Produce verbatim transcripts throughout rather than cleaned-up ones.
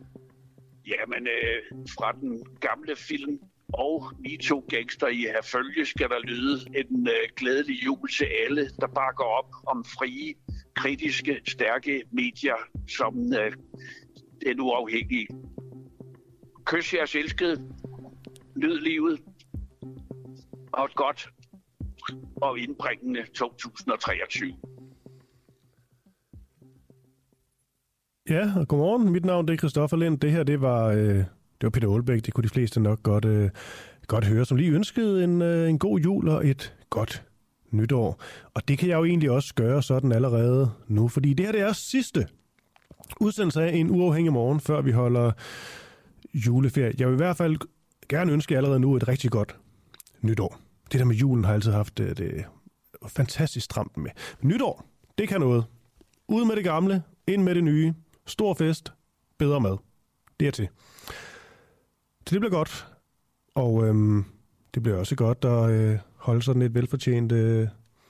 Jamen, øh, fra den gamle film og Vi to gangster i herfølge skal der lyde en øh, glædelig jul til alle, der bakker op om frie, kritiske, stærke medier som øh, Den Uafhængige. Kys jeres elskede, nyd livet og et godt og indbringende to tusind treogtyve. Ja, og godmorgen. Mit navn det er Christoffer Lind. Det her, det var, øh, det var Peter Aalbæk. Det kunne de fleste nok godt, øh, godt høre, som lige ønskede en, øh, en god jul og et godt nytår. Og det kan jeg jo egentlig også gøre sådan allerede nu, fordi det her det er sidste udsendelse af En Uafhængig Morgen, før vi holder juleferie. Jeg vil i hvert fald gerne ønske allerede nu et rigtig godt nytår. Det der med julen har jeg altid haft det, det fantastisk stramt med. Nytår, det kan noget. Ud med det gamle, ind med det nye. Stor fest, bedre mad. Det er til. Så det bliver godt. Og øhm, det bliver også godt at øh, holde sådan et velfortjent øh,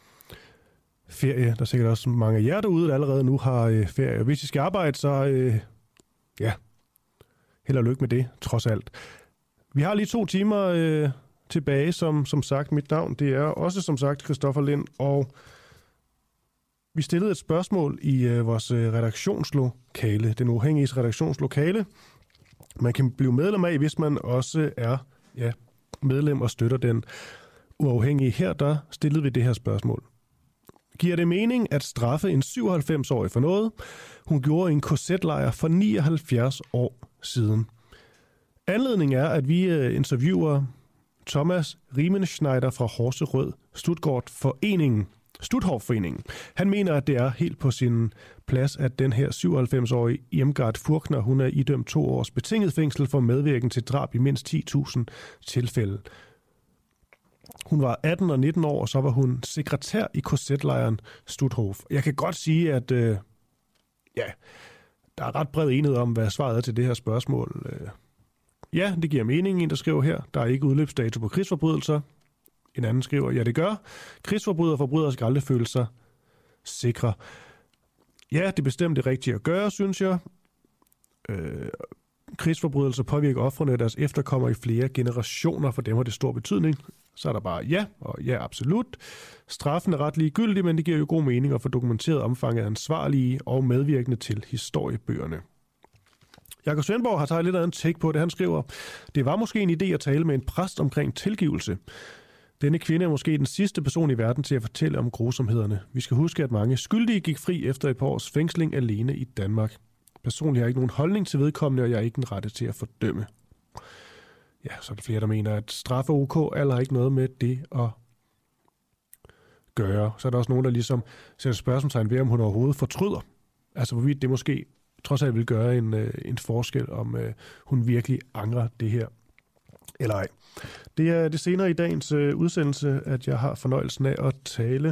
ferie. Der er sikkert også mange af jer derude, der allerede nu har øh, ferie. Og hvis I skal arbejde, så øh, ja, held og lykke med det, trods alt. Vi har lige to timer øh, tilbage, som, som sagt. Mit navn, det er også som sagt Christoffer Lind, og vi stillede et spørgsmål i øh, vores øh, redaktionslokale, Den Uafhængiges redaktionslokale. Man kan blive medlem af, hvis man også er ja, medlem og støtter Den Uafhængige. Her der stillede vi det her spørgsmål. Giver det mening at straffe en syvoghalvfems-årig for noget, hun gjorde i en K Z-lejr for nioghalvfjerds år siden? Anledningen er, at vi øh, interviewer Thomas Riemenschneider fra Horserød Stuttgart Foreningen. Stutthof-foreningen. Han mener, at det er helt på sin plads, at den her syvoghalvfems-årige Irmgard Furchner, hun er idømt to års betinget fængsel for medvirken til drab i mindst ti tusind tilfælde. Hun var atten og nitten år, og så var hun sekretær i K Z-lejren Stutthof. Jeg kan godt sige, at øh, ja, der er ret bred enighed om, hvad svaret er til det her spørgsmål. Ja, det giver mening, en der skriver her. Der er ikke udløbsdato på krigsforbrydelser. En anden skriver, ja det gør. Krigsforbrydere og forbrydere skal aldrig føle sig sikre. Ja, det er bestemt det rigtige at gøre, synes jeg. Øh, krigsforbrydelser påvirker ofrene og deres efterkommere i flere generationer. For dem har det stor betydning. Så er der bare ja, og ja absolut. Straffen er ret ligegyldig, men det giver jo god mening at få dokumenteret omfanget af ansvarlige og medvirkende til historiebøgerne. Jakob Svendborg har taget lidt af en take på det. Han skriver, det var måske en idé at tale med en præst omkring tilgivelse. Denne kvinde er måske den sidste person i verden til at fortælle om grusomhederne. Vi skal huske, at mange skyldige gik fri efter et par års fængsling alene i Danmark. Personligt har jeg ikke nogen holdning til vedkommende, og jeg er ikke den rette til at fordømme. Ja, så er der flere, der mener, at straffe OK, alle har ikke noget med det at gøre. Så er der også nogen, der ligesom sætter spørgsmålstegn ved, om hun overhovedet fortryder. Altså, hvorvidt det måske trods alt vil gøre en, en forskel, om uh, hun virkelig angrer det her eller ej. Det er det senere i dagens øh, udsendelse, at jeg har fornøjelsen af at tale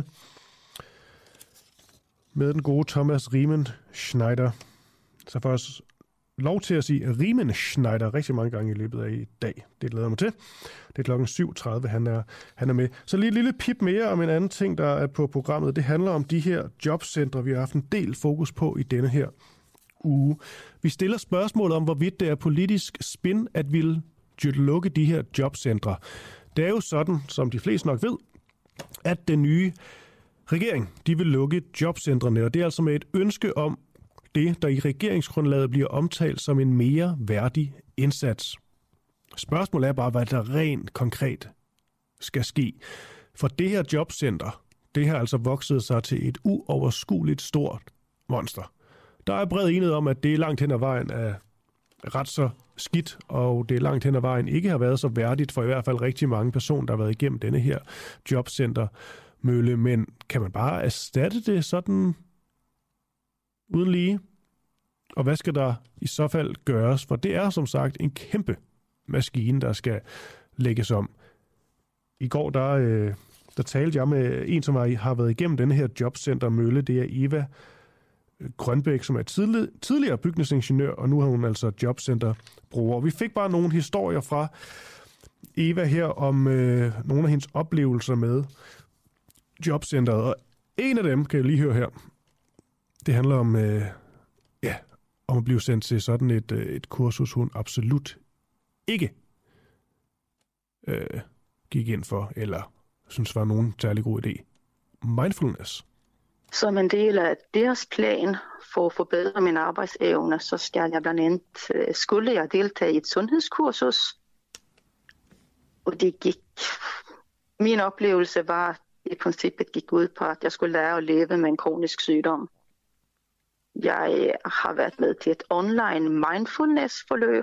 med den gode Thomas Riemenschneider. Så får jeg lov til at sige Riemenschneider rigtig mange gange i løbet af i dag. Det glæder jeg mig til. Det er klokken syv tredive, han er, han er med. Så lige et lille pip mere om en anden ting, der er på programmet. Det handler om de her jobcentre, vi har haft en del fokus på i denne her uge. Vi stiller spørgsmålet om, hvorvidt det er politisk spin at ville lukke de her jobcentre. Det er jo sådan, som de fleste nok ved, at den nye regering, de vil lukke jobcentrene, og det er altså med et ønske om det, der i regeringsgrundlaget bliver omtalt som en mere værdig indsats. Spørgsmålet er bare, hvad der rent konkret skal ske. For det her jobcenter, det har altså vokset sig til et uoverskueligt stort monster. Der er bred enighed om, at det er langt hen ad vejen af ret så skidt, og det er langt hen ad vejen ikke har været så værdigt for i hvert fald rigtig mange personer, der har været igennem denne her jobcentermølle. Men kan man bare erstatte det sådan uden lige? Og hvad skal der i så fald gøres? For det er som sagt en kæmpe maskine, der skal lægges om. I går der, øh, der talte jeg med en, som har været igennem denne her jobcentermølle. Det er Eva Grønbæk, som er tidlig, tidligere bygningsingeniør, og nu har hun altså jobcenterbruger. Vi fik bare nogle historier fra Eva her om øh, nogle af hendes oplevelser med jobcenteret, og en af dem kan jeg lige høre her. Det handler om øh, ja, om at blive sendt til sådan et, et kursus, hun absolut ikke øh, gik ind for, eller synes var nogen særlig god idé. Mindfulness. Som en del af deres plan for at forbedre min arbejdsevne, så skal jeg blandt andet, skulle jeg deltage i et sundhedskursus. Og det gik, min oplevelse var, at i princippet gik ud på, at jeg skulle lære at leve med en kronisk sygdom. Jeg har været med til et online mindfulness-forløb.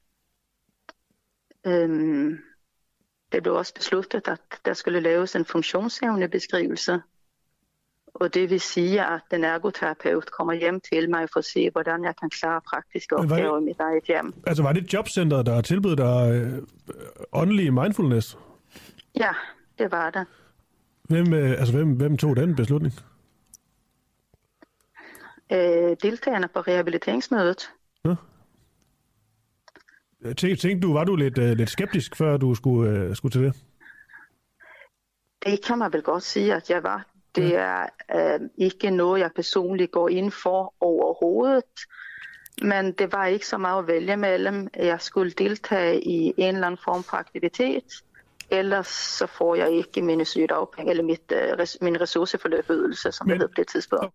Øhm, det blev også besluttet, at der skulle laves en funktionsevnebeskrivelse. Og det vil sige, at den ergoterapeut kommer hjem til mig for at se, hvordan jeg kan klare praktiske opgaver i mit eget hjem. Altså var det jobcenter, der tilbød dig øh, åndelig mindfulness? Ja, det var det. Hvem, øh, altså, hvem, hvem tog den beslutning? Øh, deltagerne på rehabiliteringsmødet. Ja. Tænkte du, var du lidt, øh, lidt skeptisk, før du skulle, øh, skulle til det? Det kan man vel godt sige, at jeg var. Det er øh, ikke noget, jeg personligt går ind for overhovedet. Men det var ikke så meget at vælge mellem. Jeg skulle deltage i en eller anden form for aktivitet. Ellers så får jeg ikke mine sygedagpenge, eller mit, øh, res, min ressourceforløbydelse, som Men... det hed på det tidspunkt.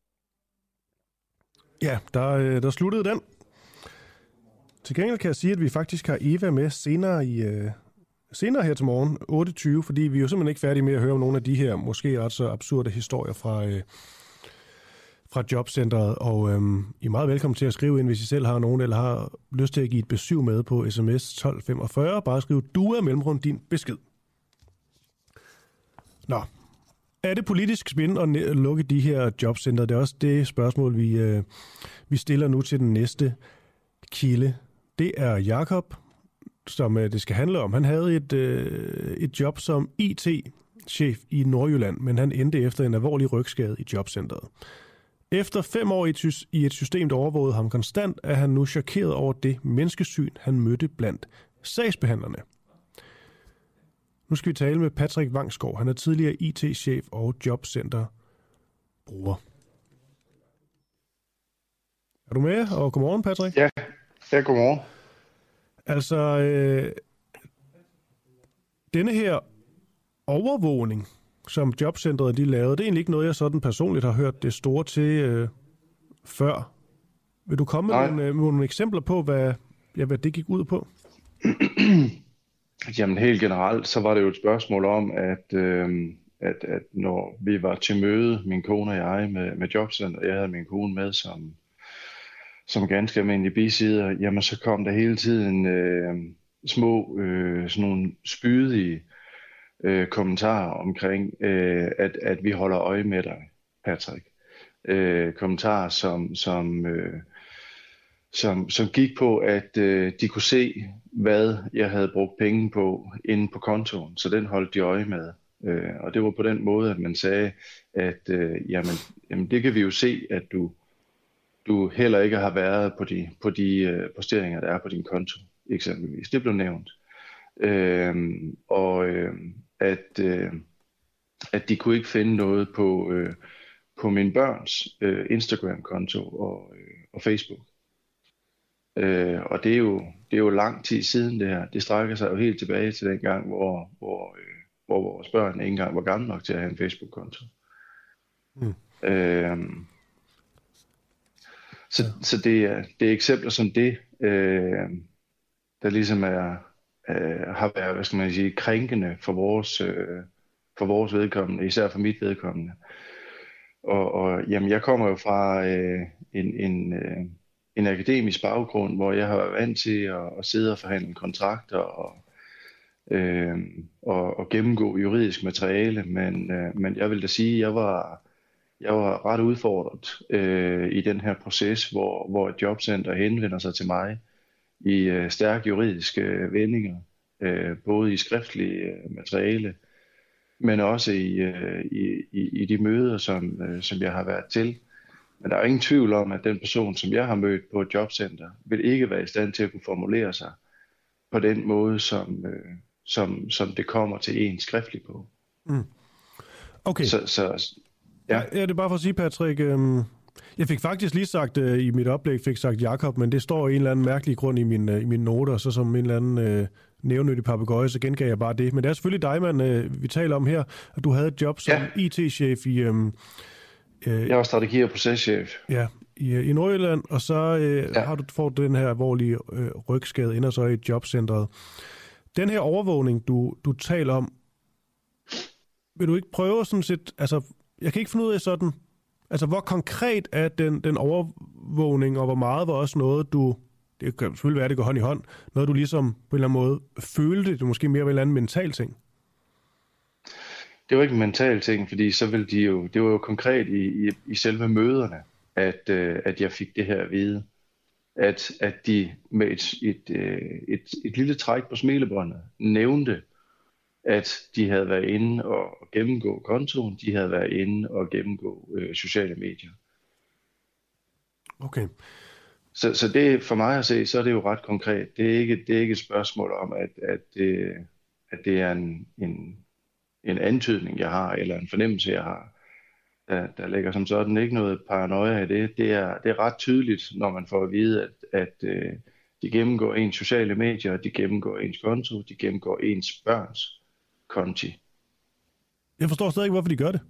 Ja, der, der sluttede den. Til gengæld kan jeg sige, at vi faktisk har Eva med senere i... Øh... Senere her til morgen, otte tyve, fordi vi er jo simpelthen ikke færdige med at høre om nogle af de her måske ret så absurde historier fra, øh, fra jobcentret. Og øh, I er meget velkommen til at skrive ind, hvis I selv har nogen, eller har lyst til at give et besøg med på sms tolv femogfyrre. Bare skriv du er mellemrum din besked. Nå, er det politisk spin at lukke de her jobcenter? Det er også det spørgsmål, vi, øh, vi stiller nu til den næste kilde. Det er Jakob, som det skal handle om. Han havde et, øh, et job som I T-chef i Nordjylland, men han endte efter en alvorlig rygskade i jobcentret. Efter fem år i et, i et system, der overvågede ham konstant, er han nu chokeret over det menneskesyn, han mødte blandt sagsbehandlerne. Nu skal vi tale med Patrick Vangsgaard. Han er tidligere I T-chef og jobcenterbruger. Er du med? Og godmorgen, Patrick. Ja, ja godmorgen. Altså, øh, denne her overvågning, som jobcentret de lavede, det er egentlig ikke noget, jeg sådan personligt har hørt det store til øh, før. Vil du komme med nogle, øh, nogle eksempler på, hvad, ja, hvad det gik ud på? Jamen helt generelt, så var det jo et spørgsmål om, at, øh, at, at når vi var til møde, min kone og jeg, med, med jobcenter, jeg havde min kone med som... som ganske almindelige bisider, jamen så kom der hele tiden øh, små, øh, sådan nogle spydige øh, kommentarer omkring, øh, at, at vi holder øje med dig, Patrick. Øh, kommentarer, som, som, øh, som, som gik på, at øh, de kunne se, hvad jeg havde brugt penge på inde på kontoen, så den holdt de øje med. Øh, og det var på den måde, at man sagde, at øh, jamen, jamen det kan vi jo se, at du du heller ikke har været på de, på de uh, posteringer, der er på din konto, eksempelvis. Det blev nævnt. Øhm, og øh, at, øh, at de kunne ikke finde noget på, øh, på min børns øh, Instagram-konto og, øh, og Facebook. Øh, og det er, jo, det er jo lang tid siden det her. Det strækker sig jo helt tilbage til den gang, hvor, hvor, øh, hvor vores børn ikke engang var gamle nok til at have en Facebook-konto. Mm. Øh, Så, ja. så det, er, det er eksempler som det, øh, der ligesom er, øh, har været, hvad skal man sige, krænkende for vores, øh, for vores vedkommende, især for mit vedkommende. Og, og jamen, jeg kommer jo fra øh, en, en, øh, en akademisk baggrund, hvor jeg har været vant til at, at sidde og forhandle kontrakter og, øh, og, og gennemgå juridisk materiale, men, øh, men jeg vil da sige, at jeg var... Jeg var ret udfordret øh, i den her proces, hvor, hvor et jobcenter henvender sig til mig i øh, stærke juridiske øh, vendinger, øh, både i skriftlige øh, materiale, men også i, øh, i, i, i de møder, som, øh, som jeg har været til. Men der er ingen tvivl om, at den person, som jeg har mødt på et jobcenter, vil ikke være i stand til at kunne formulere sig på den måde, som, øh, som, som det kommer til en skriftligt på. Mm. Okay. Så, så Ja. ja, det er bare for at sige, Patrick, øhm, Jeg fik faktisk lige sagt, uh, i mit oplæg fik sagt Jakob, men det står i en eller anden mærkelig grund i, min, uh, i mine noter, så som en eller anden uh, nævnyttig papegøje, så gengav jeg bare det. Men det er selvfølgelig dig, man, uh, vi taler om her, at du havde et job som ja. I T-chef i... Um, uh, jeg var strategi- og processchef. Ja, i, i Nordjylland, og så uh, ja. har du fået den her alvorlige uh, rygskade, ender så i jobcentret. Den her overvågning, du, du taler om, vil du ikke prøve sådan set... Altså, jeg kan ikke finde ud af sådan... Altså, hvor konkret er den, den overvågning, og hvor meget var også noget, du... Det kan selvfølgelig være, at det går hånd i hånd. Noget, du ligesom på en eller anden måde følte, det måske mere var en eller anden mental ting. Det var ikke en mental ting, fordi så ville de jo... Det var jo konkret i, i, i selve møderne, at, øh, at jeg fik det her at vide. At, at de med et, et, et, et, et lille træk på smilebåndet nævnte, at de havde været inde og gennemgå kontoen, de havde været inde og gennemgå øh, sociale medier. Okay. Så, så det for mig at se, så er det jo ret konkret. Det er ikke, det er ikke et spørgsmål om, at, at, det, at det er en, en, en antydning, jeg har, eller en fornemmelse, jeg har. Der, der ligger som sådan ikke noget paranoia i det. Det er, det er ret tydeligt, når man får at vide, at, at øh, de gennemgår ens sociale medier, de gennemgår ens konto, de gennemgår ens børns konti. Jeg forstår stadig ikke, hvorfor de gør det.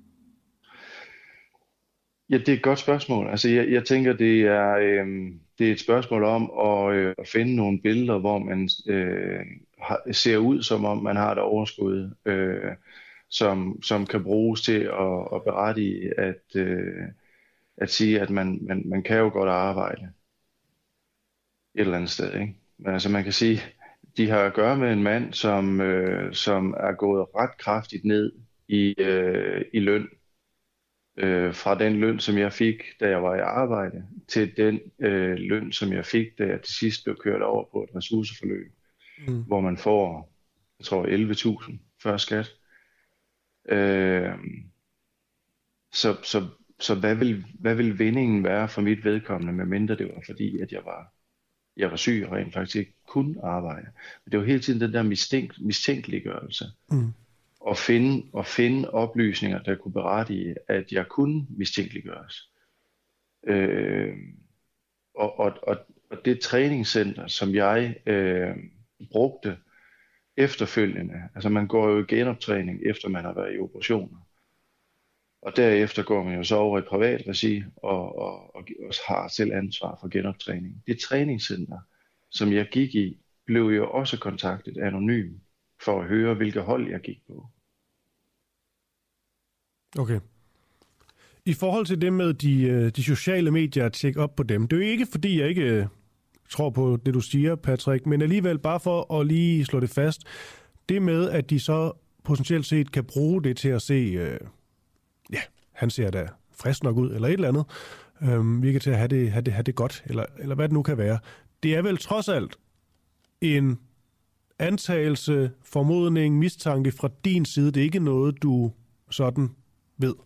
Ja, det er et godt spørgsmål. Altså, jeg, jeg tænker, det er, øh, det er et spørgsmål om at, øh, at finde nogle billeder, hvor man øh, har, ser ud, som om man har et overskud, øh, som, som kan bruges til at, at berettige, at, øh, at sige, at man, man, man kan jo godt arbejde et eller andet sted, ikke? Men altså, man kan sige, de har at gøre med en mand, som, øh, som er gået ret kraftigt ned i, øh, i løn. Øh, fra den løn, som jeg fik, da jeg var i arbejde, til den øh, løn, som jeg fik, da jeg til sidst blev kørt over på et ressourceforløb, mm. hvor man får, jeg tror, elleve tusind før skat. Øh, så så, så hvad, vil, hvad vil vindingen være for mit vedkommende, medmindre det var fordi, at jeg var Jeg var syg og rent faktisk ikke kunne arbejde. Men det var hele tiden den der mistænk, mistænkeliggørelse. Mm. At finde, at finde oplysninger, der kunne berettige, at jeg kunne mistænkeliggøres. Øh, og, og, og, og det træningscenter, som jeg øh, brugte efterfølgende, altså man går jo i genoptræning, efter man har været i operationer. Og derefter går man jo så over i privat regi og, og, og, og har selv ansvar for genoptræning. Det træningscenter, som jeg gik i, blev jo også kontaktet anonym for at høre, hvilke hold jeg gik på. Okay. I forhold til det med de, de sociale medier, at tjekke op på dem, det er jo ikke fordi, jeg ikke tror på det, du siger, Patrick, men alligevel bare for at lige slå det fast, det med, at de så potentielt set kan bruge det til at se... Øh, ja, han ser da frisk nok ud, eller et eller andet. Øhm, virker til at have det, have det, have det godt, eller, eller hvad det nu kan være. Det er vel trods alt en antagelse, formodning, mistanke fra din side. Det er ikke noget, du sådan ved.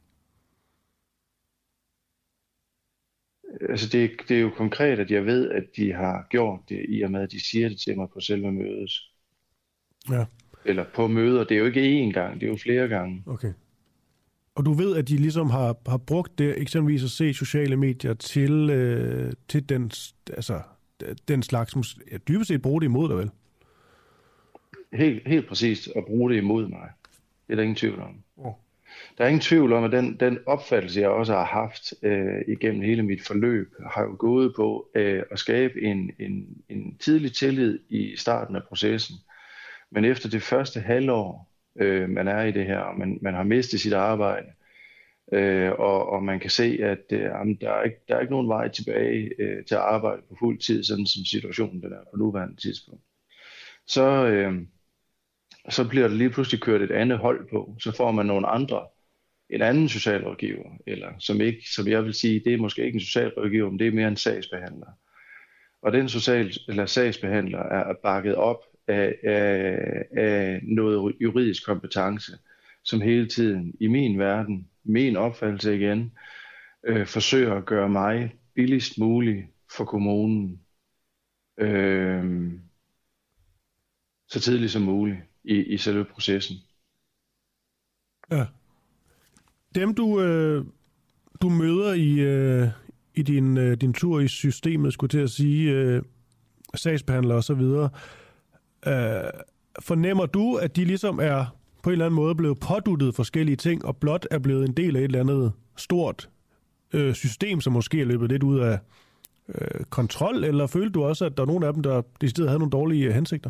Altså det, det er jo konkret, at jeg ved, at de har gjort det, i og med, at de siger det til mig på selve mødet. Ja. Eller på møder. Det er jo ikke én gang, det er jo flere gange. Okay. Og du ved, at de ligesom har, har brugt det, eksempelvis at se sociale medier til, øh, til den, altså, den slags, som ja, dybest set bruger det imod dig, vel? Helt, helt præcist at bruge det imod mig. Det er der ingen tvivl om. Oh. Der er ingen tvivl om, at den, den opfattelse, jeg også har haft øh, igennem hele mit forløb, har jo gået på øh, at skabe en, en, en tidlig tillid i starten af processen. Men efter det første halvår, øh, man er i det her, og man, man har mistet sit arbejde, øh, og, og man kan se, at øh, jamen, der, er ikke, der er ikke nogen vej tilbage øh, til at arbejde på fuld tid, sådan som situationen den er på nuværende tidspunkt. Så, øh, så bliver der lige pludselig kørt et andet hold på. Så får man nogle andre, en anden socialrådgiver, eller som, ikke, som jeg vil sige, det er måske ikke en socialrådgiver, men det er mere en sagsbehandler. Og den social, eller sagsbehandler er bakket op af, af, af noget juridisk kompetence, som hele tiden i min verden, min opfattelse igen, øh, forsøger at gøre mig billigst muligt for kommunen, øh, så tidligt som muligt i, i selve processen. Ja. Dem du, øh, du møder i, øh, i din, øh, din tur i systemet, skulle til at sige, øh, sagsbehandlere og så videre, øh, fornemmer du, at de ligesom er på en eller anden måde blevet påduttet forskellige ting, og blot er blevet en del af et eller andet stort øh, system, som måske er løbet lidt ud af øh, kontrol, eller følte du også, at der er nogle af dem, der decideret havde nogle dårlige hensigter?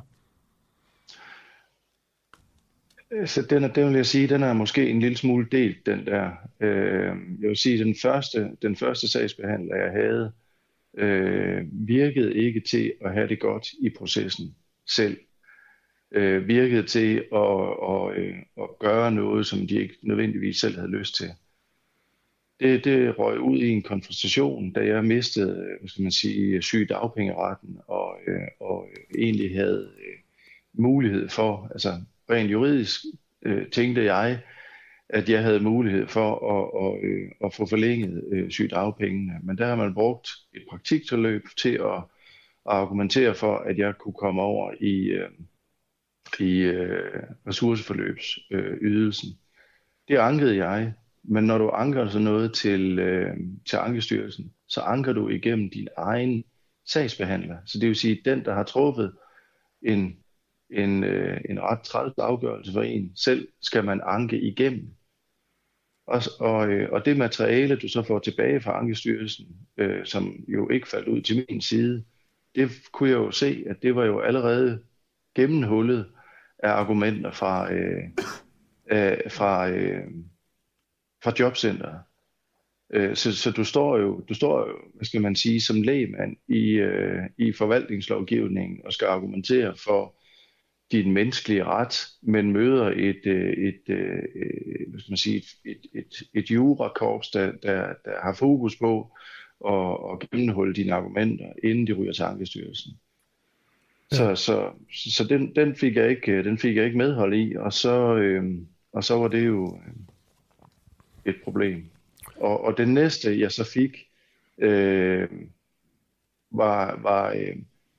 Så den er, den vil jeg sige, den er måske en lille smule delt, den der. Øh, jeg vil sige, den første, den første sagsbehandler, jeg havde, øh, virkede ikke til at have det godt i processen selv. Øh, virkede til at, at, at, at gøre noget, som de ikke nødvendigvis selv havde lyst til. Det, det røg ud i en konfrontation, da jeg mistede, hvad skal man sige, sygedagpengeretten og, og egentlig havde mulighed for, altså rent juridisk øh, tænkte jeg, at jeg havde mulighed for at, at, øh, at få forlænget øh, sygedagpengene. Men der har man brugt et praktikforløb til at, at argumentere for, at jeg kunne komme over i, øh, i øh, ressourceforløbsydelsen. Øh, det ankede jeg, men når du anker sådan noget til, øh, til Ankestyrelsen, så anker du igennem din egen sagsbehandler. Så det vil sige, den, der har truffet en En, øh, en ret træls afgørelse for en selv, skal man anke igennem. Og, og, øh, og det materiale, du så får tilbage fra Ankestyrelsen, øh, som jo ikke faldt ud til min side, det kunne jeg jo se, at det var jo allerede gennemhullet af argumenter fra, øh, øh, fra, øh, fra jobcenteret. Øh, så, så du står jo, du står jo, hvad skal man sige, som lægmand i, øh, i forvaltningslovgivningen og skal argumentere for din menneskelige ret, men møder et, et, et, hvad skal man sige, et, et, et jurakorps, der, der, der har fokus på at, at gennemholde dine argumenter, inden de ryger til Ankestyrelsen. Ja. Så, så, så den, den, fik jeg ikke, den fik jeg ikke medhold i, og så, øh, og så var det jo et problem. Og, og det næste, jeg så fik, øh, var... var øh,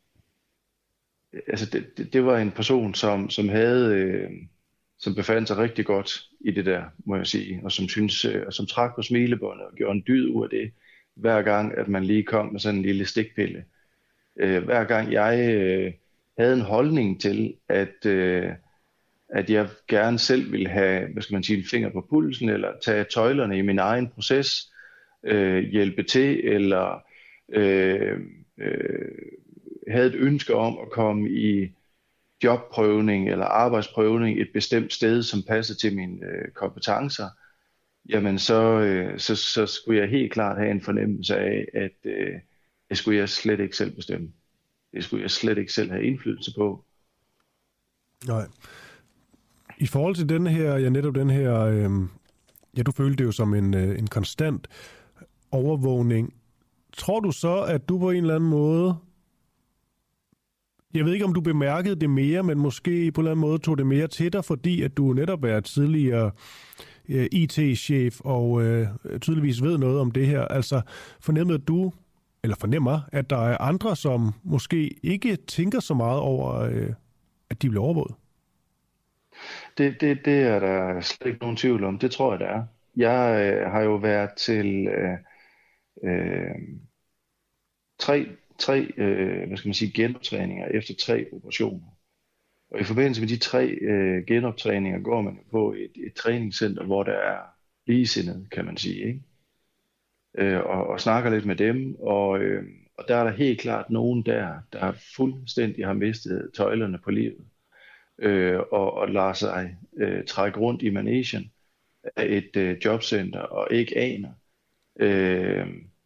Altså det, det, det var en person, som, som havde, øh, som befandt sig rigtig godt i det der, må jeg sige, og som synes, øh, og som trak på smilebåndet og gjorde en dyd ud af det, hver gang, at man lige kom med sådan en lille stikpille. Øh, hver gang jeg øh, havde en holdning til, at, øh, at jeg gerne selv ville have, hvad skal man sige, en finger på pulsen, eller tage tøjlerne i min egen proces, øh, hjælpe til, eller øh, øh, havde et ønske om at komme i jobprøvning eller arbejdsprøvning et bestemt sted, som passede til mine øh, kompetencer, jamen så, øh, så, så skulle jeg helt klart have en fornemmelse af, at øh, det skulle jeg slet ikke selv bestemme. Det skulle jeg slet ikke selv have indflydelse på. Nej. I forhold til den her, ja netop den her, øh, ja du følte det jo som en, øh, en konstant overvågning. Tror du så, at du på en eller anden måde, jeg ved ikke, om du bemærkede det mere, men måske på en eller anden måde tog det mere til dig, fordi at du netop er tidligere øh, I T-chef og øh, tydeligvis ved noget om det her. Altså fornemmede du, eller fornemmer, at der er andre, som måske ikke tænker så meget over, øh, at de bliver overvåget? Det, det, det er der slet ikke nogen tvivl om. Det tror jeg, der er. Jeg øh, har jo været til øh, øh, tre tre, øh, hvad skal man sige, genoptræninger efter tre operationer. Og i forbindelse med de tre øh, genoptræninger går man på et, et træningscenter, hvor der er ligesindede, kan man sige, ikke? Øh, og, og snakker lidt med dem, og, øh, og der er der helt klart nogen der, der fuldstændig har mistet tøjlerne på livet, øh, og, og lader sig øh, trække rundt i managen af et øh, jobcenter, og ikke aner, øh,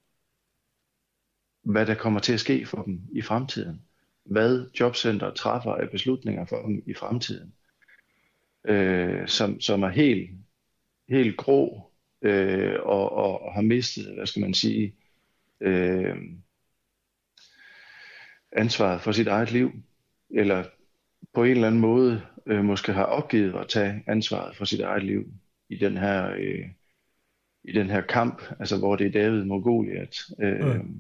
hvad der kommer til at ske for dem i fremtiden. Hvad jobcenter træffer af beslutninger for dem i fremtiden. Øh, som, som er helt, helt grå øh, og, og, og har mistet, hvad skal man sige, øh, ansvaret for sit eget liv. Eller på en eller anden måde øh, måske har opgivet at tage ansvaret for sit eget liv i den her, øh, i den her kamp, altså hvor det er David mod Goliat. Øh, mm.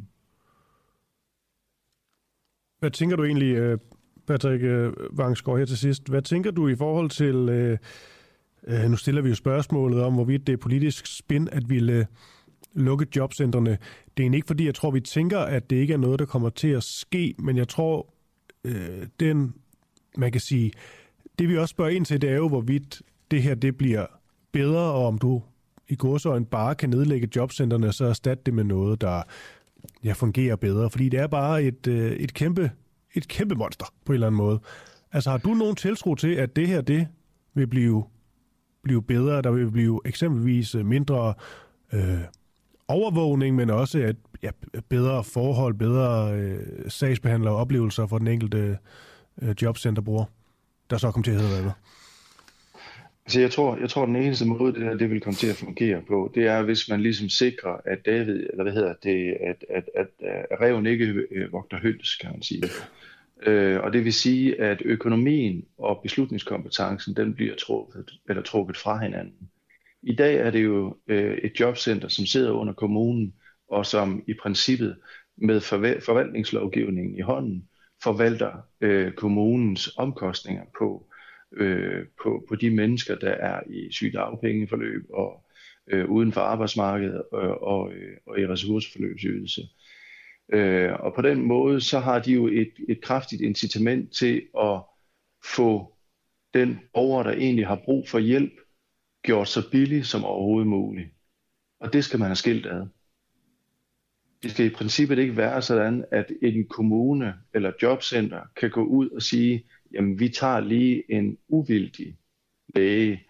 Hvad tænker du egentlig, Patrick Vangsgaard, her til sidst? Hvad tænker du i forhold til, øh, nu stiller vi jo spørgsmålet om, hvorvidt det er politisk spin at ville lukke jobcentrene. Det er ikke fordi, jeg tror, vi tænker, at det ikke er noget, der kommer til at ske, men jeg tror, øh, den, man kan sige, det vi også spørger ind til, det er jo, hvorvidt det her det bliver bedre, og om du i gåseøjne bare kan nedlægge jobcentrene, og så erstatte det med noget, der ja, fungerer bedre. Fordi det er bare et, øh, et, kæmpe, et kæmpe monster på en eller anden måde. Altså har du nogen tiltro til, at det her det vil blive, blive bedre, der vil blive eksempelvis mindre øh, overvågning, men også at, ja, bedre forhold, bedre øh, sagsbehandlere og oplevelser for den enkelte øh, jobcenterbruger, der så kommer til at hedde noget? Altså jeg tror, jeg tror den eneste måde, det, der, det vil komme til at fungere på, det er, hvis man ligesom sikrer, at David, eller hvad hedder det, at, at, at, at reven ikke øh, vogter høns, kan man sige. Øh, og det vil sige, at økonomien og beslutningskompetencen, den bliver trukket, eller trukket fra hinanden. I dag er det jo øh, et jobcenter, som sidder under kommunen, og som i princippet med forvaltningslovgivningen i hånden, forvalter øh, kommunens omkostninger på, øh, på, på de mennesker, der er i sygedagpengeforløb og øh, uden for arbejdsmarkedet og, og, øh, og i ressourceforløbsydelse. Øh, og på den måde, så har de jo et, et kraftigt incitament til at få den borger, der egentlig har brug for hjælp, gjort så billig som overhovedet muligt. Og det skal man have skilt ad. Det skal i princippet ikke være sådan, at en kommune eller jobcenter kan gå ud og sige, jamen vi tager lige en uvildig læge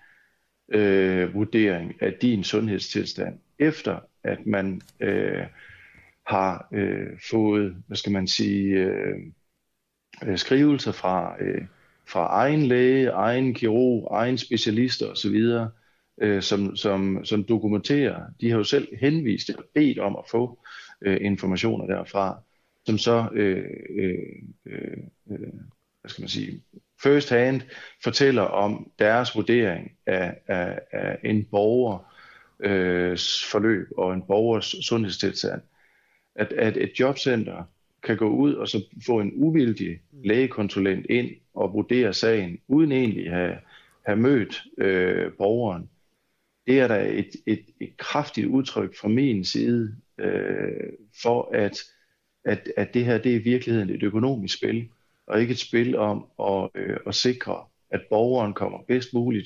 øh, vurdering af din sundhedstilstand, efter at man øh, har øh, fået, hvad skal man sige, øh, skrivelser fra, øh, fra egen læge, egen kirurg, egen specialister osv., øh, som, som, som dokumenterer, de har jo selv henvist eller bedt om at få øh, informationer derfra, som så øh, øh, øh, hvad skal man sige, first hand fortæller om deres vurdering af, af, af en borgers øh, forløb og en borgers sundhedstilstand. At, at et jobcenter kan gå ud og så få en uvildig lægekonsulent ind og vurdere sagen, uden egentlig at have, have mødt øh, borgeren. Det er da et, et, et kraftigt udtryk fra min side øh, for, at, at, at det her det er i virkeligheden et økonomisk spil, og ikke et spil om at, øh, at sikre, at borgeren kommer bedst muligt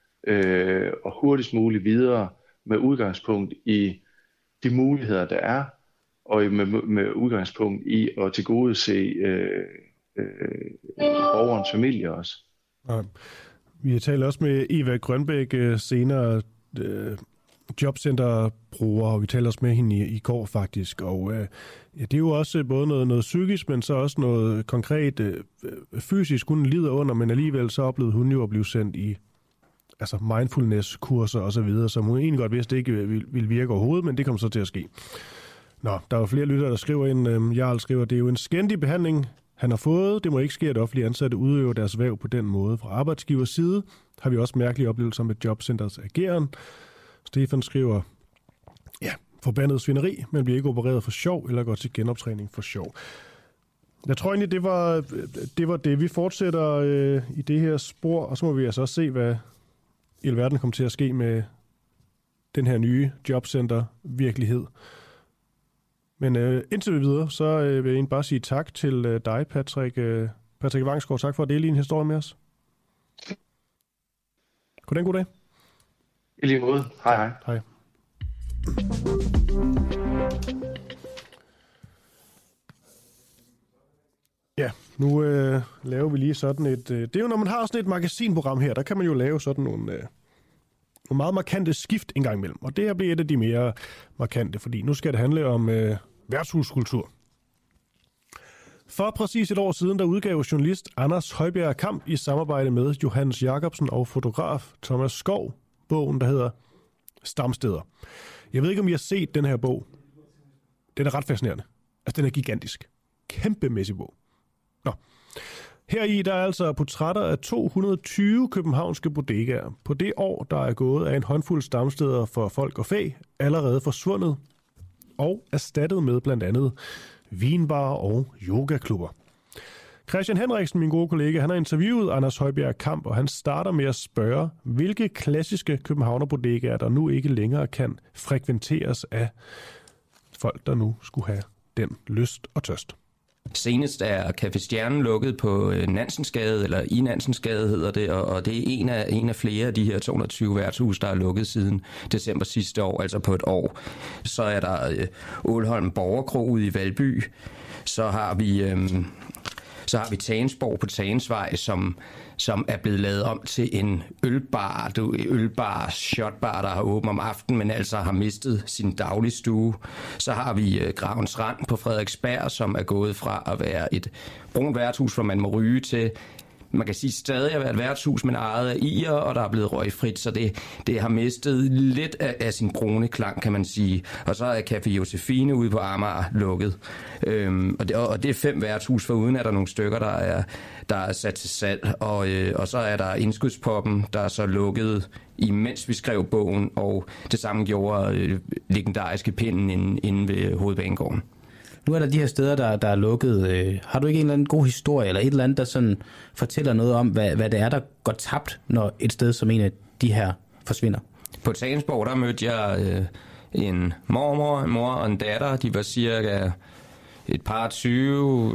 øh, og hurtigst muligt videre med udgangspunkt i de muligheder, der er, og med, med udgangspunkt i at tilgodese øh, øh, borgerens familie også. Ja. Vi har talt også med Eva Grønbæk senere, øh, jobcenterbruger, og vi talte også med hende i, i går faktisk, og øh, ja, det er jo også både noget, noget psykisk, men så også noget konkret øh, fysisk, hun lider under, men alligevel så oplevede hun jo at blive sendt i altså mindfulness-kurser og så videre, som hun egentlig godt vidste ikke ville, ville virke overhovedet, men det kom så til at ske. Nå, der er jo flere lyttere, der skriver ind. Øh, Jarl skriver, det er jo en skændig behandling, han har fået. Det må ikke ske, at offentlige ansatte udøver deres væv på den måde. Fra arbejdsgivers side har vi også mærkelige oplevelser med jobcenters ageren. Stefan skriver, ja, forbandet svineri, men bliver ikke opereret for sjov, eller går til genoptræning for sjov. Jeg tror egentlig, det var det. Var det. Vi fortsætter øh, i det her spor, og så må vi altså også se, hvad i alverden kommer til at ske med den her nye jobcenter-virkelighed. Men øh, indtil vi videre, så øh, vil jeg egentlig bare sige tak til øh, dig, Patrick. Øh, Patrick Vangsgaard, tak for at dele din historie med os. God den god dag. I lige måde. Hej hej. Hej. Ja, nu øh, laver vi lige sådan et... Øh, det er jo, når man har sådan et magasinprogram her, der kan man jo lave sådan nogle... Øh, nogle meget markante skift en gang imellem. Og det her bliver et af de mere markante, fordi nu skal det handle om øh, værtshuskultur. For præcis et år siden, der udgav journalist Anders Højbjerg Kamp i samarbejde med Johannes Jacobsen og fotograf Thomas Skov bogen, der hedder Stamsteder. Jeg ved ikke, om I har set den her bog. Den er ret fascinerende. Altså, den er gigantisk. Kæmpemæssig bog. Nå. Heri der er altså portrætter af to hundrede og tyve københavnske bodegaer. På det år, der er gået af en håndfuld stamsteder for folk og fæ, allerede forsvundet og erstattet med blandt andet vinbarer og yogaklubber. Christian Henriksen, min gode kollega, han har interviewet Anders Højbjerg Kamp, og han starter med at spørge, hvilke klassiske københavnerbodegaer, der nu ikke længere kan frekventeres af folk, der nu skulle have den lyst og tørst. Senest er Café Stjernen lukket på Nansensgade, eller i Nansensgade hedder det, og det er en af, en af flere af de her to hundrede og tyve værtshus, der er lukket siden december sidste år, altså på et år. Så er der øh, Ålholm Borgerkro ude i Valby. Så har vi... Øh, Så har vi Tagensborg på Tagensvej, som, som er blevet lavet om til en ølbar, du, ølbar, shotbar, der har åbent om aftenen, men altså har mistet sin dagligstue. Så har vi uh, Gravens Rand på Frederiksberg, som er gået fra at være et brunt værtshus, hvor man må ryge, til man kan sige stadig at være et værtshus, men ejet af ier, og der er blevet røgfrit, så det, det har mistet lidt af, af sin brune klang, kan man sige. Og så er Café Josefine ude på Amager lukket. Øhm, og, det, og det er fem værtshus, for uden er der nogle stykker, der er, der er sat til salg. Og, øh, og så er der Indskudspoppen, der er så lukket, imens vi skrev bogen, og det samme gjorde øh, legendariske Pinden inde, inde ved Hovedbanegården. Nu er der de her steder, der, der er lukket. Øh, har du ikke en eller anden god historie, eller et eller andet, der sådan fortæller noget om, hvad, hvad det er, der går tabt, når et sted som en af de her forsvinder? På Tagensborg, der mødte jeg øh, en mormor, en mor og en datter. De var cirka et par tyve,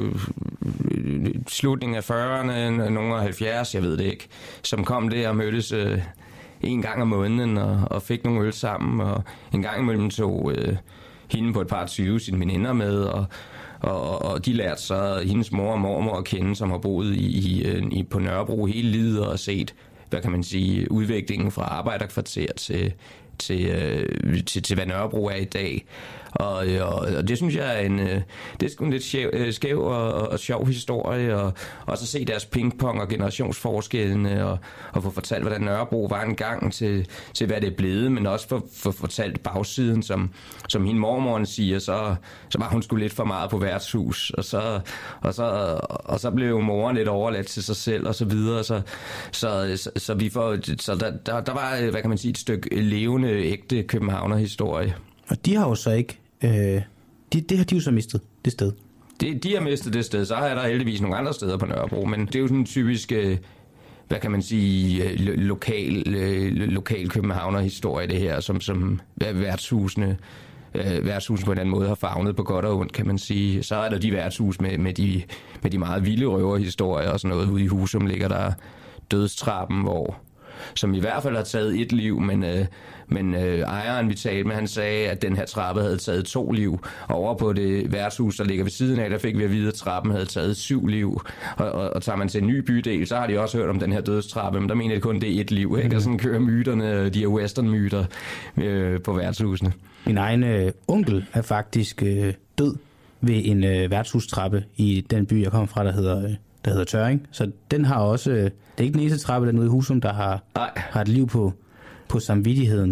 slutningen af fyrrerne, nogle af halvfjerds, jeg ved det ikke, som kom der og mødtes øh, en gang om måneden og, og fik nogle øl sammen, og en gang imellem tog... Øh, hende på et par tyve, sine veninder med, og, og, og de lærte så hendes mor og mormor at kende, som har boet i, i, på Nørrebro hele livet og set, hvad kan man sige, udviklingen fra arbejderkvarter til, til, øh, til, til hvad Nørrebro er i dag. Og, og, og det synes jeg er en, det er sgu en lidt skæv, skæv og, og sjov historie, og, og så se deres pingpong og generationsforskellene, og, og få fortalt, hvordan Nørrebro var engang til, til hvad det er blevet, men også få for, for fortalt bagsiden, som, som hende mormoren siger, så, så var hun sgu lidt for meget på værtshus, og så, og så, og så blev moren lidt overladt til sig selv, og så videre, så, så, så, så vi får, så der, der, der var, hvad kan man sige, et stykke levende, ægte københavnerhistorie. Og de har jo så ikke, øh, de, det har de jo så mistet, det sted. De, de har mistet det sted, så er der heldigvis nogle andre steder på Nørrebro, men det er jo sådan en typisk, øh, hvad kan man sige, lokal, øh, lokal københavnerhistorie, det her, som, som værtshusene, øh, værtshusene på en anden måde har favnet på godt og ondt, kan man sige. Så er der de værtshus med, med, de, med de meget vilde røverhistorier og sådan noget. Ude i Husum ligger der Dødstrappen, hvor... som i hvert fald har taget et liv, men, øh, men øh, ejeren, vi talte med, han sagde, at den her trappe havde taget to liv. Over på det værtshus, der ligger ved siden af, der fik vi at vide, at trappen havde taget syv liv. Og, og, og tager man til en ny bydel, så har de også hørt om den her dødstrappe, men der mener de kun, det er et liv, ikke? Og sådan kører myterne, de her western-myter øh, på værtshusene. Min egen øh, onkel er faktisk øh, død ved en øh, værtshustrappe i den by, jeg kommer fra, der hedder... Øh der hedder Tørring. Så den har også... Det er ikke den eneste trappe dernede i Husum, der har, har et liv på, på samvittigheden.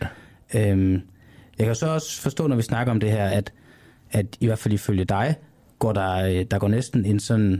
Øhm, jeg kan så også forstå, når vi snakker om det her, at, at i hvert fald ifølge dig, går der, der går næsten en sådan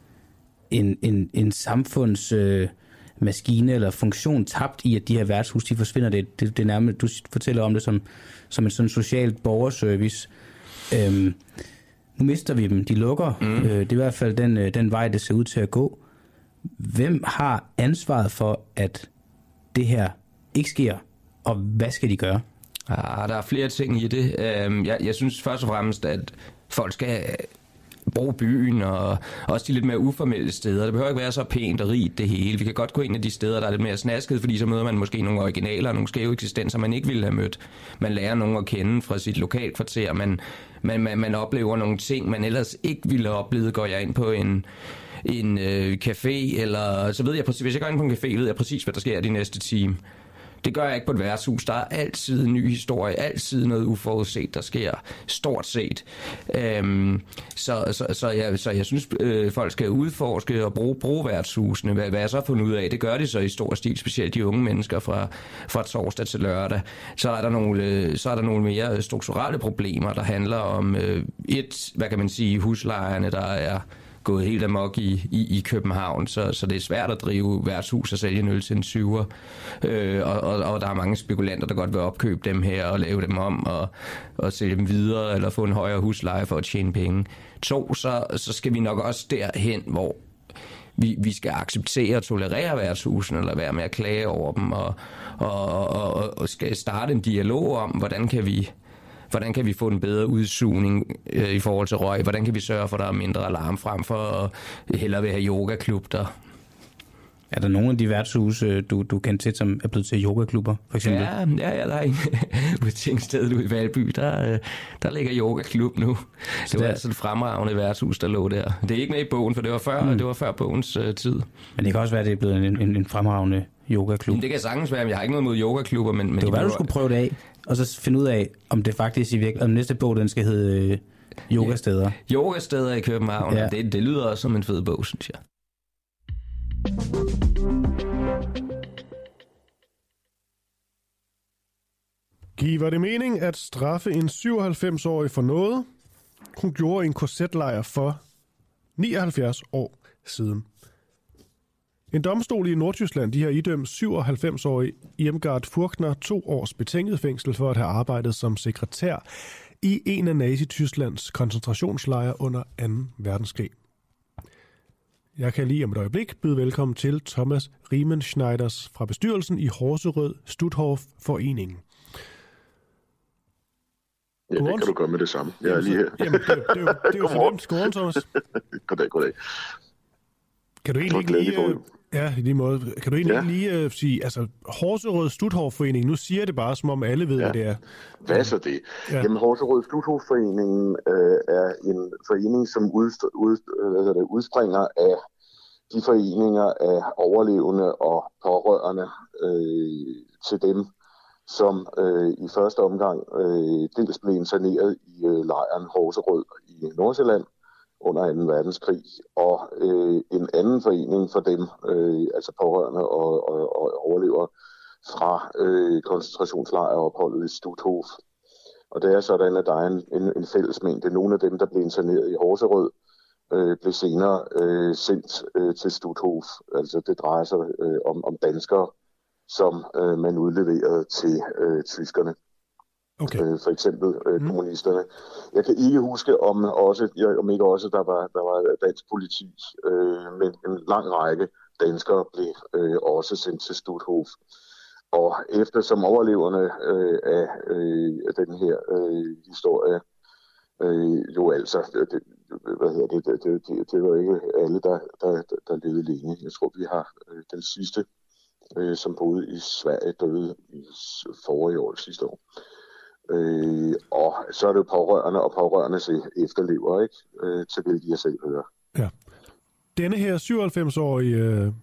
en, en, en samfundsmaskine øh, eller funktion tabt i, at de her værtshus, de forsvinder. Det, det, det nærmest, du fortæller om det som, som en sådan social borgerservice. Øhm, Nu mister vi dem. De lukker. Mm. Øh, det er i hvert fald den, den vej, det ser ud til at gå. Hvem har ansvaret for, at det her ikke sker, og hvad skal de gøre? Ah, der er flere ting i det. Jeg, jeg synes først og fremmest, at folk skal bruge byen, og også de lidt mere uformelle steder. Det behøver ikke være så pænt og rigt det hele. Vi kan godt gå ind i de steder, der er lidt mere snasket, fordi så møder man måske nogle originaler og nogle skæve eksistenser, man ikke ville have mødt. Man lærer nogen at kende fra sit lokalkvarter. Man, man, man, man oplever nogle ting, man ellers ikke ville have oplevet. Går jeg ind på en, en øh, café, eller så ved jeg præcis, hvis jeg går ind på en café, ved jeg præcis, hvad der sker de næste time. Det gør jeg ikke på et værtshus. Der er altid en ny historie, altid noget uforudset, der sker, stort set. Øhm, så, så, så, jeg, så jeg synes, øh, folk skal udforske og bruge, bruge værtshusene. Hvad, hvad jeg så har fundet ud af, det gør de så i stor stil, specielt de unge mennesker fra, fra torsdag til lørdag. Så er der nogle, så er der nogle mere strukturelle problemer, der handler om øh, et, hvad kan man sige, huslejerne, der er gået helt amok i, i, i København, så, så det er svært at drive værtshus og sælge en øl til en syver. Øh, og, og, og der er mange spekulanter, der godt vil opkøbe dem her og lave dem om og, og sælge dem videre eller få en højere husleje for at tjene penge. To, så, så skal vi nok også derhen, hvor vi, vi skal acceptere og tolerere værtshusene eller være med at klage over dem og, og, og, og skal starte en dialog om, hvordan kan vi Hvordan kan vi få en bedre udsugning øh, i forhold til røg? Hvordan kan vi sørge for, at der er mindre alarm frem for at hellere vil have yogaklub der? Er der nogle af de værtshuse, du, du kender til, som er blevet til yogaklubber, for eksempel? Ja, ja, ja der er en på Tingstedet ude i Valby, der, der ligger yogaklub nu. Så det var altså et fremragende værtshus, der lå der. Det er ikke med i bogen, for det var før, mm. det var før bogens uh, tid. Men det kan også være, at det er blevet en, en, en fremragende yogaklub. Jamen, det kan sagtens være, men jeg har ikke noget mod yogaklubber. Men, men det var bare, du skulle prøve det af, og så finde ud af, om det faktisk i virkeligheden, om næste bog, den skal hedde uh, Yogasteder. Ja, Yogasteder i København, ja. det, det lyder også som en fed bog, synes jeg. Giver det mening at straffe en syvoghalvfems-årig for noget, hun gjorde i en korsetlejr for nioghalvfjerds år siden? En domstol i Nordtyskland de har idømt syvoghalvfems-årig Irmgard Furchtner to års betinget fængsel for at have arbejdet som sekretær i en af Nazi-Tysklands koncentrationslejre under anden verdenskrig. Jeg kan lige om et øjeblik byde velkommen til Thomas Riemenschneiders fra bestyrelsen i Horserød Stutthof Foreningen. Ja, det kan du gøre med det samme. Jeg er lige her. Jamen, det, det, det, det er jo så nemt. Godmorgen, Thomas. Goddag, goddag. Kan du egentlig ikke lige... Ja, i lige måde. Kan du egentlig ja. lige uh, sige, altså Horserød Stutthof Foreningen, nu siger det bare, som om alle ved, ja. hvad det er. Hvad er så det? Ja. Jamen, Horserød Stutthof Foreningen øh, er en forening, som udst- ud, øh, det, udspringer af de foreninger af overlevende og pårørende øh, til dem, som øh, i første omgang øh, dels blev interneret i øh, lejren Horserød i Nordsjælland under anden verdenskrig, og øh, en anden forening for dem, øh, altså pårørende og, og, og overlevere fra øh, koncentrationslejropholdet i Stutthof. Og det er sådan, at der er en, en, en fællesmængde. Nogle af dem, der blev interneret i Horserød, øh, blev senere øh, sendt øh, til Stutthof. Altså det drejer sig øh, om, om danskere, som øh, man udleverede til øh, tyskerne. Okay. Øh, for eksempel øh, mm. kommunisterne. Jeg kan ikke huske, om, også, jeg, om ikke også der var, der var dansk politi, øh, men en lang række danskere blev øh, også sendt til Stutthof. Og eftersom overleverne øh, af, øh, af den her øh, historie, øh, jo altså, det, hvad hedder det, det, det, det, det var ikke alle, der, der, der levede længe. Jeg tror, vi har øh, den sidste, øh, som boede i Sverige, døde i forrige år, sidste år. Øh, og så er det pårørende og pårørende til efterlever, ikke? Øh, til hvilket jeg selv hører. Ja. Denne her syvoghalvfems-årige øh,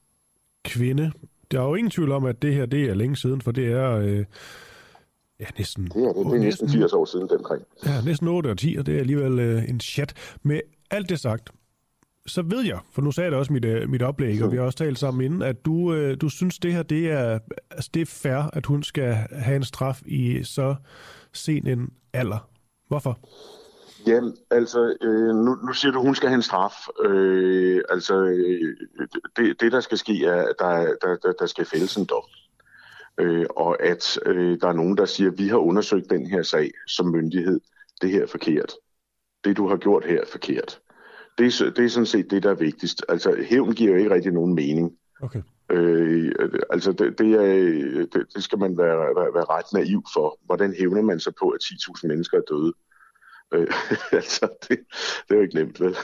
kvinde, der er jo ingen tvivl om, at det her, det er længe siden, for det er øh, ja, næsten... Det er, det, det er næsten firs år siden demkring. Ja, næsten otte og ti, og det er alligevel øh, en chat. Med alt det sagt, så ved jeg, for nu sagde jeg det også mit, øh, mit oplæg, mm. og vi har også talt sammen inden, at du, øh, du synes, det her, det er, altså, det er fair, at hun skal have en straf i så sen en alder. Hvorfor? Ja, altså, øh, nu, nu siger du, at hun skal have en straf. Øh, altså, øh, det, det, der skal ske, er, at der, der, der, der skal fældes en dom. Øh, og at øh, der er nogen, der siger, at vi har undersøgt den her sag som myndighed. Det her er forkert. Det, du har gjort her, er forkert. Det er, det er sådan set det, der er vigtigst. Altså, hævn giver jo ikke rigtig nogen mening. Okay. Øh, altså, det, det, er, det, det skal man være, være, være ret naiv for. Hvordan hævner man sig på, at ti tusind mennesker er døde? Øh, altså, det, det er jo ikke nemt, vel?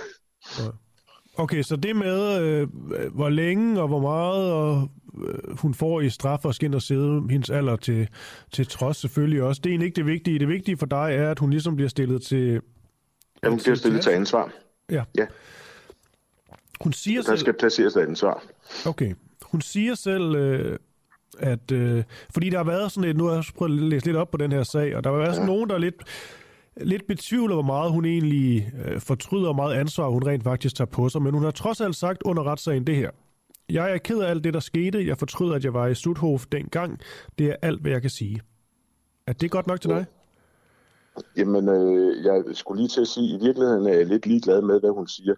Okay, så det med, øh, hvor længe og hvor meget og, øh, hun får i straf og skal ind og sidde hendes alder til, til trods selvfølgelig også, det er egentlig ikke det vigtige. Det vigtige for dig er, at hun ligesom bliver stillet til... Ja, hun bliver stillet til ansvar. Ja. ja. Hun siger der skal selv... placeres til ansvar. Okay. Hun siger selv, øh, at... Øh, fordi der har været sådan lidt... Nu har jeg prøvet at læse lidt op på den her sag, og der har været ja. sådan nogen, der er lidt... lidt betvivler, hvor meget hun egentlig øh, fortryder, og meget ansvar hun rent faktisk tager på sig. Men hun har trods alt sagt under retssagen det her. Jeg er ked af alt det, der skete. Jeg fortryder, at jeg var i Stutthof dengang. Det er alt, hvad jeg kan sige. Er det godt nok til dig? Jamen, øh, jeg skulle lige til at sige, at i virkeligheden er jeg lidt ligeglad med, hvad hun siger.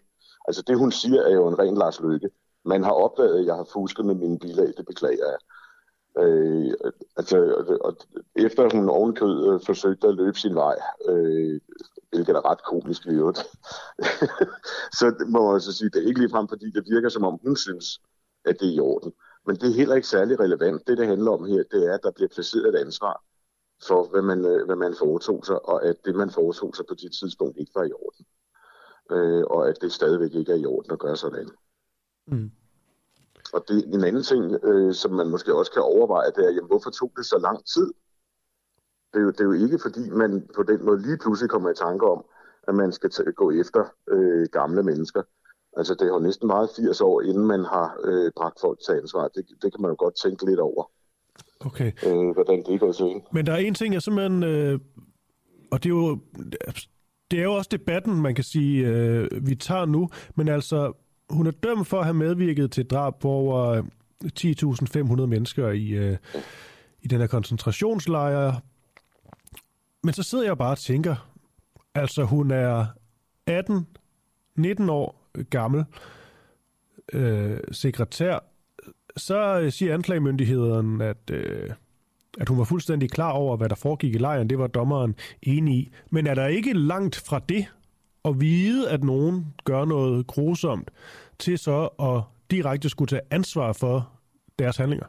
Altså det, hun siger, er jo en ren Lars Løkke. Man har opdaget, at jeg har fusket med mine bilag, det beklager jeg. Øh, altså, og, og efter hun ovenkød øh, forsøgte at løbe sin vej, øh, hvilket er ret komisk i øvrigt, så må man så sige, det er ikke ligefrem, fordi det virker som om hun synes, at det er i orden. Men det er heller ikke særlig relevant. Det, det handler om her, det er, at der bliver placeret et ansvar for, hvad man, hvad man foretog sig, og at det, man foretog sig på det tidspunkt, ikke var i orden. Øh, og at det stadigvæk ikke er i orden at gøre sådan. Mm. Og det en anden ting, øh, som man måske også kan overveje, det er, jamen, hvorfor tog det så lang tid? Det er, jo, det er jo ikke, fordi man på den måde lige pludselig kommer i tanke om, at man skal t- gå efter øh, gamle mennesker. Altså, det har næsten meget firs år, inden man har øh, bragt folk til ansvar. Det, det kan man jo godt tænke lidt over. Okay. Øh, hvordan det går til. Men der er en ting, jeg simpelthen... Øh, og det er jo... Det er jo også debatten, man kan sige, øh, vi tager nu. Men altså, hun er dømt for at have medvirket til drab på over ti tusind fem hundrede mennesker i, øh, i den her koncentrationslejr. Men så sidder jeg bare og tænker, altså hun er atten nitten år gammel øh, sekretær. Så siger anklagemyndigheden, at, øh, at hun var fuldstændig klar over, hvad der foregik i lejren. Det var dommeren enig i. Men er der ikke langt fra det at vide, at nogen gør noget grusomt, til så at direkte skulle tage ansvar for deres handlinger?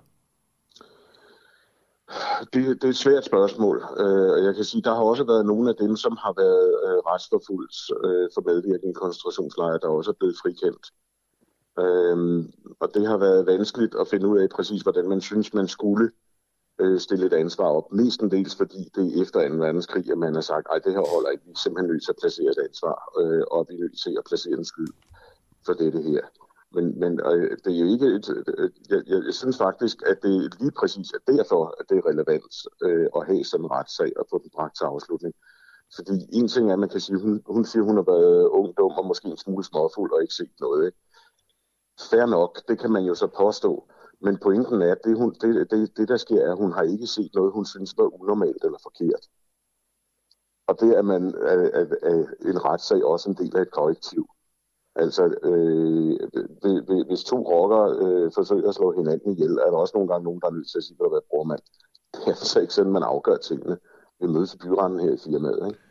Det, det er et svært spørgsmål. Uh, jeg kan sige, der har også været nogle af dem, som har været uh, retsforfulgt uh, for medvirkning i koncentrationslejre, der også er blevet frikendt. Uh, og det har været vanskeligt at finde ud af præcis, hvordan man synes, man skulle uh, stille et ansvar op. Mestendels fordi det er efter anden verdenskrig, at man har sagt, at det her holder ikke. Vi er simpelthen nødt til at placere et ansvar, uh, og vi er nødt til at placere en skyld for dette her. Men, men øh, det er jo ikke et, øh, jeg, jeg, jeg synes faktisk, at det lige præcis er derfor, at det er relevant øh, at have sådan en retssag og få den bragt til afslutning. Fordi en ting er, at man kan sige, hun, hun siger, hun har været ung, dum og måske en smule småfuld og ikke set noget. Ikke? Fair nok, det kan man jo så påstå. Men pointen er, at det, hun, det, det, det der sker, er, at hun har ikke set noget, hun synes var unormalt eller forkert. Og det er, man, at, at, at en retssag også en del af et korrektiv. Altså, øh, hvis to rockere øh, forsøger at slå hinanden ihjel, er der også nogle gange nogen, der er nødt til at sige, hvad er bror mand. Det er altså ikke sådan, man afgør tingene. Vi mødes i byretten her i firmaet, ikke?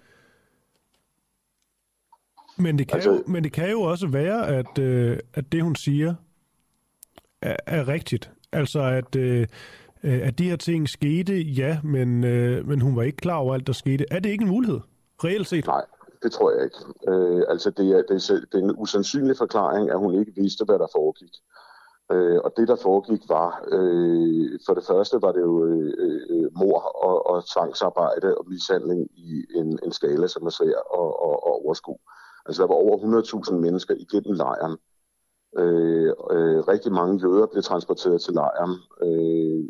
Men det kan, altså, jo, men det kan jo også være, at, øh, at det, hun siger, er, er rigtigt. Altså, at, øh, at de her ting skete, ja, men, øh, men hun var ikke klar over alt, der skete. Er det ikke en mulighed, reelt set? Nej. Det tror jeg ikke. Øh, altså det er, det, er, det er en usandsynlig forklaring, at hun ikke vidste, hvad der foregik. Øh, og det, der foregik, var, øh, for det første var det jo øh, øh, mord og, og tvangsarbejde og mishandling i en, en skala, som er svær at, at, at overskue. Altså der var over hundrede tusind mennesker igennem lejren. Øh, øh, rigtig mange jøder blev transporteret til lejren. Øh,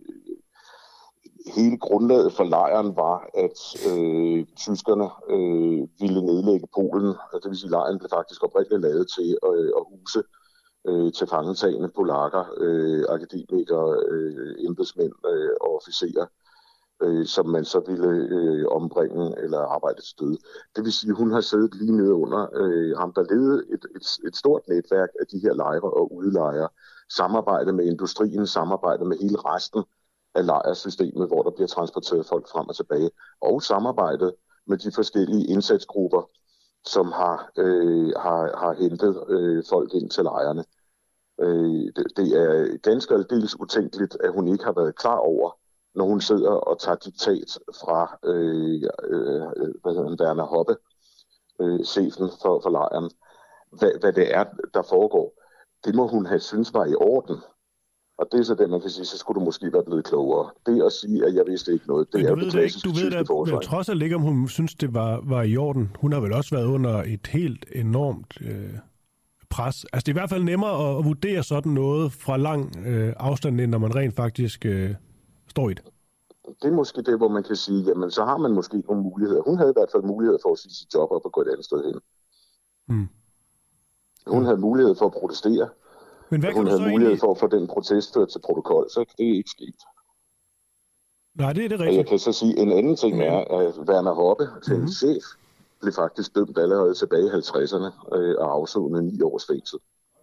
Hele grundlaget for lejren var, at øh, tyskerne øh, ville nedlægge Polen. Det vil sige, at lejren blev faktisk oprindeligt lavet til øh, at huse øh, til fangetagende polakker, øh, akademikere, øh, embedsmænd øh, og officerer, øh, som man så ville øh, ombringe eller arbejde til døde. Det vil sige, at hun har siddet lige nede under øh, ham, der ledede et, et, et stort netværk af de her lejre og udelejre, samarbejde med industrien, samarbejde med hele resten af lejrsystemet, hvor der bliver transporteret folk frem og tilbage, og samarbejdet med de forskellige indsatsgrupper, som har, øh, har, har hentet øh, folk ind til lejrene. Øh, det, det er ganske aldeles utænkeligt, at hun ikke har været klar over, når hun sidder og tager diktat fra øh, øh, hvad hedder han, Werner Hoppe, øh, chefen for, for lejren, hvad, hvad det er, der foregår. Det må hun have synes var i orden. Og det er så det, man kan sige, så skulle du måske være blevet klogere. Det at sige, at jeg vidste ikke noget, det er jo det klassiske tyske forsvar. Men trods alt ikke, om hun synes, det var, var i orden. Hun har vel også været under et helt enormt øh, pres. Altså det er i hvert fald nemmere at, at vurdere sådan noget fra lang øh, afstand, end når man rent faktisk øh, står i det. Det er måske det, hvor man kan sige, jamen så har man måske nogle muligheder. Hun havde i hvert fald mulighed for at sige sit job op og gå et andet sted hen. Hmm. Hun havde mulighed for at protestere. Men hvad hun havde mulighed egentlig... for at få den protest ført til protokol, så det er ikke sket. Nej, det er det rigtigt. Og jeg kan så sige, en anden ting er, at Werner Hoppe til mm-hmm. en chef, blev faktisk dømt allerede tilbage i halvtredserne øh, og afsonede ni års fængsel.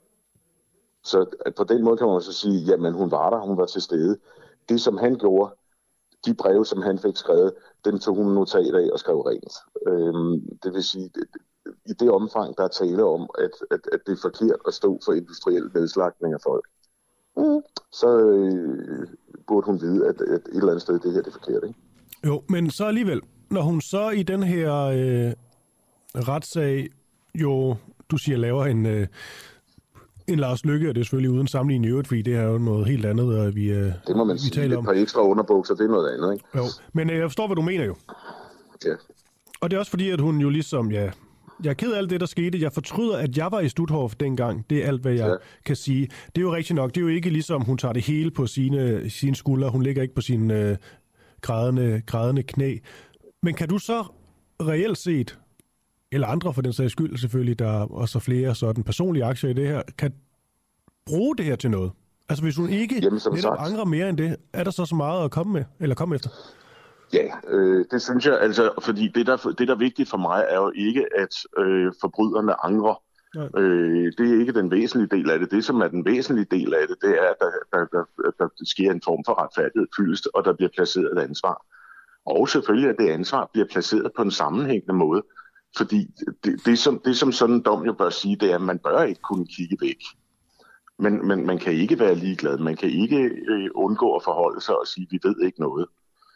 Så på den måde kan man så sige, jamen hun var der, hun var til stede. Det som han gjorde, de breve som han fik skrevet, dem tog hun notat af og skrev rent. Øhm, det vil sige, det, i det omfang, der er tale om, at, at, at det er forkert at stå for industriel nedslagtning af folk, mm. så øh, burde hun vide, at, at et eller andet sted, det her det er forkert, ikke? Jo, men så alligevel, når hun så i den her øh, retssag, jo, du siger, laver en, øh, en Lars Løkke, og det er selvfølgelig uden sammenligning i øvrigt, fordi det er jo noget helt andet, og vi, øh, det må man vi sige, taler om. Et par ekstra underbukser, det er noget andet, ikke? Jo, men øh, jeg forstår, hvad du mener jo. Ja. Og det er også fordi, at hun jo ligesom, ja, jeg er ked af alt det, der skete. Jeg fortryder, at jeg var i Stutthof dengang. Det er alt, hvad jeg ja. kan sige. Det er jo rigtigt nok. Det er jo ikke ligesom, hun tager det hele på sine, sine skuldre. Hun ligger ikke på sine øh, grædende, grædende knæ. Men kan du så reelt set, eller andre for den sags skyld selvfølgelig, der er også flere sådan personlige aktier i det her, kan bruge det her til noget? Altså hvis hun ikke Jamen, netop angrer mere end det, er der så så meget at komme med, eller komme efter? Ja, øh, det synes jeg, altså, fordi det der, det, der er vigtigt for mig, er jo ikke, at øh, forbryderne angrer. Øh, det er ikke den væsentlige del af det. Det, som er den væsentlige del af det, det er, at der, der, der, der sker en form for retfærdighed fyldest, og der bliver placeret et ansvar. Og selvfølgelig, at det ansvar bliver placeret på en sammenhængende måde. Fordi det, det, som, det som sådan en dom jo bør sige, det er, at man bør ikke kunne kigge væk. Men, men man kan ikke være ligeglad. Man kan ikke øh, undgå at forholde sig og sige, vi ved ikke noget.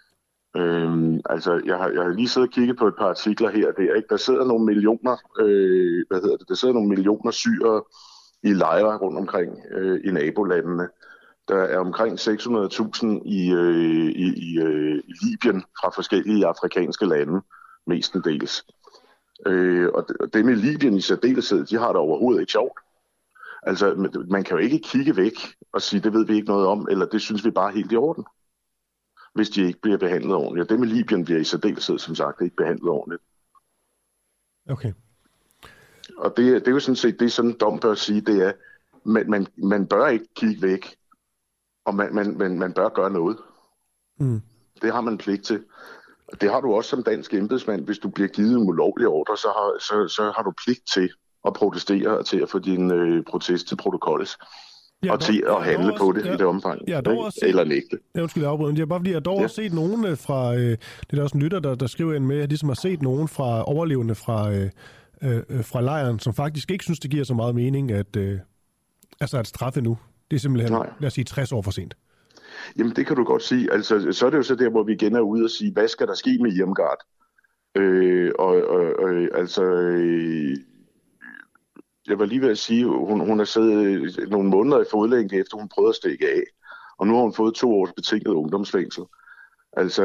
Øhm, altså, jeg har, jeg har lige siddet og kigget på et par artikler her og der, ikke? Der sidder nogle millioner, øh, hvad hedder det, der sidder nogle millioner syrere i lejre rundt omkring øh, i nabolandene. Der er omkring seks hundrede tusind i, øh, i, i, øh, i Libyen fra forskellige afrikanske lande, mestendels. Øh, og det med Libyen i særdeleshed, de har det overhovedet ikke sjovt. Altså, man kan jo ikke kigge væk og sige, det ved vi ikke noget om, eller det synes vi bare er helt i orden, hvis de ikke bliver behandlet ordentligt. Og det med Libyen bliver i særdeleshed, som sagt, ikke behandlet ordentligt. Okay. Og det, det er jo sådan set det, sådan en dom bør sige, det er, man, man, man bør ikke kigge væk, og man, man, man, man bør gøre noget. Mm. Det har man pligt til. Det har du også som dansk embedsmand. Hvis du bliver givet en ulovlig ordre, så har, så, så har du pligt til at protestere og til at få din øh, protest til protokolles. Ja, og til at handle på det ja, i det omfang. Ja, set, eller nægte. Jeg undskyld afbryde, det er bare fordi, jeg dog ja. har set nogen fra, øh, det er også en lytter, der, der skriver ind med, at jeg ligesom har set nogen fra overlevende fra, øh, øh, fra lejren, som faktisk ikke synes, det giver så meget mening, at, øh, altså at straffe nu. Det er simpelthen, Nej. lad os sige, tres år for sent. Jamen, det kan du godt sige. Altså, så er det jo så der, hvor vi igen er ude og sige, hvad skal der ske med Irmgard? Øh, og, og, og altså... Øh, Jeg var lige ved at sige, at hun, hun har siddet nogle måneder i fodlænke, efter hun prøvede at stikke af. Og nu har hun fået to års betinget ungdomsfængsel. Altså,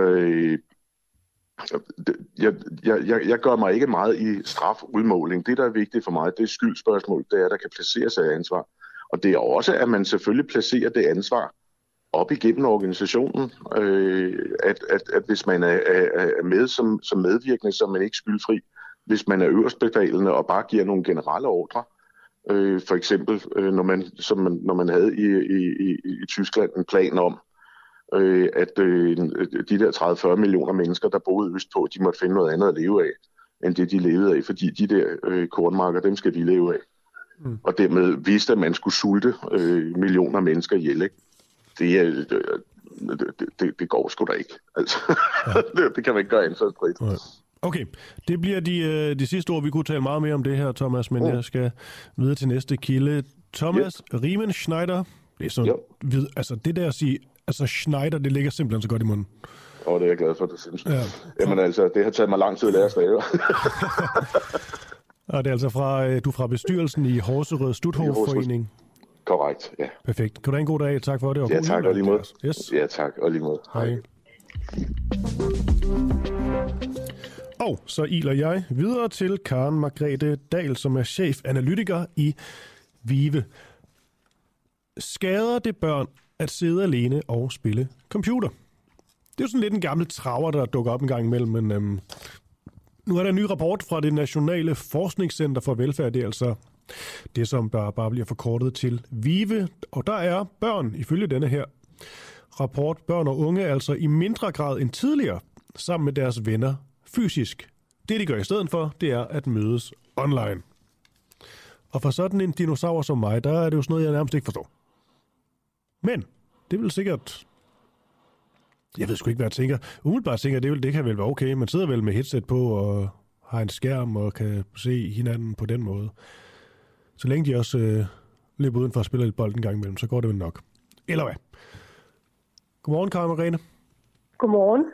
jeg, jeg, jeg, jeg gør mig ikke meget i strafudmåling. Det, der er vigtigt for mig, det er skyldspørgsmål. Det er, at der kan placeres af ansvar. Og det er også, at man selvfølgelig placerer det ansvar op igennem organisationen. Øh, at, at, at hvis man er, er, er med som, som medvirkende, så er man ikke skyldfri. Hvis man er øverstbefalende og bare giver nogle generelle ordre, øh, for eksempel øh, når, man, som man, når man havde i, i, i, i Tyskland en plan om, øh, at øh, de der tredive til fyrre millioner mennesker, der boede østpå, de måtte finde noget andet at leve af, end det de levede af, fordi de der øh, kornmarker, dem skal vi leve af. Mm. Og dermed vidste, at man skulle sulte øh, millioner mennesker ihjel, ikke? Det, er, det, det, det går sgu da ikke. Altså, ja. det, det kan man ikke gøre ansvarsfrit. Ja. Okay, det bliver de, de sidste ord. Vi kunne tale meget mere om det her, Thomas, men oh. jeg skal videre til næste kilde. Thomas yep. Riemenschneider. Det er sådan, yep. vid, altså det der at sige, altså Schneider, det ligger simpelthen så godt i munden. Åh, oh, det er jeg glad for, det synes jeg. Ja. Jamen altså, det har taget mig lang tid at lære at stave. Og det er altså fra, du er fra bestyrelsen i Horserød Stutthof-forening. Korrekt, ja. Perfekt. Kan du have en god dag? Tak for det. Og ja, tak, og lige måde. Yes. Ja, tak, og lige måde. Hej. Og så iler jeg videre til Karen Margrethe Dahl, som er chefanalytiker i VIVE. Skader det børn at sidde alene og spille computer? Det er jo sådan lidt en gammel traver, der dukker op en gang imellem, men øhm, nu er der en ny rapport fra det Nationale Forskningscenter for Velfærd. Det er altså det, som der bare bliver forkortet til VIVE. Og der er børn, ifølge denne her rapport, børn og unge altså i mindre grad end tidligere, sammen med deres venner fysisk Det, de gør i stedet for, det er at mødes online. Og for sådan en dinosaur som mig, der er det jo sådan noget, jeg nærmest ikke forstår. Men det vil sikkert... Jeg ved sgu ikke, hvad jeg tænker. Umiddelbart tænker jeg, det, vil, det kan vel være okay. Man sidder vel med headset på og har en skærm og kan se hinanden på den måde. Så længe de også øh, løber udenfor og spiller lidt bold en gang imellem, så går det vel nok. Eller hvad? Godmorgen, Karen Margrethe. Godmorgen.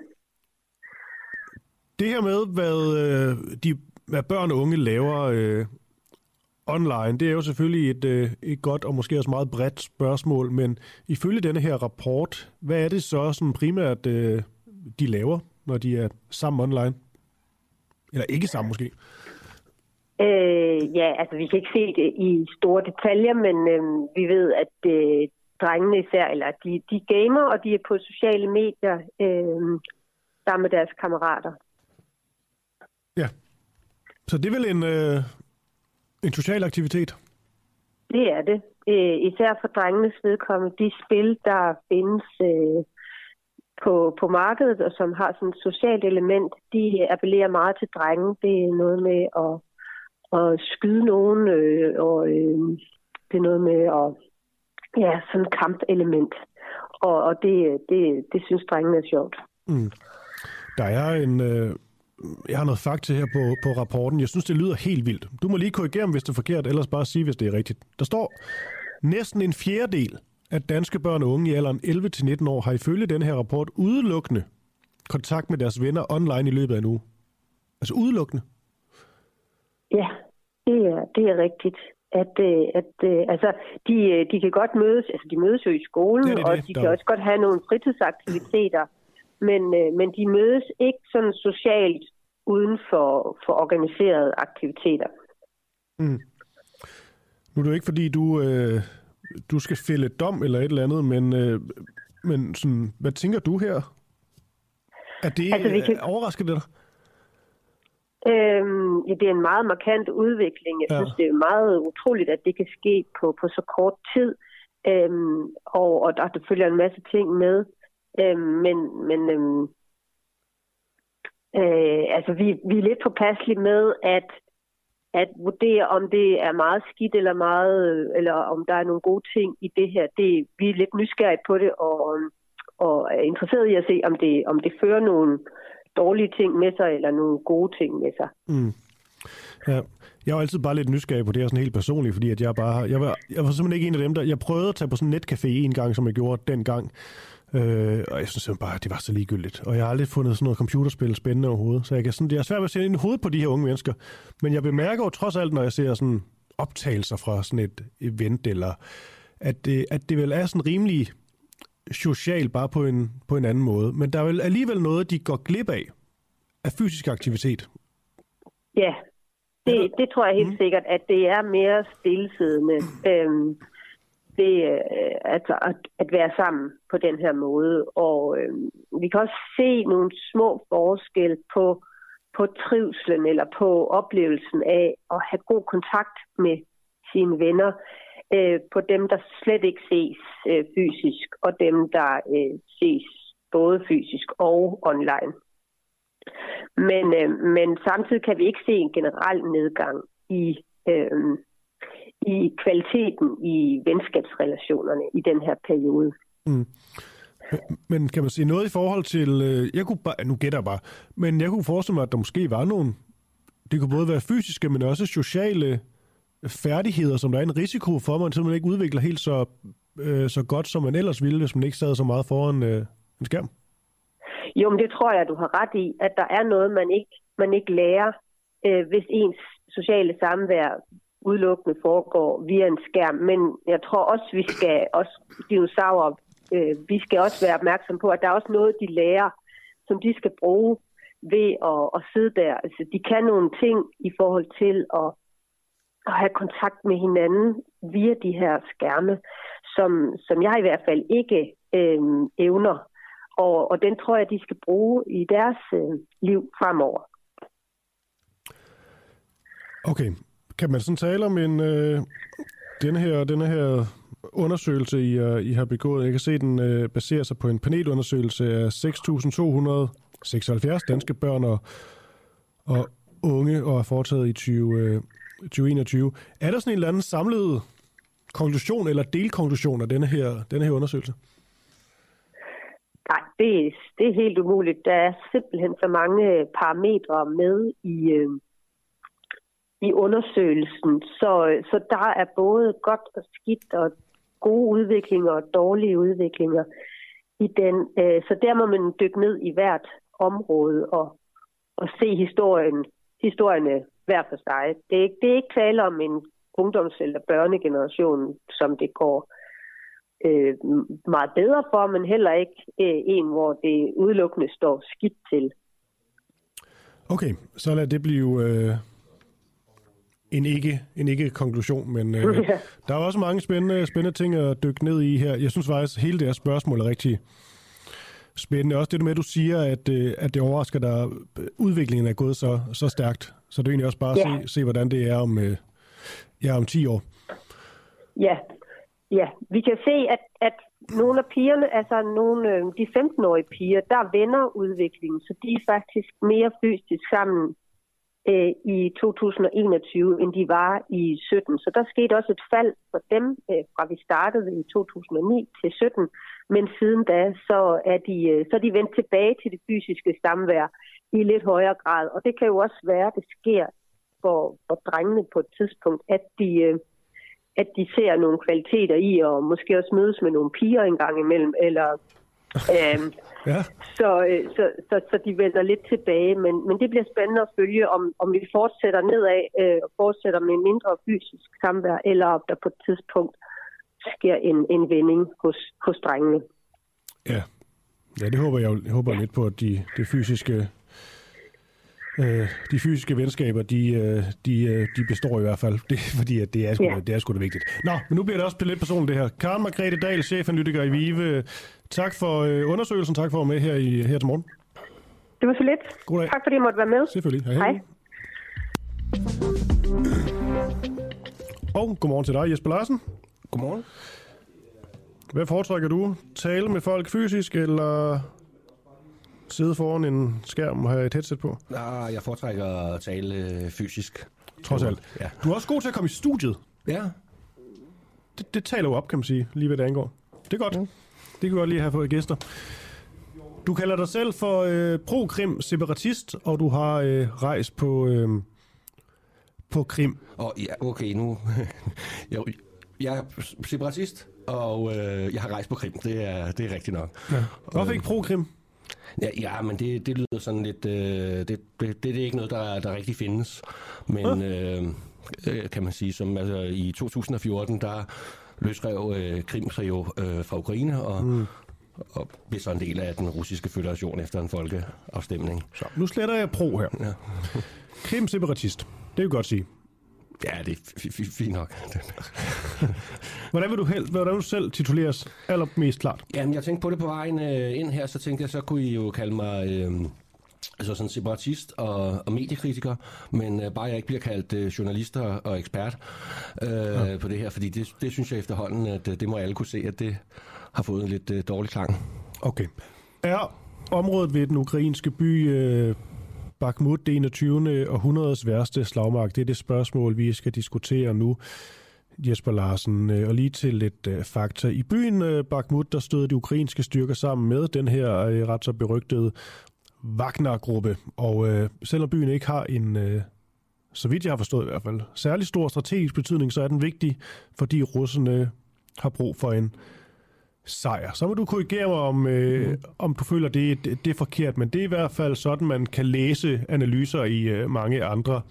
Det her med, hvad, øh, de, hvad børn og unge laver øh, online, det er jo selvfølgelig et, øh, et godt og måske også meget bredt spørgsmål, men ifølge denne her rapport, hvad er det så sådan primært, øh, de laver, når de er sammen online? Eller ikke sammen måske? Øh, ja, altså vi kan ikke se det i store detaljer, men øh, vi ved, at øh, drengene især, eller de, de gamer, og de er på sociale medier øh, sammen med deres kammerater. Ja, så det er vel en, øh, en social aktivitet? Det er det. Øh, især for drengenes vedkommende. De spil, der findes øh, på, på markedet, og som har sådan et socialt element, de appellerer meget til drenge. Det er noget med at, at skyde nogen, øh, og øh, det er noget med at, ja, sådan et kampelement. Og, og det, det, det synes drengene er sjovt. Mm. Der er en... Øh Jeg har noget fakta her på, på rapporten. Jeg synes, det lyder helt vildt. Du må lige korrigere mig, hvis det er forkert, ellers bare sige, hvis det er rigtigt. Der står, næsten en fjerdedel af danske børn og unge i alderen elleve til nitten år har ifølge denne her rapport udelukkende kontakt med deres venner online i løbet af en uge. Altså udelukkende? Ja, det er, det er rigtigt. At, at, altså, de, de kan godt mødes, altså de mødes jo i skolen, ja, det det, og de der... kan også godt have nogle fritidsaktiviteter. Men, men de mødes ikke sådan socialt uden for, for organiserede aktiviteter. Mm. Nu er det jo ikke, fordi du, øh, du skal fælde dom eller et eller andet, men, øh, men sådan, hvad tænker du her? Er det altså, vi kan... overrasket dig? Øhm, ja, det er en meget markant udvikling. Jeg ja. synes, det er meget utroligt, at det kan ske på, på så kort tid. Øhm, og, og der, der følger en masse ting med. Øhm, men men øhm, øh, altså vi, vi er lidt påpasselige med at, at vurdere, om det er meget skidt eller meget, eller om der er nogle gode ting i det her. Det, vi er lidt nysgerrige på det og, og er interesseret i at se, om det, om det fører nogle dårlige ting med sig eller nogle gode ting med sig. Mm. Ja. Jeg var altid bare lidt nysgerrig på det her sådan helt personligt, fordi at jeg bare jeg var, jeg var simpelthen ikke en af dem, der... Jeg prøvede at tage på sådan en netcafé en gang, som jeg gjorde dengang. Øh, og jeg synes bare, at det var så ligegyldigt. Og jeg har aldrig fundet sådan noget computerspil spændende overhovedet. Så jeg kan sådan, det er svært ved at sætte ind i hovedet på de her unge mennesker. Men jeg bemærker jo trods alt, når jeg ser sådan optagelser fra sådan et event, eller at det, at det vel er sådan rimelig social, bare på en, på en anden måde. Men der er vel alligevel noget, de går glip af, af fysisk aktivitet. Ja, det, det tror jeg helt mm. sikkert, at det er mere stillesiddende. øhm, det, altså at, at være sammen på den her måde. Og øh, vi kan også se nogle små forskelle på, på trivslen eller på oplevelsen af at have god kontakt med sine venner. Øh, på dem, der slet ikke ses øh, fysisk, og dem, der øh, ses både fysisk og online. Men, øh, men samtidig kan vi ikke se en generel nedgang i... Øh, i kvaliteten i venskabsrelationerne i den her periode. Mm. Men kan man sige noget i forhold til, jeg kunne bare, nu gætter jeg bare, men jeg kunne forestille mig, at der måske var nogle, det kunne både være fysiske, men også sociale færdigheder, som der er en risiko for, at man simpelthen ikke udvikler helt så, øh, så godt, som man ellers ville, hvis man ikke sad så meget foran øh, en skærm. Jo, men det tror jeg, du har ret i, at der er noget, man ikke, man ikke lærer, øh, hvis ens sociale samvær udelukkende foregår via en skærm. Men jeg tror også, vi skal også dinosaurer, øh, vi skal også være opmærksom på, at der er også noget, de lærer, som de skal bruge ved at, at sidde der. Altså, de kan nogle ting i forhold til at, at have kontakt med hinanden via de her skærme, som, som jeg i hvert fald ikke øh, evner. Og, og den tror jeg, de skal bruge i deres øh, liv fremover. Okay. Kan man sådan tale om en, øh, denne, her, denne her undersøgelse, I, uh, I har begået? Jeg kan se, at den øh, baserer sig på en panelundersøgelse af seks tusind to hundrede seksoghalvfjerds danske børn og, og unge og er foretaget i tyve enogtyve. Er der sådan en eller anden samlet konklusion eller delkonklusion af denne her, denne her undersøgelse? Nej, det, det er helt umuligt. Der er simpelthen så mange parametre med i, øh, i undersøgelsen. Så, så der er både godt og skidt og gode udviklinger og dårlige udviklinger i den. Øh, så der må man dykke ned i hvert område og, og se historien, historierne hver for sig. Det er, det er ikke tale om en ungdoms- eller børnegeneration, som det går øh, meget bedre for, men heller ikke øh, en, hvor det udelukkende står skidt til. Okay, så lad det blive øh, en ikke en ikke konklusion, men øh, ja. Der er også mange spændende, spændende ting at dykke ned i her. Jeg synes faktisk, at hele det her spørgsmål er rigtig spændende. Også det med, at du siger, at, øh, at det overrasker dig, at udviklingen er gået så, så stærkt. Så det er egentlig også bare at ja. se, se, hvordan det er om, øh, ja, om ti år. Ja, ja. Vi kan se, at, at nogle af pigerne, altså nogle, øh, de femten-årige piger, der vender udviklingen, så de er faktisk mere fysisk sammen øh, i to tusind enogtyve, end de var i sytten. Så der skete også et fald for dem, øh, fra vi startede i to tusind og ni til sytten. Men siden da, så er de, øh, så er de vendt tilbage til det fysiske samvær i lidt højere grad. Og det kan jo også være, at det sker for, for drengene på et tidspunkt, at de, øh, at de ser nogle kvaliteter i, og måske også mødes med nogle piger en gang imellem, eller øh, ja. så, øh, så, så, så de vender lidt tilbage. Men, men det bliver spændende at følge, om, om vi fortsætter nedad øh, og fortsætter med mindre fysisk samvær, eller om der på et tidspunkt sker en, en vending hos, hos drengene. Ja. Ja, det håber jeg, jeg håber lidt på, at de, de fysiske øh, de fysiske venskaber, de, de, de består i hvert fald. Det, fordi at det, er sgu, ja. det er sgu da vigtigt. Nå, men nu bliver det også lidt personligt det her. Karen Margrethe Dahl, chefanalytiker i VIVE. Tak for øh, undersøgelsen. Tak for at være med her, i, her til morgen. Det var så lidt. God dag. Tak fordi I måtte være med. Selvfølgelig. Hej. Hej. Og godmorgen til dig, Jesper Larsen. Godmorgen. Hvad foretrækker du? Tale med folk fysisk, eller sidde foran en skærm og have et headset på? Nej, jeg foretrækker at tale fysisk. Trods alt. Ja. Du er også god til at komme i studiet. Ja. Det, det taler jo op, kan man sige, lige hvad det angår. Det er godt. Mm. Det kan vi godt lige have fået gæster. Du kalder dig selv for øh, pro-Krim separatist, og du har øh, rejst på, øh, på Krim. Og ja, okay, nu... jeg, jeg er separatist, og øh, jeg har rejst på Krim. Det er, det er rigtigt nok. Ja. Hvorfor ikke pro-Krim? Ja, ja, men det, det lyder sådan lidt... Øh, det, det, det, det er ikke noget, der, der rigtig findes. Men øh, kan man sige, som altså, i to tusind og fjorten, der løsrev øh, Krim sig jo øh, fra Ukraine, og, mm. og blev så en del af den russiske føderation efter en folkeafstemning. Så nu sletter jeg pro her. Ja. Krim separatist. Det vil jeg godt sige. Ja, det er fint nok. Hvordan vil du helst, hvordan vil du selv tituleres allermest klart? Jamen, jeg tænkte på det på vejen øh, ind her, så tænkte jeg, så kunne I jo kalde mig øh, altså sådan separatist og, og mediekritiker, men øh, bare jeg ikke bliver kaldt øh, journalist og, og ekspert øh, ja. på det her, fordi det, det synes jeg efterhånden, at øh, det må alle kunne se, at det har fået en lidt øh, dårlig klang. Okay. Er området ved den ukrainske by... Øh Bakhmut, det enogtyvende århundredes værste slagmark? Det er det spørgsmål, vi skal diskutere nu, Jesper Larsen. Og lige til lidt uh, fakta. I byen uh, Bakhmut, der stod de ukrainske styrker sammen med den her uh, ret så berygtede Wagner-gruppe. Og uh, selvom byen ikke har en, uh, så vidt jeg har forstået i hvert fald, særlig stor strategisk betydning, så er den vigtig, fordi russerne har brug for en sejr. Så må du korrigere mig, om, øh, om du føler, det, det, det er forkert, men det er i hvert fald sådan, man kan læse analyser i øh, mange andre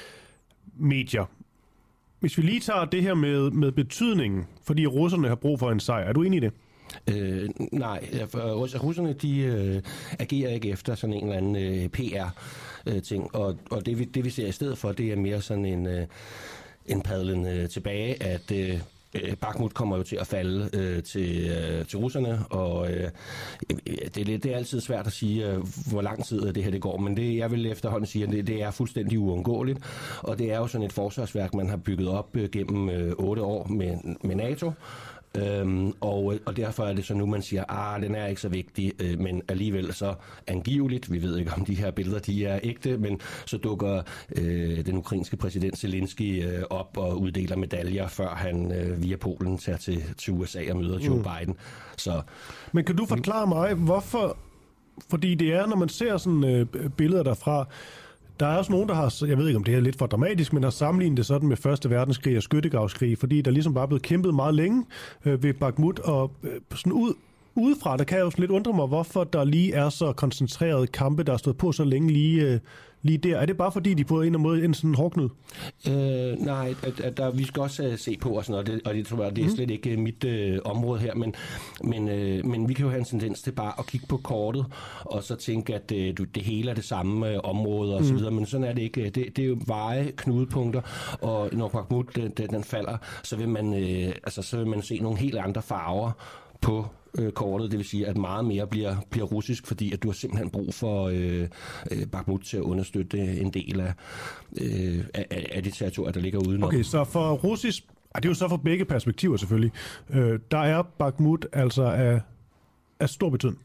medier. Hvis vi lige tager det her med, med betydningen, fordi russerne har brug for en sejr, er du enig i det? Øh, nej, russerne de øh, agerer ikke efter sådan en eller anden øh, P R-ting, og, og det, vi, det vi ser i stedet for, det er mere sådan en, øh, en padlen øh, tilbage, at øh, Bakhmut kommer jo til at falde øh, til, øh, til russerne, og øh, det, er, det er altid svært at sige, øh, hvor lang tid det her det går, men det jeg vil efterhånden sige, at det, det er fuldstændig uundgåeligt, og det er jo sådan et forsvarsværk, man har bygget op øh, gennem øh, otte år med, med NATO, Øhm, og, og derfor er det så nu, man siger, ah, den er ikke så vigtig, øh, men alligevel så angiveligt, vi ved ikke om de her billeder, de er ægte, men så dukker øh, den ukrainske præsident Zelensky øh, op og uddeler medaljer, før han øh, via Polen tager til, til U S A og møder Joe mm. Biden. Så, men kan du forklare mig, hvorfor, fordi det er, når man ser sådan øh, billeder derfra, der er også nogen, der har, jeg ved ikke om det er lidt for dramatisk, men har sammenlignet det sådan med Første Verdenskrig og skyttegravskrig, fordi der ligesom bare er blevet kæmpet meget længe øh, ved Bakhmut, og øh, sådan ud, udefra, der kan jeg jo lidt undre mig, hvorfor der lige er så koncentrerede kampe, der har stået på så længe lige, øh, lige der. Er det bare fordi, de på en eller anden måde en sådan hårdknud? Øh, nej, at, at der, vi skal også uh, se på og sådan noget, og det, og det tror jeg, det er slet ikke mit uh, område her, men, men, uh, men vi kan jo have en tendens til bare at kigge på kortet, og så tænke, at uh, det hele er det samme uh, område og så videre, mm. men sådan er det ikke. Det, det er jo veje, knudepunkter, og når Bakhmut den, den falder, så vil man, uh, altså, så vil man se nogle helt andre farver på øh, kortet, det vil sige, at meget mere bliver, bliver russisk, fordi at du har simpelthen brug for øh, øh, Bakhmut til at understøtte en del af, øh, af, af det territorium, der ligger udenom. Okay, så for russisk, det er jo så for begge perspektiver selvfølgelig, øh, der er Bakhmut altså af, af stor betydning.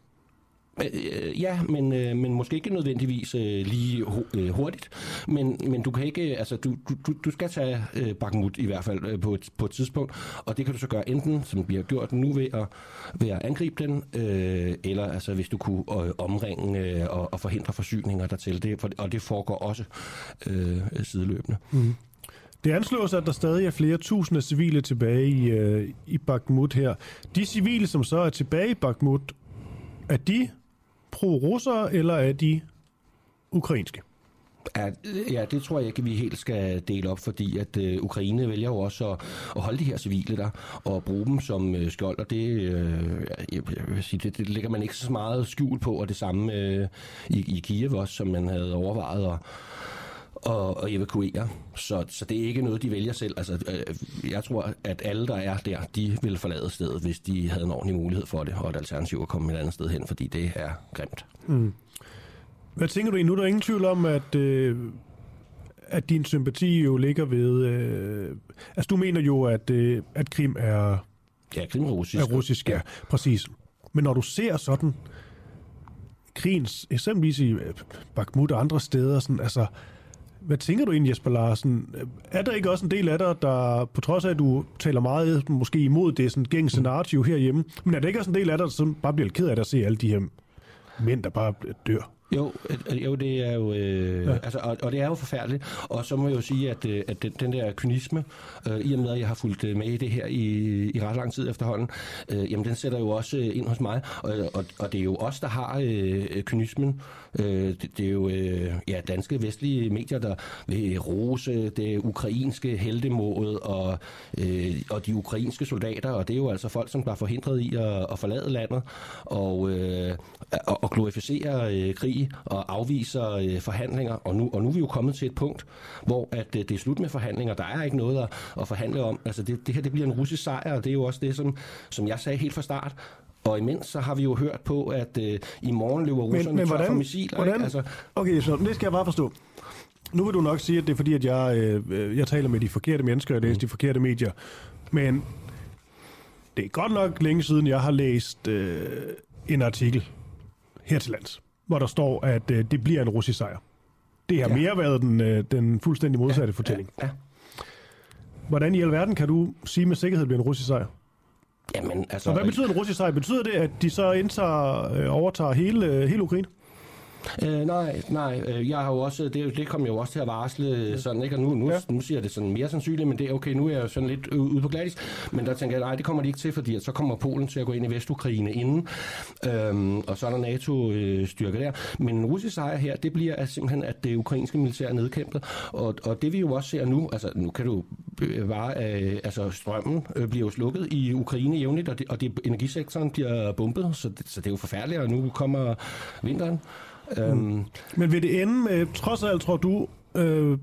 Ja, men, men måske ikke nødvendigvis lige hurtigt, men, men du kan ikke, altså du, du, du skal tage Bakhmut i hvert fald på et, på et tidspunkt, og det kan du så gøre enten, som vi har gjort nu, ved at, ved at angribe den, øh, eller altså hvis du kunne øh, omringe øh, og, og forhindre forsyninger dertil, det, for, og det foregår også øh, sideløbende. Mm. Det anslås, at der stadig er flere tusinde civile tilbage i, øh, i Bakhmut her. De civile, som så er tilbage i Bakhmut, er de pro-russere, eller er de ukrainske? Ja, ja, det tror jeg ikke, vi helt skal dele op, fordi at øh, Ukraine vælger jo også at, at holde de her civile der, og bruge dem som øh, skjold, og det, øh, jeg, jeg vil sige, det, det lægger man ikke så meget skjul på, og det samme øh, i, i Kiev også, som man havde overvejet at og, og evakuere. Så, så det er ikke noget, de vælger selv. Altså, øh, jeg tror, at alle, der er der, de vil forlade stedet, hvis de havde en ordentlig mulighed for det, og et alternativ at komme et andet sted hen, fordi det er grimt. Mm. Hvad tænker du? Nu er der ingen tvivl om, at, øh, at din sympati jo ligger ved... Øh, altså, du mener jo, at, øh, at Krim er... Ja, Krim er russisk. Er russisk, ja. Præcis. Men når du ser sådan krigens, eksempelvis i Bakhmut og andre steder, sådan, altså... Hvad tænker du egentlig, Jesper Larsen? Er der ikke også en del af dig, der på trods af, at du taler meget måske imod det sådan gængse narrativ herhjemme, men er der ikke også en del af dig, der bare bliver ked af at se alle de her mænd, der bare dør? Jo, jo, det er jo, øh, ja. altså, og, og det er jo forfærdeligt. Og så må jeg jo sige, at, at den, den der kynisme, øh, i og med, at jeg har fulgt med i det her i, i ret lang tid efterhånden, øh, jamen den sætter jo også ind hos mig. Og, og, og det er jo os, der har øh, kynismen. Øh, det, det er jo øh, ja, danske vestlige medier, der vil rose det ukrainske heltemåde og, øh, og de ukrainske soldater. Og det er jo altså folk, som er forhindret i at, at forlade landet og, øh, og, og glorificere øh, krig og afviser øh, forhandlinger, og nu, og nu er vi jo kommet til et punkt, hvor at, øh, det er slut med forhandlinger. Der er ikke noget at, at forhandle om. Altså det, det her det bliver en russisk sejr, og det er jo også det, som, som jeg sagde helt fra start. Og imens så har vi jo hørt på, at øh, i morgen løber russerne tør for missiler. Hvordan? Altså, okay, så det skal jeg bare forstå. Nu vil du nok sige, at det er fordi, at jeg, øh, jeg taler med de forkerte mennesker, og læser mm. de forkerte medier. Men det er godt nok længe siden, jeg har læst øh, en artikel her til lands, hvor der står, at øh, det bliver en russisk sejr. Det har ja. mere været den, øh, den fuldstændig modsatte ja, fortælling. Ja, ja. Hvordan i alverden kan du sige med sikkerhed, at det bliver en russisk sejr? Jamen, altså... Og hvad betyder en russisk sejr? Betyder det, at de så indtager, øh, overtager hele, øh, hele Ukraine? Øh, nej, nej. Jeg har jo også, det, det kom jeg jo også til at varsle sådan, ikke? Og nu, nu, ja. nu siger jeg det sådan mere sandsynligt, men det er okay, nu er jeg jo sådan lidt ude på glatis. Men der tænker jeg, nej, det kommer de ikke til, fordi at så kommer Polen til at gå ind i Vestukraine inden, øhm, og så er der NATO-styrker der. Men en russisk sejr her, det bliver at simpelthen, at det ukrainske militær er nedkæmpet. Og, og det vi jo også ser nu, altså nu kan du bare, øh, altså strømmen øh, bliver jo slukket i Ukraine jævnligt, og, det, og det, energisektoren bliver bombet, så det, så det er jo forfærdeligt, og nu kommer vinteren. Mm. Men vil det ende med, trods alt tror du, øh,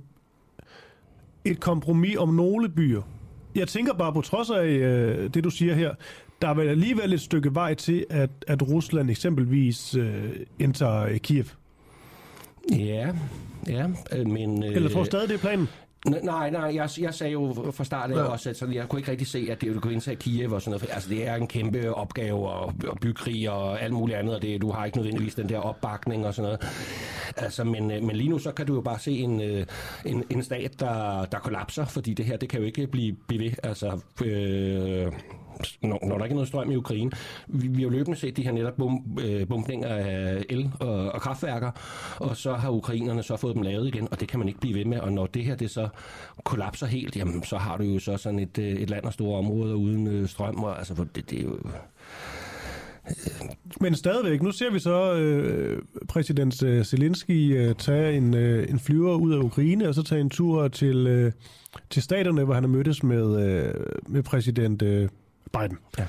et kompromis om nogle byer? Jeg tænker bare på trods af øh, det, du siger her, der er vel alligevel et stykke vej til, at, at Rusland eksempelvis øh, indtager Kiev. Ja, ja, men... Eller får stadig det planen? Nej, nej, jeg, jeg sagde jo fra start af ja. også, at så jeg kunne ikke rigtig se, at det, du kunne indtage Kiev og sådan noget. Altså, det er en kæmpe opgave og, og byggekrig og alt muligt andet, og det, du har ikke nødvendigvis den der opbakning og sådan noget. Altså, men, men lige nu, så kan du jo bare se en, en, en stat, der, der kollapser, fordi det her, det kan jo ikke blive, blive ved. Altså, øh, når, når der ikke er noget strøm i Ukraine. Vi, vi har jo løbende set de her netop bom, øh, bombninger af el og, og kraftværker, og så har ukrainerne så fået dem lavet igen, og det kan man ikke blive ved med, og når det her, det så kollapser helt, jamen, så har du jo så sådan et, et land og store områder uden øh, strøm, og altså, det, det er jo... Men stadigvæk, nu ser vi så øh, præsident øh, Zelensky øh, tage en, øh, en flyver ud af Ukraine, og så tage en tur til, øh, til staterne, hvor han har mødtes med, øh, med præsident øh, Biden. Ja.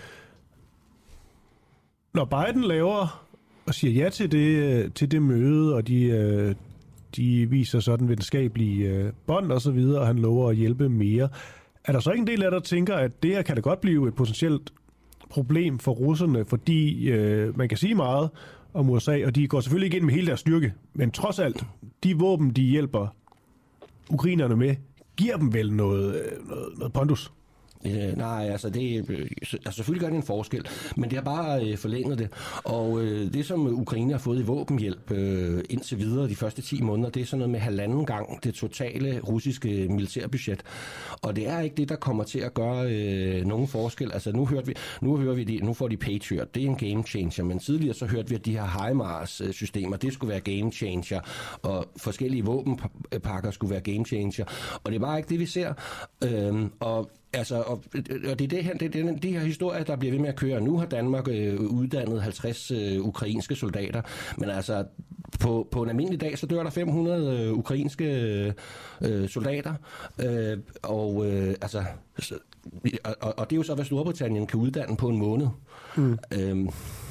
Når Biden laver og siger ja til det, til det møde, og de, øh, de viser sådan videnskabelige øh, bånd og så videre, og han lover at hjælpe mere, er der så ikke en del af der tænker, at det her kan det godt blive et potentielt problem for russerne, fordi øh, man kan sige meget om U S A, og de går selvfølgelig ikke ind med hele deres styrke, men trods alt, de våben, de hjælper ukrainerne med, giver dem vel noget, noget, noget pondus? Øh, nej, altså, det, altså selvfølgelig gør det en forskel, men det har bare øh, forlænget det. Og øh, det, som Ukraine har fået i våbenhjælp øh, indtil videre de første ti måneder, det er sådan noget med halvanden gang det totale russiske militærbudget. Og det er ikke det, der kommer til at gøre øh, nogen forskel. Altså, nu, hørte vi, nu hører vi, de, nu får de Patriot, det er en game changer, men tidligere så hørte vi, at de her HIMARS-systemer, det skulle være game changer, og forskellige våbenpakker skulle være game changer. Og det er bare ikke det, vi ser. Øh, og Altså, og, og det er det her, det, det, de her historier, der bliver ved med at køre. Nu har Danmark øh, uddannet halvtreds øh, ukrainske soldater, men altså på, på en almindelig dag, så dør der fem hundrede øh, ukrainske øh, soldater, øh, og øh, altså, så, og, og det er jo så, hvad Storbritannien kan uddanne på en måned. Mm. Øhm.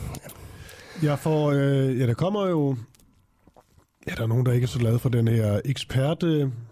Jeg får, øh, ja, der kommer jo, ja, der er nogen, der ikke er så glade for den her ekspert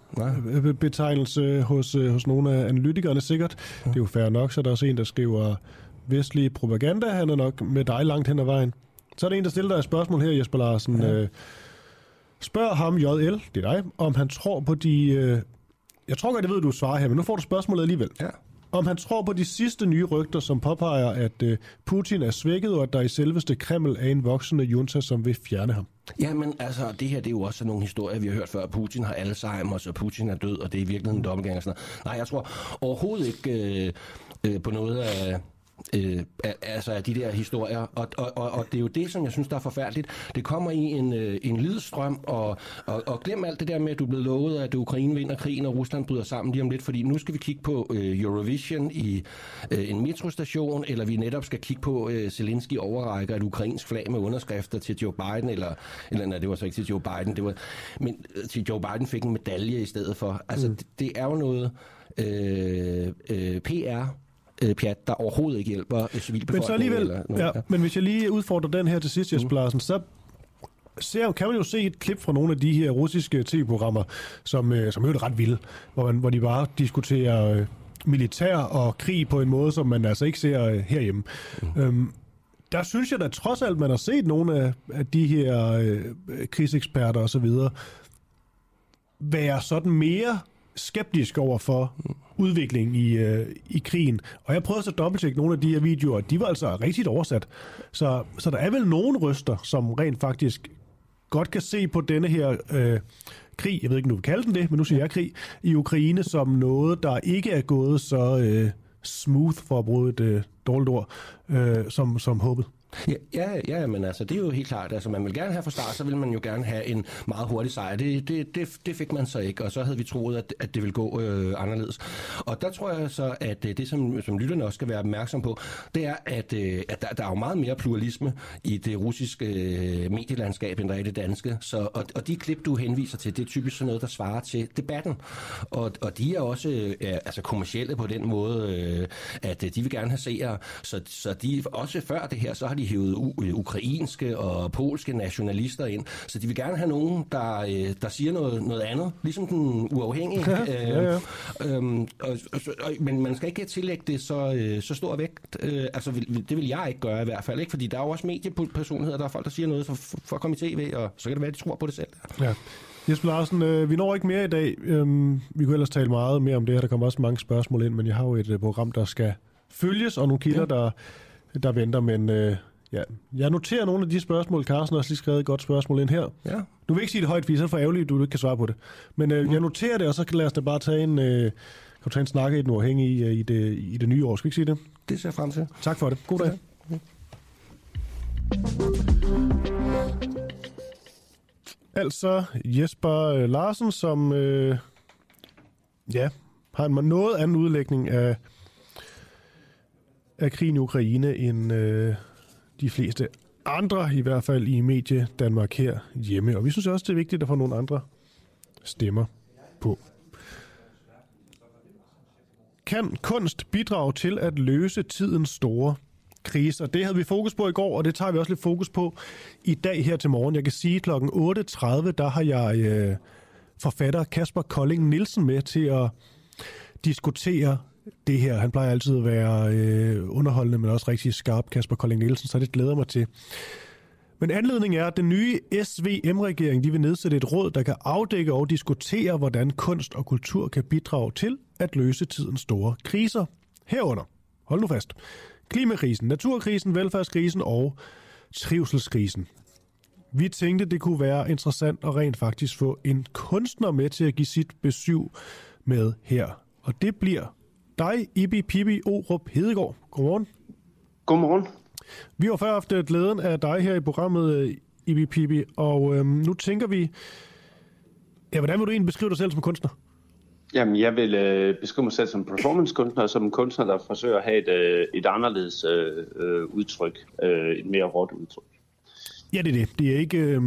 betegnelse hos, hos nogle af analytikerne sikkert. Ja. Det er jo fair nok, så der er også en, der skriver vestlig propaganda. Han er nok med dig langt hen ad vejen. Så er der en, der stiller dig et spørgsmål her, Jesper Larsen. Ja. Øh, spørg ham, J L, det er dig, om han tror på de... Øh, jeg tror godt, jeg ved, du svarer her, men nu får du spørgsmålet alligevel. Ja. Om han tror på de sidste nye rygter, som påpeger, at øh, Putin er svækket, og at der i selveste Kreml er en voksende junta, som vil fjerne ham. Jamen, altså, det her, det er jo også nogle historier, vi har hørt før. Putin har Alzheimer, så Putin er død, og det er i virkeligheden en dobbeltgang og sådan noget. Nej, jeg tror overhovedet ikke øh, øh, på noget af... Øh, altså af de der historier, og, og, og, og det er jo det, som jeg synes, der er forfærdeligt. Det kommer i en, øh, en lidstrøm, og, og, og glem alt det der med, at du er blevet lovet, at Ukraine vinder krigen, og Rusland bryder sammen lige om lidt, fordi nu skal vi kigge på øh, Eurovision i øh, en metrostation, eller vi netop skal kigge på øh, Zelensky overrækker et ukrainsk flag med underskrifter til Joe Biden, eller, eller nej, det var så ikke til Joe Biden, det var, men øh, til Joe Biden fik en medalje i stedet for. Altså, mm. det, det er jo noget øh, øh, P R, pjat, der overhovedet ikke hjælper civilbefolkningen. Men så alligevel, eller noget, ja, ja. Men hvis jeg lige udfordrer den her til sidst, Jesper Larsen, så ser, kan man jo se et klip fra nogle af de her russiske tv-programmer, som, som er jo ret vilde, hvor, man, hvor de bare diskuterer militær og krig på en måde, som man altså ikke ser herhjemme. Mm. Øhm, der synes jeg da trods alt, man har set nogle af, af de her øh, krigseksperter osv. være sådan mere skeptisk over for udviklingen i, øh, i krigen. Og jeg prøvede så at dobbelttjekke nogle af de her videoer, de var altså rigtigt oversat. Så, så der er vel nogle røster, som rent faktisk godt kan se på denne her øh, krig, jeg ved ikke, om du vil kalde den det, men nu siger jeg krig, i Ukraine som noget, der ikke er gået så øh, smooth, for at bruge et øh, dårligt ord, øh, som, som håbet. Ja, ja, ja, men altså, det er jo helt klart. Altså, man vil gerne have fra start, så vil man jo gerne have en meget hurtig sejr. Det, det, det, det fik man så ikke, og så havde vi troet, at, at det ville gå øh, anderledes. Og der tror jeg så, at det, som, som lytterne også skal være opmærksom på, det er, at, øh, at der, der er jo meget mere pluralisme i det russiske øh, medielandskab, end der er i det danske. Så, og, og de klip, du henviser til, det er typisk sådan noget, der svarer til debatten. Og, og de er også øh, altså kommercielle på den måde, øh, at øh, de vil gerne have seere. Så, så de, også før det her, så har de hævet u- ukrainske og polske nationalister ind, så de vil gerne have nogen, der, øh, der siger noget, noget andet, ligesom den uafhængige. Ja, ja, ja. Øhm, og, og, og, men man skal ikke tillægge det så, øh, så stor vægt. Øh, altså, det vil jeg ikke gøre i hvert fald, ikke? Fordi der er jo også mediepersonligheder, der er folk, der siger noget for, for at komme i tv, og så kan det være, at de tror på det selv. Ja. Jesper Larsen, øh, vi når ikke mere i dag. Øhm, vi kunne ellers tale meget mere om det her. Der kommer også mange spørgsmål ind, men jeg har jo et øh, program, der skal følges, og nogle kilder, ja. der, der venter. Men øh, ja, jeg noterer nogle af de spørgsmål. Carsten har også lige skrevet et godt spørgsmål ind her. Ja. Du vil ikke sige det højt, fordi så er det for ærgerligt, at du ikke kan svare på det. Men øh, mm. jeg noterer det, og så kan lad os da bare tage en, øh, kan du tage en snak i den uafhængige i, i, det, i det nye år. Skal vi ikke sige det? Det ser jeg frem til. Tak for det. God dag. Ja. Altså Jesper Larsen, som øh, ja, har en noget anden udlægning af, af krigen i Ukraine end øh, de fleste andre, i hvert fald i medie Danmark her hjemme. Og vi synes også, det er vigtigt at få nogle andre stemmer på. Kan kunst bidrage til at løse tidens store kriser? Det havde vi fokus på i går, og det tager vi også lidt fokus på i dag her til morgen. Jeg kan sige, at klokken otte tredive, der har jeg øh, forfatter Kasper Kolding Nielsen med til at diskutere det her. Han plejer altid at være øh, underholdende, men også rigtig skarp, Kasper Kolding Nielsen, så det glæder mig til. Men anledningen er, at den nye S V M-regering de vil nedsætte et råd, der kan afdække og diskutere, hvordan kunst og kultur kan bidrage til at løse tidens store kriser. Herunder, hold nu fast, klimakrisen, naturkrisen, velfærdskrisen og trivselskrisen. Vi tænkte, det kunne være interessant at rent faktisk få en kunstner med til at give sit besøg med her. Og det bliver dig, Ibi Pippi Orup Hedegaard. Godmorgen. Godmorgen. Vi har før haft glæden af dig her i programmet, Ibi Pippi, og øhm, nu tænker vi, ja, hvordan vil du egentlig beskrive dig selv som kunstner? Jamen, jeg vil øh, beskrive mig selv som performancekunstner, som en kunstner, der forsøger at have et, øh, et anderledes øh, udtryk, øh, et mere råt udtryk. Ja, det er det. Det er ikke, øh,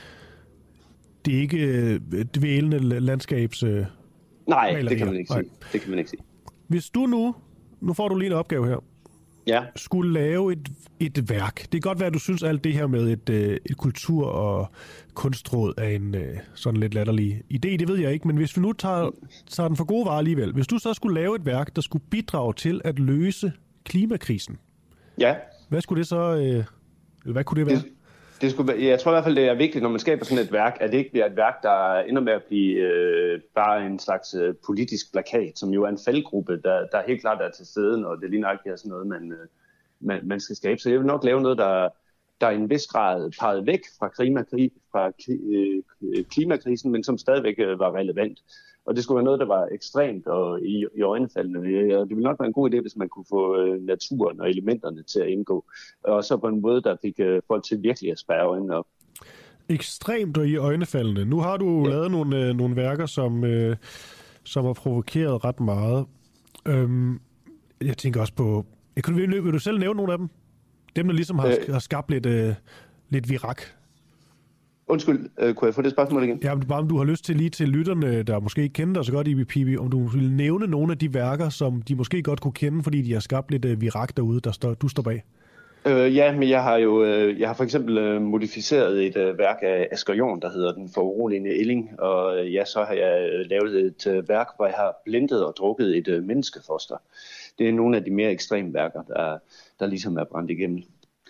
det er ikke øh, dvælende landskabs øh, Nej, malerier. Det kan man ikke sige. Det kan man ikke sige. Hvis du nu, nu får du lige en opgave her, ja. skulle lave et, et værk. Det kan godt være, at du synes alt det her med et, et kultur- og kunstråd er en sådan lidt latterlig idé. Det ved jeg ikke, men hvis vi nu tager, tager den for gode varer alligevel. Hvis du så skulle lave et værk, der skulle bidrage til at løse klimakrisen. Ja. Hvad skulle det så, øh, hvad kunne det være? Det, det skulle, jeg tror i hvert fald, det er vigtigt, når man skaber sådan et værk, at det ikke bliver et værk, der ender med at blive øh, bare en slags øh, politisk plakat, som jo er en faldgruppe, der, der helt klart er til stede, og det lige nok er sådan noget, man, øh, man, man skal skabe. Så jeg vil nok lave noget, der, der i en vis grad peget væk fra, klimakri, fra øh, klimakrisen, men som stadigvæk øh, var relevant. Og det skulle være noget, der var ekstremt og i, i øjnefaldende. Det ville nok være en god idé, hvis man kunne få øh, naturen og elementerne til at indgå. Og så på en måde, der fik øh, folk til virkelig at spærre øjnene op. Ekstremt og i øjnefaldende. Nu har du ja. lavet nogle, øh, nogle værker, som, øh, som har provokeret ret meget. Øhm, jeg tænker også på... Jeg kunne, vil, vil du selv nævne nogle af dem? Dem, der ligesom har, øh, har skabt lidt, øh, lidt virak. Undskyld, øh, kunne jeg få det spørgsmål igen? Ja, bare om du har lyst til lige til lytterne, der måske ikke kender dig så godt, Ibi Pippi, om du vil nævne nogle af de værker, som de måske godt kunne kende, fordi de har skabt lidt øh, virak derude, der står, du står bag. Øh, ja, men jeg har jo øh, jeg har for eksempel øh, modificeret et øh, værk af Asger Jorn, der hedder Den foruroligende ælling, og øh, ja, så har jeg øh, lavet et øh, værk, hvor jeg har blindet og drukket et øh, menneskefoster. Det er nogle af de mere ekstreme værker, der, der ligesom er brændt igennem.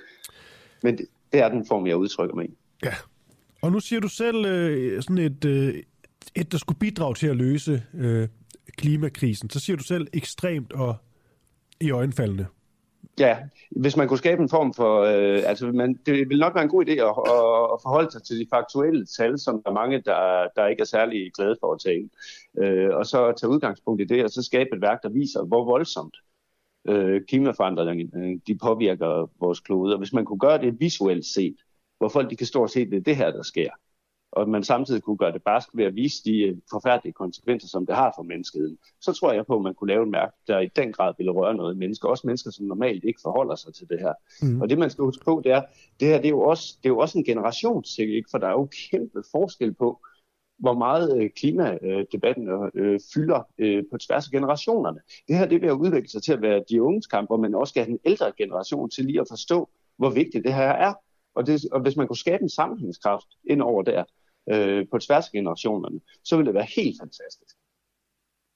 Men det, det er den form, jeg udtrykker mig i. Ja. Og nu siger du selv øh, sådan et, øh, et, der skulle bidrage til at løse øh, klimakrisen. Så siger du selv ekstremt og i øjenfaldende. Ja, hvis man kunne skabe en form for... Øh, altså, man, det vil nok være en god idé at, at, at forholde sig til de faktuelle tal, som der er mange, der, der ikke er særlig glade for at tage. Øh, og så tage udgangspunkt i det, og så skabe et værk, der viser, hvor voldsomt øh, klimaforandringerne de påvirker vores klode. Og hvis man kunne gøre det visuelt set, hvor folk de kan stå og se, det er det her, der sker. Og man samtidig kunne gøre det bare ved at vise de forfærdelige konsekvenser, som det har for menneskeheden. Så tror jeg på, at man kunne lave en mærke, der i den grad ville røre noget mennesker. Også mennesker, som normalt ikke forholder sig til det her. Mm. Og det, man skal huske på, det er, det her det er, jo også, det er jo også en generationsting, ikke? For der er jo kæmpe forskel på, hvor meget klimadebatten øh, fylder øh, på tværs af generationerne. Det her det vil udvikle sig til at være de unges kamp, hvor man også skal have den ældre generation til lige at forstå, hvor vigtigt det her er. Og, det, og hvis man kunne skabe en sammenhængskraft ind over der, øh, på tværs af generationerne, så ville det være helt fantastisk.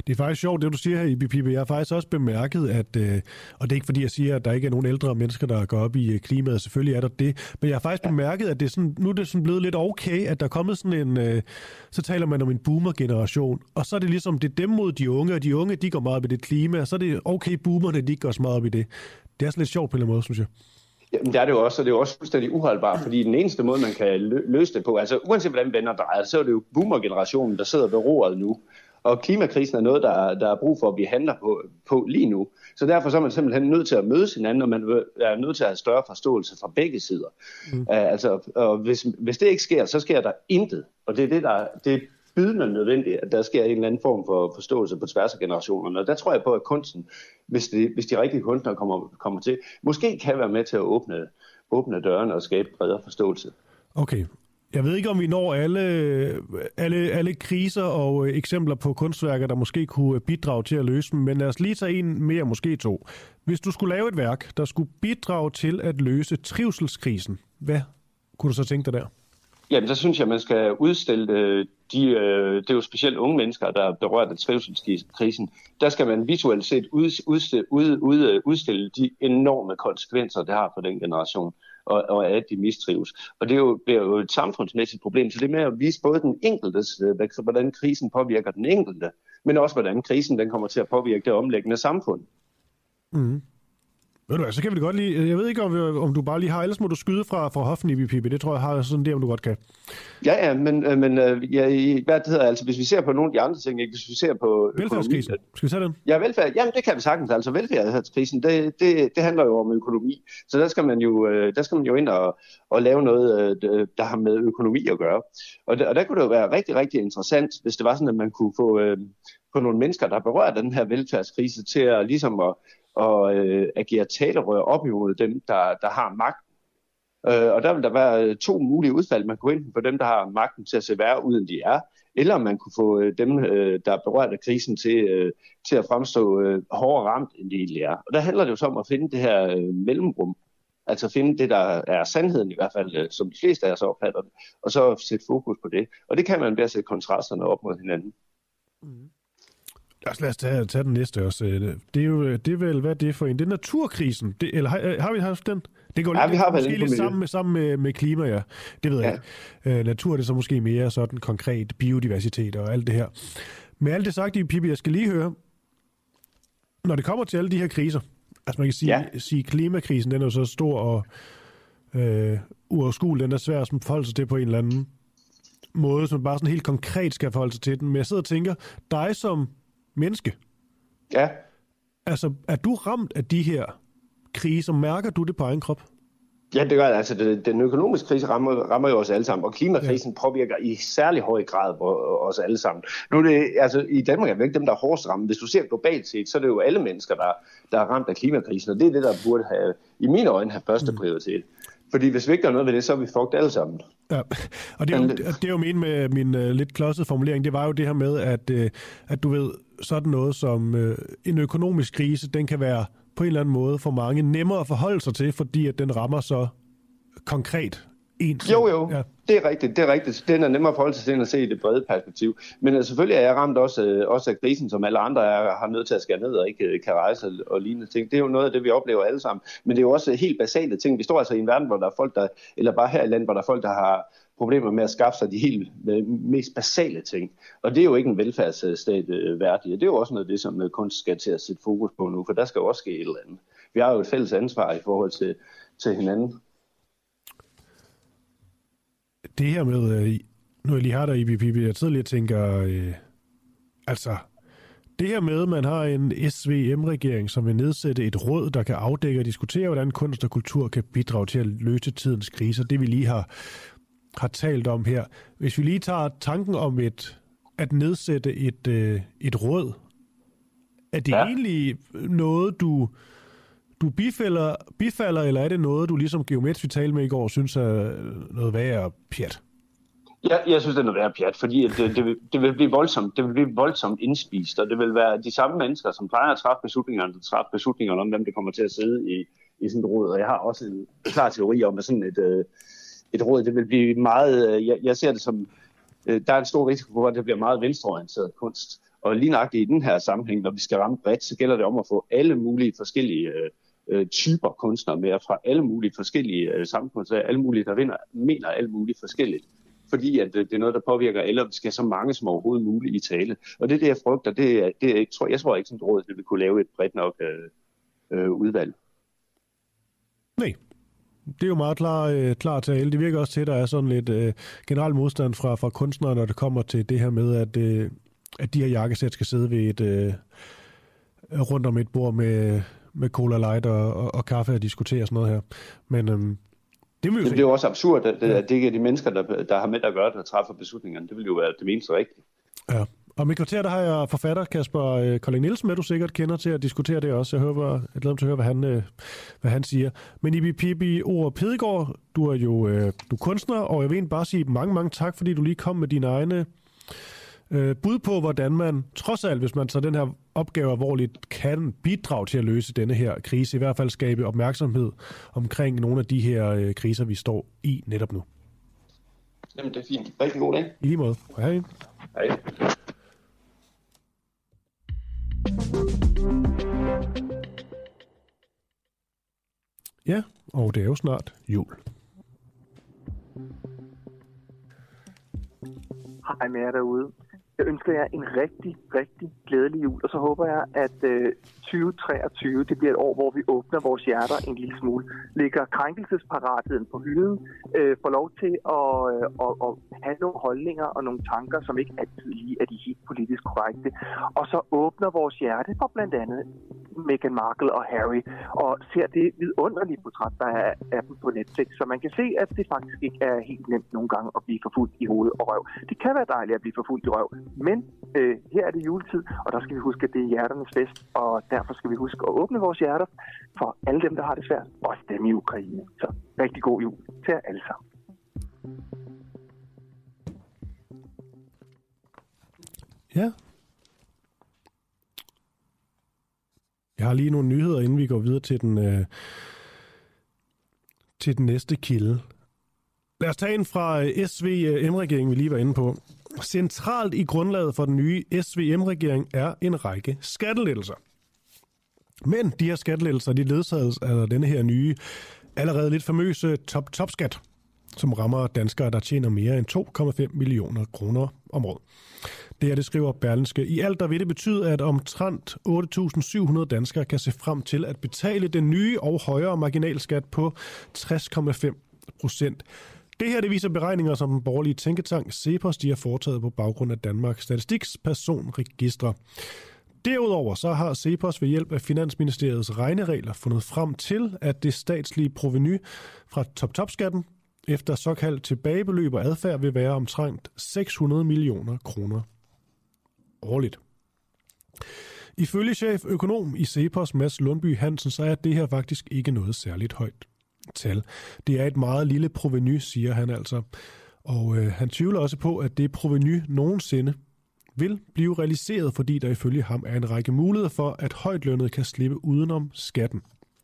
Det er faktisk sjovt, det du siger her, Ibi Pibe. Jeg har faktisk også bemærket, at, øh, og det er ikke fordi, jeg siger, at der ikke er nogen ældre mennesker, der går op i øh, klimaet. Selvfølgelig er der det. Men jeg har faktisk bemærket, at det er sådan, nu er det sådan blevet lidt okay, at der er kommet sådan en, øh, så taler man om en boomer-generation, og så er det ligesom, det er dem mod de unge, og de unge, de går meget op i det klima, og så er det okay, boomerne, de går så meget op i det. Det er sådan lidt sjovt på en eller anden måde, synes jeg. Jamen, det er det jo også, og det er jo også fuldstændig uholdbart, fordi den eneste måde, man kan løse det på, altså uanset hvordan vender drejer, så er det jo boomer-generationen, der sidder ved roret nu. Og klimakrisen er noget, der, der er brug for, at vi handler på, på lige nu. Så derfor så er man simpelthen nødt til at mødes hinanden, og man er nødt til at have større forståelse fra begge sider. Mm. Uh, altså, og hvis, hvis det ikke sker, så sker der intet. Og det er det, der det er bydende nødvendigt, at der sker en eller anden form for forståelse på tværs af generationerne. Og der tror jeg på, at kunsten, hvis, det, hvis de rigtige kunstnere kommer, kommer til, måske kan være med til at åbne, åbne dørene og skabe bredere forståelse. Okay. Jeg ved ikke, om vi når alle, alle, alle kriser og eksempler på kunstværker, der måske kunne bidrage til at løse dem, men lad os lige tage en mere, måske to. Hvis du skulle lave et værk, der skulle bidrage til at løse trivselskrisen, hvad kunne du så tænke dig der? Jamen, så synes jeg, man skal udstille de, det er jo specielt unge mennesker, der er berørt af trivselskrisen. Der skal man visuelt set udstille, ud, ud, udstille de enorme konsekvenser, det har for den generation. Og, og at de mistrives. Og det er, jo, det er jo et samfundsmæssigt problem, så det er med at vise både den enkeltes, hvordan krisen påvirker den enkelte, men også hvordan krisen den kommer til at påvirke det omlæggende samfund. Mm. Ved du hvad, så kan vi det godt lige... Jeg ved ikke, om, om du bare lige har... Ellers må du skyde fra, fra hoften, Ibi Pibe. Det tror jeg har sådan det, om du godt kan. Ja, ja, men, men ja, hvad det hedder, altså hvis vi ser på nogle af de andre ting, ikke? Hvis vi ser på... Velfærdskrisen. Skal vi tage den? Ja, velfærd. Jamen, det kan vi sagtens. Altså velfærdskrisen, det, det, det handler jo om økonomi. Så der skal man jo, der skal man jo ind og, og lave noget, der har med økonomi at gøre. Og der, og der kunne det jo være rigtig, rigtig interessant, hvis det var sådan, at man kunne få, øh, få nogle mennesker, der berører den her velfærdskrise, til at ligesom at og øh, agere talerør op imod dem, der, der har magten. Øh, og der vil der være to mulige udfald. Man kunne enten få dem, der har magten til at se værre ud, end de er, eller man kunne få øh, dem, øh, der er berørt af krisen, til, øh, til at fremstå øh, hårdere ramt, end de egentlig er. Og der handler det jo så om at finde det her øh, mellemrum. Altså finde det, der er sandheden i hvert fald, øh, som de fleste af os opfatter det, og så sætte fokus på det. Og det kan man ved at sætte kontrasterne op mod hinanden. Mm. Lad os tage, tage den næste også. Det er jo det er vel, hvad det er for en. Det er naturkrisen. Det, eller har, har vi haft den? Det går ja, lidt, vi har måske lidt sammen, med, sammen med, med klima, ja. Det ved jeg ja. ikke. Uh, natur er det så måske mere sådan konkret biodiversitet og alt det her. Med alt det sagt, Pippi, jeg skal lige høre, når det kommer til alle de her kriser, altså man kan sige, ja. sige klimakrisen, den er jo så stor og øh, uoverskuelig, den er svær at forholde sig til på en eller anden måde, som bare sådan helt konkret skal forholde sig til den. Men jeg sidder og tænker, dig som menneske. Ja. Altså, er du ramt af de her kriser? Mærker du det på egen krop? Ja, det gør det. Altså, det, den økonomiske krise rammer, rammer jo os alle sammen, og klimakrisen ja. påvirker i særlig høj grad os alle sammen. Nu er det, altså, i Danmark er det ikke dem, der er hårdest ramt. Hvis du ser globalt set, så er det jo alle mennesker, der, der er ramt af klimakrisen, og det er det, der burde have, i mine øjne, have første prioritet. Mm. Fordi hvis vi ikke gør noget ved det, så er vi fucked alle sammen. Ja, og det er jo, det er jo min med min uh, lidt klodsede formulering, det var jo det her med, at, uh, at du ved, sådan noget som uh, en økonomisk krise, den kan være på en eller anden måde for mange nemmere at forholde sig til, fordi at den rammer så konkret ens. Jo, jo, ja. det er rigtigt, det er rigtigt. Den er nemmere at forholde sig til, end at se i det brede perspektiv. Men uh, selvfølgelig er jeg ramt også, uh, også af krisen, som alle andre er, har nødt til at skære ned og ikke uh, kan rejse og, og lignende ting. Det er jo noget af det, vi oplever alle sammen. Men det er jo også helt basale ting. Vi står altså i en verden, hvor der er folk, der, eller bare her i landet, hvor der er folk, der har problemer med at skaffe sig de helt uh, mest basale ting. Og det er jo ikke en velfærdsstat uh, værdig. Det er jo også noget af det, som uh, kunst skal til at sætte fokus på nu, for der skal jo også ske et eller andet. Vi har jo et fælles ansvar i forhold til, til hinanden. Det her med, nu er jeg lige har der, Ibi Pibi, jeg tidligere tænker, øh, altså, det her med, at man har en S V M-regering, som vil nedsætte et råd, der kan afdække og diskutere, hvordan kunst og kultur kan bidrage til at løse tidens kriser, det vi lige har, har talt om her. Hvis vi lige tager tanken om et, at nedsætte et, øh, et råd, er det ja. egentlig noget, du... Du bifalder, bifalder, eller er det noget, du ligesom Geomets, vi talte med i går, synes er noget værre pjat? Ja, jeg synes, det er noget værre pjat, fordi det, det, vil, det, vil blive voldsomt, det vil blive voldsomt indspist, og det vil være de samme mennesker, som plejer at træffe beslutningerne, der træffe beslutningerne om, hvem det kommer til at sidde i, i sådan et råd. Og jeg har også en klar teori om, at sådan et, et råd, det vil blive meget, jeg, jeg ser det som, der er en stor risiko for, at det bliver meget venstreorienteret kunst. Og lige nøjagtigt i den her sammenhæng, når vi skal ramme bredt, så gælder det om at få alle mulige forskellige øh, typer kunstnere med, fra alle mulige forskellige øh, samfundslag, alle mulige, der vinder, mener alle mulige forskelligt. Fordi at det er noget, der påvirker alle, og vi skal have så mange som overhovedet muligt i tale. Og det er det, jeg frygter. Det er, det er, jeg, tror, jeg tror ikke, som råd, det vil kunne lave et bredt nok øh, øh, udvalg. Nej. Det er jo meget klar, øh, klar tale. Det virker også til, at der er sådan lidt øh, generel modstand fra, fra kunstnere, når det kommer til det her med, at, øh, at de her jakkesæt skal sidde ved et, øh, rundt om et bord med, med cola light og, og, og kaffe og diskutere sådan noget her. Men øh, det, det bliver jo også absurd, at, at det ikke er de mennesker, der, der har med at gøre det, der træffer beslutningerne. Det vil jo være det eneste rigtige. Ja. Om et kvarter, der har jeg forfatter Kasper Kolding Nielsen med, du sikkert kender til at diskutere det også. Jeg, håber, jeg glæder mig til at høre, hvad han, hvad han siger. Men Ibi Pibi Ore Pedegaard, du er jo du er kunstner, og jeg vil egentlig bare sige mange, mange tak, fordi du lige kom med dine egne øh, bud på, hvordan man, trods alt, hvis man tager den her opgave alvorligt, kan bidrage til at løse denne her krise. I hvert fald skabe opmærksomhed omkring nogle af de her øh, kriser, vi står i netop nu. Jamen, det er fint. Rigtig god dag. I lige måde. Hej. Hej. Ja, og det er jo snart jul. Hej med jer derude. Jeg ønsker jer en rigtig, rigtig glædelig jul, og så håber jeg, at øh, tyve treogtyve det bliver et år, hvor vi åbner vores hjerter en lille smule, lægger krænkelsesparatheden på hylden, øh, får lov til at, øh, at, at have nogle holdninger og nogle tanker, som ikke altid lige er de helt politisk korrekte, og så åbner vores hjerte for blandt andet Meghan Markle og Harry, og ser det vidunderlige portræt, der er af dem på Netflix, så man kan se, at det faktisk ikke er helt nemt nogle gange at blive forfulgt i hoved og røv. Det kan være dejligt at blive forfulgt i røv, men øh, her er det juletid, og der skal vi huske, at det er hjerternes fest, og derfor skal vi huske at åbne vores hjerter for alle dem, der har det svært, også dem i Ukraine. Så rigtig god jul til jer alle sammen. Ja. Jeg har lige nogle nyheder, inden vi går videre til den, øh, til den næste kilde. Lad os tage en fra S V M-regeringen, vi lige var inde på. Centralt i grundlaget for den nye S V M-regering er en række skattelettelser. Men de her skattelettelser, de ledsages af denne her nye, allerede lidt famøse top-top-skat, som rammer danskere, der tjener mere end to komma fem millioner kroner om året. Det her, det skriver Berlingske. I alt der vil det betyde, at omtrent otte tusind syv hundrede danskere kan se frem til at betale den nye og højere marginalskat på tres komma fem procent. Det her, det viser beregninger, som den borgerlige tænketank CEPOS, de har foretaget på baggrund af Danmarks Statistiks personregistre. Derudover så har CEPOS ved hjælp af Finansministeriets regneregler fundet frem til, at det statslige provenu fra top-top-skatten efter såkaldt tilbagebeløb og adfærd vil være omtrent seks hundrede millioner kroner årligt. Ifølge cheføkonom i CEPOS, Mads Lundby Hansen, så er det her faktisk ikke noget særligt højt tal. Det er et meget lille provenu, siger han altså. Og øh, han tvivler også på, at det provenu nogensinde vil blive realiseret, fordi der ifølge ham er en række muligheder for, at højtlønnede kan slippe udenom skatten.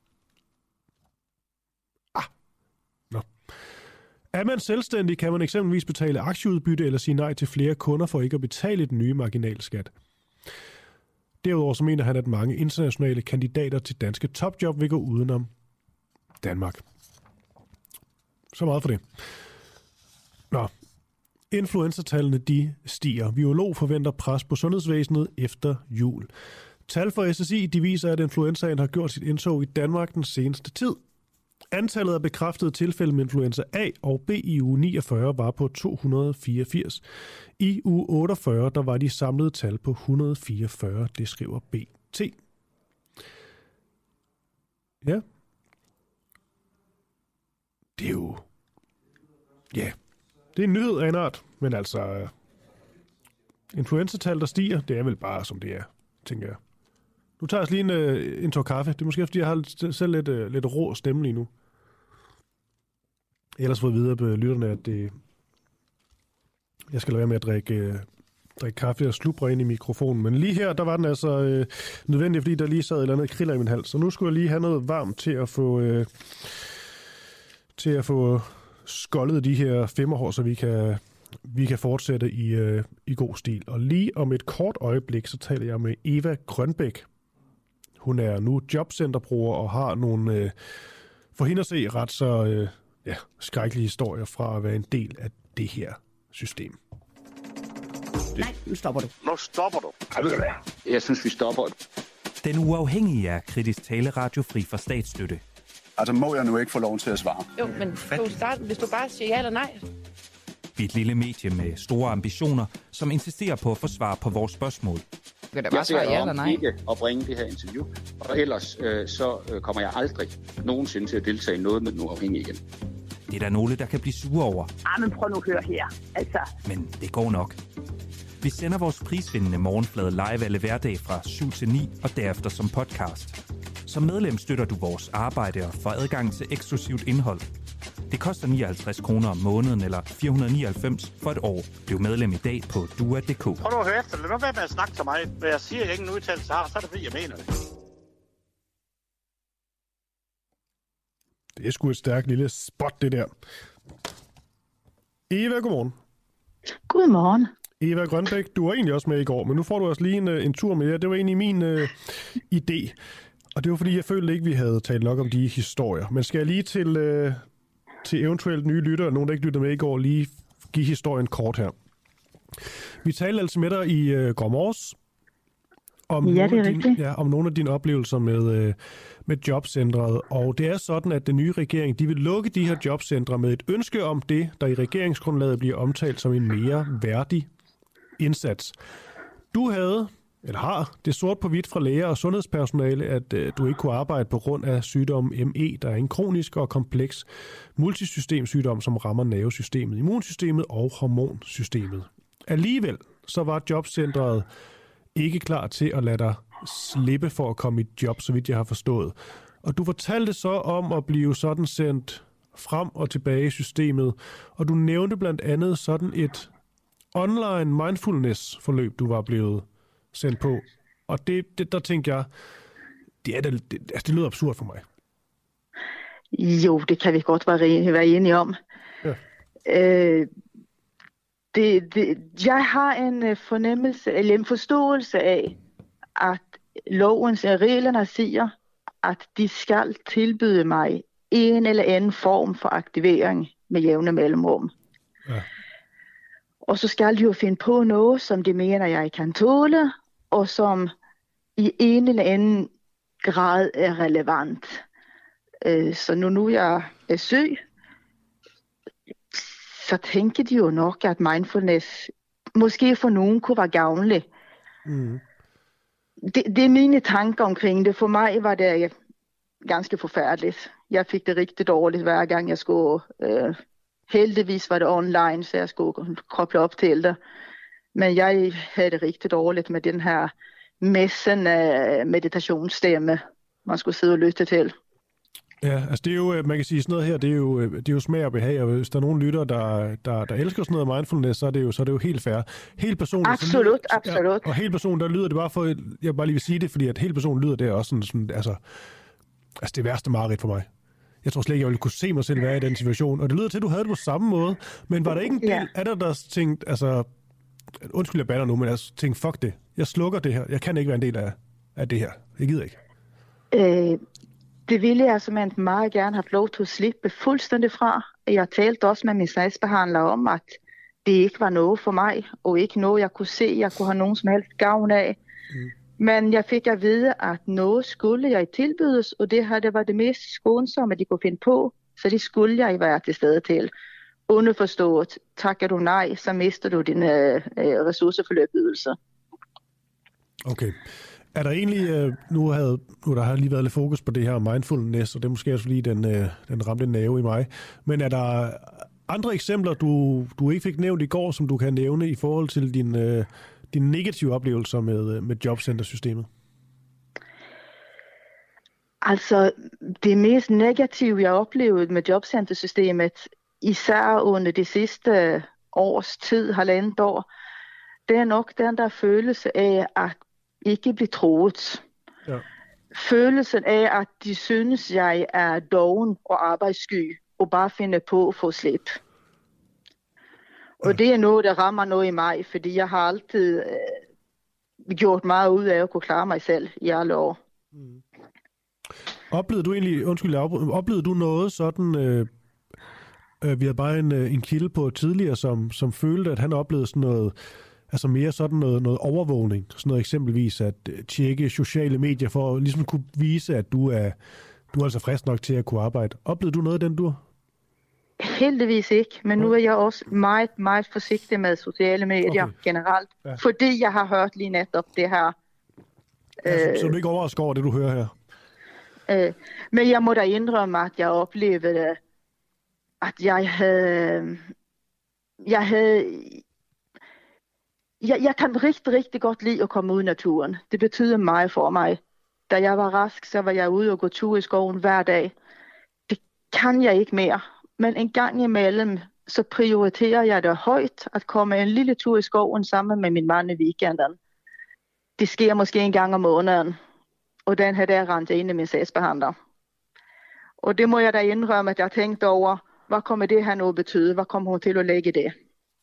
Ah, nå. Er man selvstændig, kan man eksempelvis betale aktieudbytte eller sige nej til flere kunder for ikke at betale den nye marginalskat. Derudover så mener han, at mange internationale kandidater til danske topjob vil gå udenom Danmark. Så meget for det. Nå. Influencertallene, de stiger. Virolog forventer pres på sundhedsvæsenet efter jul. Tal fra S S I, de viser, at influenzaen har gjort sit indtog i Danmark den seneste tid. Antallet af bekræftede tilfælde med influenza A og B i uge niogfyrre var på to hundrede og fireogfirs. I uge otteogfyrre, der var de samlede tal på et hundrede og fireogfyrre, det skriver B T. Ja. Det er jo... Ja, det er en nyhed af en art, men altså... Influenzatal, der stiger, det er vel bare, som det er, tænker jeg. Nu tager jeg lige en, en tår kaffe. Det er måske, fordi jeg har selv lidt, lidt rå stemme lige nu. Ellers får jeg videre på lytterne, at det... Jeg skal lade være med at drikke, drikke kaffe og slubre ind i mikrofonen. Men lige her, der var den altså øh, nødvendig, fordi der lige sad et eller andet kriller i min hals. Så nu skulle jeg lige have noget varmt til at få... Øh, til at få skoldet de her femmerhår, så vi kan Vi kan fortsætte i, øh, i god stil. Og lige om et kort øjeblik, så taler jeg med Eva Grønbæk. Hun er nu jobcenterbruger og har nogle, øh, for hende at se, ret så øh, ja, skrækkelige historier fra at være en del af det her system. Nej, nu stopper du. Nu stopper du. Jeg synes, vi stopper. Den Uafhængige er kritisk taleradio fri for statsstøtte. Altså, må jeg nu ikke få lov til at svare? Jo, men du starte, hvis du bare siger ja eller nej. Vi er et lille medie med store ambitioner, som insisterer på at få svar på vores spørgsmål. Kan det bare svare ja eller nej? Jeg ikke at bringe det her interview, og ellers øh, så øh, kommer jeg aldrig nogensinde til at deltage i noget med den Uafhængige igen. Det er der nogle, der kan blive sure over. Ah, men prøv nu at høre her. Altså. Men det går nok. Vi sender vores prisvindende morgenflade live alle hverdag fra syv til ni og derefter som podcast. Som medlem støtter du vores arbejde og får adgang til eksklusivt indhold. Det koster nioghalvtreds kroner om måneden eller fire hundrede nioghalvfems for et år. Bliv medlem i dag på dua punktum d k. Prøv nu at høre efter. Lad nu være med at snakke til mig. Hvad jeg siger, jeg ikke en udtalelse har, så er det fordi, jeg mener det. Det er sgu et stærkt lille spot, det der. Eva, godmorgen. Godmorgen. Eva Grønbæk, du var egentlig også med i går, men nu får du også lige en, en tur med jer. Det var egentlig min uh, idé. Og det var fordi, jeg følte ikke, vi havde talt nok om de historier. Men skal jeg lige til, uh, til eventuelt nye lyttere, nogen der ikke lyttede med i går, lige give historien kort her. Vi talte altså med dig i uh, går morges om, ja, nogle din, ja, om nogle af dine oplevelser med, uh, med jobcentret. Og det er sådan, at den nye regering, de vil lukke de her jobcentre med et ønske om det, der i regeringsgrundlaget bliver omtalt som en mere værdig indsats. Du havde, eller har, det sort på hvidt fra læger og sundhedspersonale, at øh, du ikke kunne arbejde på grund af sygdommen M E, der er en kronisk og kompleks multisystemsygdom, som rammer nervesystemet, immunsystemet og hormonsystemet. Alligevel så var jobcentret ikke klar til at lade dig slippe for at komme i job, så vidt jeg har forstået. Og du fortalte så om at blive sådan sendt frem og tilbage i systemet, og du nævnte blandt andet sådan et online mindfulness-forløb, du var blevet sendt på. Og det, det der tænkte jeg, det, er det, det, altså det lyder absurd for mig. Jo, det kan vi godt være, være enige om. Ja. Øh, det, det, jeg har en fornemmelse, eller en forståelse af, at lovens reglerne siger, at de skal tilbyde mig en eller anden form for aktivering med jævne mellemrum. Ja. Og så skal de jo finde på noget, som de mener, jeg kan tåle, og som i en eller anden grad er relevant. Så nu, nu jeg er syg, så tænker de jo nok, at mindfulness måske for nogen kunne være gavnlig. Mm. Det, det er mine tanker omkring det. For mig var det ganske forfærdeligt. Jeg fik det rigtig dårligt hver gang jeg skulle... Øh, heldigvis var det online, så jeg skulle koble op til det. Men jeg havde det rigtig dårligt med den her messen af meditationsstemme, man skulle sidde og lytte til. Ja, altså det er jo, man kan sige sådan noget her, det er jo, det er jo smag og behag, og hvis der er nogen lytter, der, der, der elsker sådan noget mindfulness, så er det jo, så er det jo helt fair. Helt personligt, absolut, lyder, absolut. Ja, og helt personligt, der lyder det bare for, jeg bare lige vil sige det, fordi at helt personligt lyder det også sådan, sådan altså, altså det værste mareridt for mig. Jeg tror slet ikke, jeg ville kunne se mig selv være i den situation. Og det lyder til, at du havde det på samme måde. Men var der ikke en del ja. af dig, der tænkte, altså, undskyld, jeg bander nu, men jeg tænkte, fuck det. Jeg slukker det her. Jeg kan ikke være en del af, af det her. Jeg gider ikke. Øh, det ville jeg simpelthen meget gerne have lov til at slippe fuldstændig fra. Jeg talte også med min sagsbehandler om, at det ikke var noget for mig, og ikke noget, jeg kunne se, jeg kunne have nogen som helst gavn af. Mm. Men jeg fik at vide, at noget skulle jeg tilbydes, og det her det var det mest skånsomme, de kunne finde på, så det skulle jeg være til stede til. Underforstået, takker du nej, så mister du din øh, ressourceforløbydelse. Okay. Er der egentlig, øh, nu, havde, nu der har lige været lidt fokus på det her mindfulness, og det er måske også fordi, den, øh, den ramte en nerve i mig, men er der andre eksempler, du, du ikke fik nævnt i går, som du kan nævne i forhold til din... Øh, dine negative oplevelser med, med jobcentersystemet? Altså, det mest negative, jeg oplevede med jobcentersystemet, især under de sidste års tid, halvandet år, det er nok den der følelse af at ikke blive troet. Ja. Følelsen af, at de synes, jeg er doven og arbejdssky, og bare finder på at få slip. Og det er noget, der rammer noget i mig, fordi jeg har altid øh, gjort meget ud af at kunne klare mig selv i alle år. Mm. Oplevede du egentlig, undskyld, oplevede du noget sådan, øh, øh, vi havde bare en, en kilde på tidligere, som, som følte, at han oplevede sådan noget, altså mere sådan noget, noget overvågning, sådan noget eksempelvis at tjekke sociale medier for at ligesom kunne vise, at du er, du er altså frisk nok til at kunne arbejde. Oplevede du noget af den dur? Heldigvis ikke, men nu er jeg også meget, meget forsigtig med sociale medier okay. generelt, ja. Fordi jeg har hørt lige netop det her. Ja, så, så du er ikke overrasket over det, du hører her? Øh, men jeg må da indrømme, at jeg oplevede, at jeg havde, jeg havde, jeg, jeg kan rigtig, rigtig godt lide at komme ud i naturen. Det betyder meget for mig. Da jeg var rask, så var jeg ude og gå tur i skoven hver dag. Det kan jeg ikke mere. Men en gang imellem, så prioriterer jeg det højt at komme en lille tur i skoven sammen med min mand i weekenden. Det sker måske en gang om måneden. Og den her der rendte ind i min sagsbehandler. Og det må jeg da indrømme, at jeg tænkte over, hvad kommer det her nu at betyde? Hvad kommer hun til at lægge i det?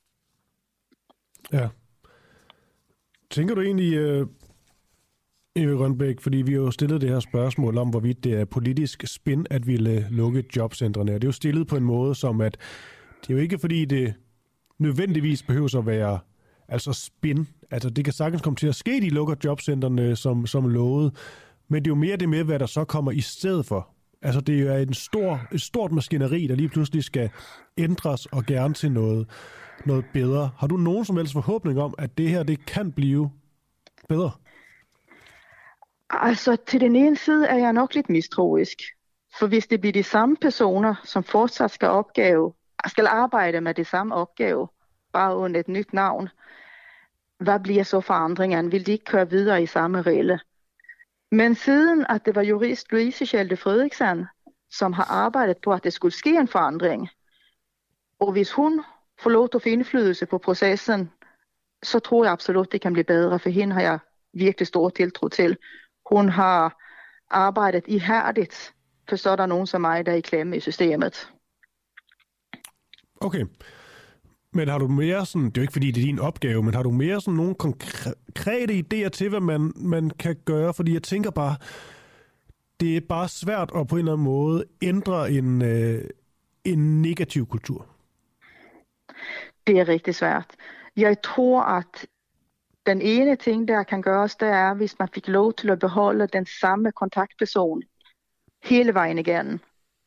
Ja. Tænker du egentlig, uh, Eva Grønbæk, fordi vi har jo stillet det her spørgsmål om, hvorvidt det er politisk spin, at ville lukke jobcentrene. Og det er jo stillet på en måde, som at det er jo ikke fordi, det nødvendigvis behøver at være altså spin. Altså det kan sagtens komme til at ske, de lukker jobcentrene som, som lovet. Men det er jo mere det med, hvad der så kommer i stedet for. Altså det er en stor, et stort maskineri, der lige pludselig skal ændres og gerne til noget, noget bedre. Har du nogen som helst forhåbning om, at det her det kan blive bedre? Altså til den ene side er jeg nok lidt mistroisk. For hvis det bliver de samme personer, som fortsat skal, opgave, skal arbejde med det samme opgave, bare under et nyt navn, hvad bliver så forandringen? Vil de ikke køre videre i samme regler? Men siden at det var jurist Louise Schelde Frederiksen, som har arbejdet på, at det skulle ske en forandring, og hvis hun får lov til at få indflydelse på processen, så tror jeg absolut, det kan blive bedre, for hende har jeg virkelig stor tiltro til. Hun har arbejdet ihærdigt, for så er der nogen som mig, der er i klemme i systemet. Okay. Men har du mere sådan, det er jo ikke fordi det er din opgave, men har du mere sådan nogle konkrete idéer til, hvad man, man kan gøre? Fordi jeg tænker bare, det er bare svært at på en eller anden måde ændre en, øh, en negativ kultur. Det er rigtig svært. Jeg tror, at den ene ting, der kan gøres, det er, hvis man fik lov til at beholde den samme kontaktperson hele vejen igennem,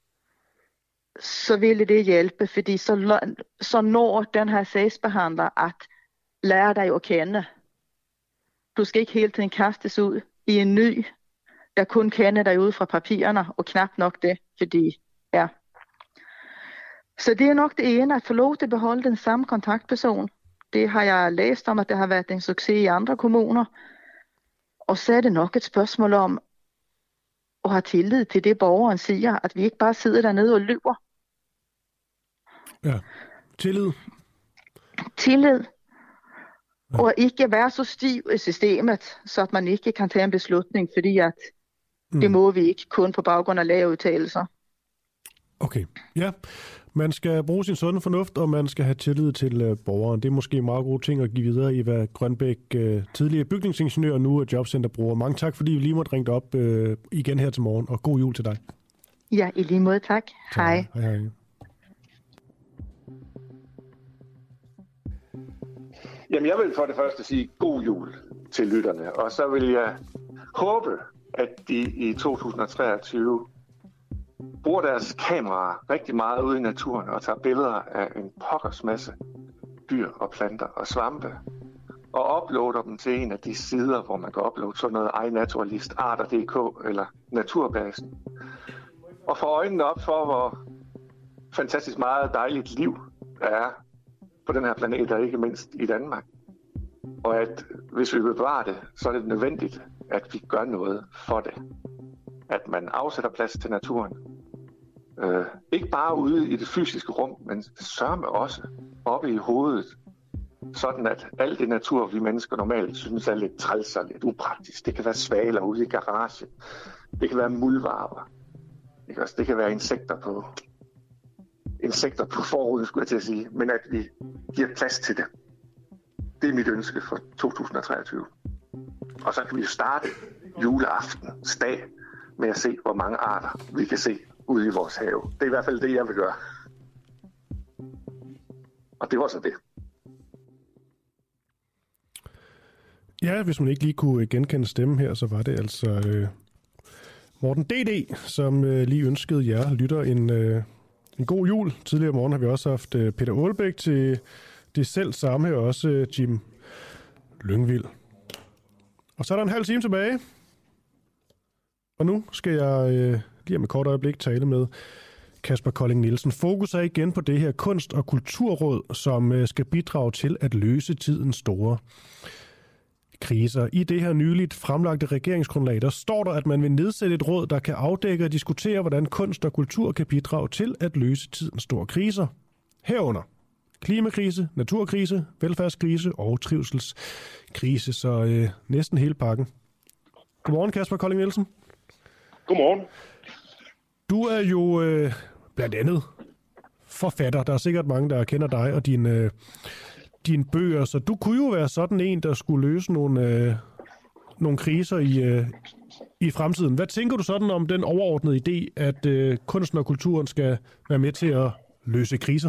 så ville det hjælpe, fordi så, så når den her sagsbehandler at lære dig at kende. Du skal ikke hele tiden kastes ud i en ny, der kun kender dig ud fra papirerne, og knap nok det, fordi, ja. Så det er nok det ene, at få lov til at beholde den samme kontaktperson. Det har jeg læst om, at det har været en succes i andre kommuner. Og så er det nok et spørgsmål om at have tillid til det, borgeren siger, at vi ikke bare sidder dernede og lyver. Ja, tillid. Tillid. Ja. Og ikke være så stiv i systemet, så at man ikke kan tage en beslutning, fordi at mm. det må vi ikke kun på baggrund af lave udtalelser. Okay, ja. Man skal bruge sin sunde fornuft, og man skal have tillid til uh, borgeren. Det er måske en meget god ting at give videre, Eva Grønbæk, uh, tidligere bygningsingeniør, nu er jobcenterbruger. Mange tak, fordi vi lige måtte ringe op uh, igen her til morgen, og god jul til dig. Ja, i lige måde, tak. tak. Hej. Hej, hej. Jamen, jeg vil for det første sige god jul til lytterne, og så vil jeg håbe, at de i to tusind treogtyve bruger deres kameraer rigtig meget ude i naturen og tager billeder af en pokkers masse dyr og planter og svampe og uploader dem til en af de sider, hvor man kan uploade sådan noget iNaturalist, arter punktum d k eller Naturbasen. Og få øjnene op for, hvor fantastisk meget dejligt liv der er på den her planet, og ikke mindst i Danmark. Og at hvis vi bevarer det, så er det nødvendigt, at vi gør noget for det. At man afsætter plads til naturen. Øh, ikke bare ude i det fysiske rum, men sørme også oppe i hovedet. Sådan at alt det natur, vi mennesker normalt synes er lidt træls og lidt upraktisk. Det kan være svaler ude i garagen. Det kan være muldvarper. Det kan være insekter på insekter på forruden, skulle jeg til at sige, men at vi giver plads til det. Det er mit ønske for to tusind og treogtyve. Og så kan vi starte juleaftens dag med at se, hvor mange arter vi kan se ude i vores have. Det er i hvert fald det, jeg vil gøre. Og det var så det. Ja, hvis man ikke lige kunne genkende stemmen her, så var det altså øh, Morten D D, som øh, lige ønskede jer lytter en, øh, en god jul. Tidligere morgen har vi også haft øh, Peter Aalbæk til det selv samme, og også øh, Jim Lyngvild. Og så er der en halv time tilbage. Og nu skal jeg øh, lige om et kort øjeblik tale med Kasper Kolding Nielsen. Fokus er igen på det her kunst- og kulturråd, som øh, skal bidrage til at løse tidens store kriser. I det her nyligt fremlagte regeringsgrundlag, der står der, at man vil nedsætte et råd, der kan afdække og diskutere, hvordan kunst og kultur kan bidrage til at løse tidens store kriser. Herunder klimakrise, naturkrise, velfærdskrise og trivselskrise, så øh, næsten hele pakken. Godmorgen, Kasper Kolding Nielsen. Godmorgen. Du er jo øh, blandt andet forfatter. Der er sikkert mange, der kender dig og din øh, dine bøger, så du kunne jo være sådan en, der skulle løse nogle, øh, nogle kriser i, øh, i fremtiden. Hvad tænker du sådan om den overordnede idé, at øh, kunsten og kulturen skal være med til at løse kriser?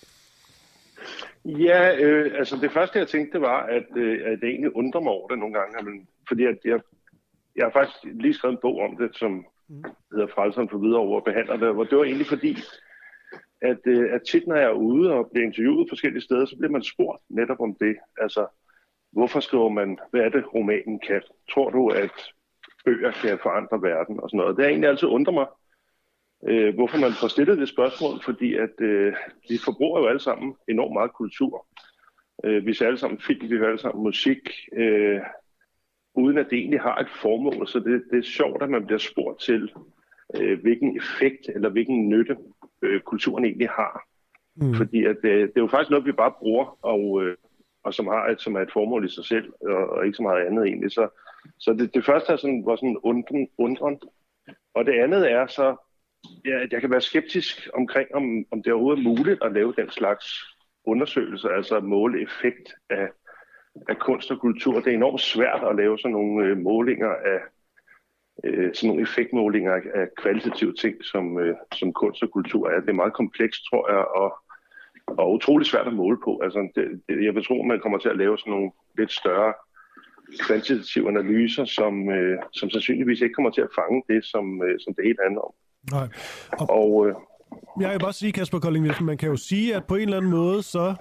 Ja, øh, altså det første, jeg tænkte, var, at, øh, at det egentlig undrer mig over det nogle gange, men, fordi at jeg, jeg har faktisk lige skrevet en bog om det, som mm. hedder Frelseren for Hvidovre og behandler det, og det var egentlig fordi, at, at tit, når jeg er ude og bliver interviewet forskellige steder, så bliver man spurgt netop om det. Altså, hvorfor skriver man, hvad er det, romanen kan? Tror du, at bøger kan forandre verden og sådan noget? Det har egentlig altid undret mig, øh, hvorfor man får stillet det spørgsmål, fordi at øh, vi forbruger jo alle sammen enormt meget kultur. Øh, vi ser alle sammen film, vi hører alle sammen musik, øh, uden at det egentlig har et formål. Så det, det er sjovt, at man bliver spurgt til, øh, hvilken effekt eller hvilken nytte kulturen egentlig har. Mm. Fordi at det, det er jo faktisk noget, vi bare bruger, og, øh, og som, har et, som er et formål i sig selv, og, og ikke så meget andet egentlig. Så, så det, det første er sådan, var sådan undren, undren. Og det andet er så, ja, at jeg kan være skeptisk omkring, om, om det overhovedet er muligt at lave den slags undersøgelser, altså at måle effekt af, af kunst og kultur. Det er enormt svært at lave sådan nogle øh, målinger af sådan nogle effektmålinger af kvalitative ting, som, øh, som kunst og kultur er. Det er meget komplekst, tror jeg, og, og utrolig svært at måle på. Altså, det, det, jeg vil tro, at man kommer til at lave sådan nogle lidt større kvantitative analyser, som, øh, som sandsynligvis ikke kommer til at fange det, som, øh, som det hele handler om. Nej. Og, og øh, jeg vil bare sige, Kasper Kolding Nielsen, man kan jo sige, at på en eller anden måde, så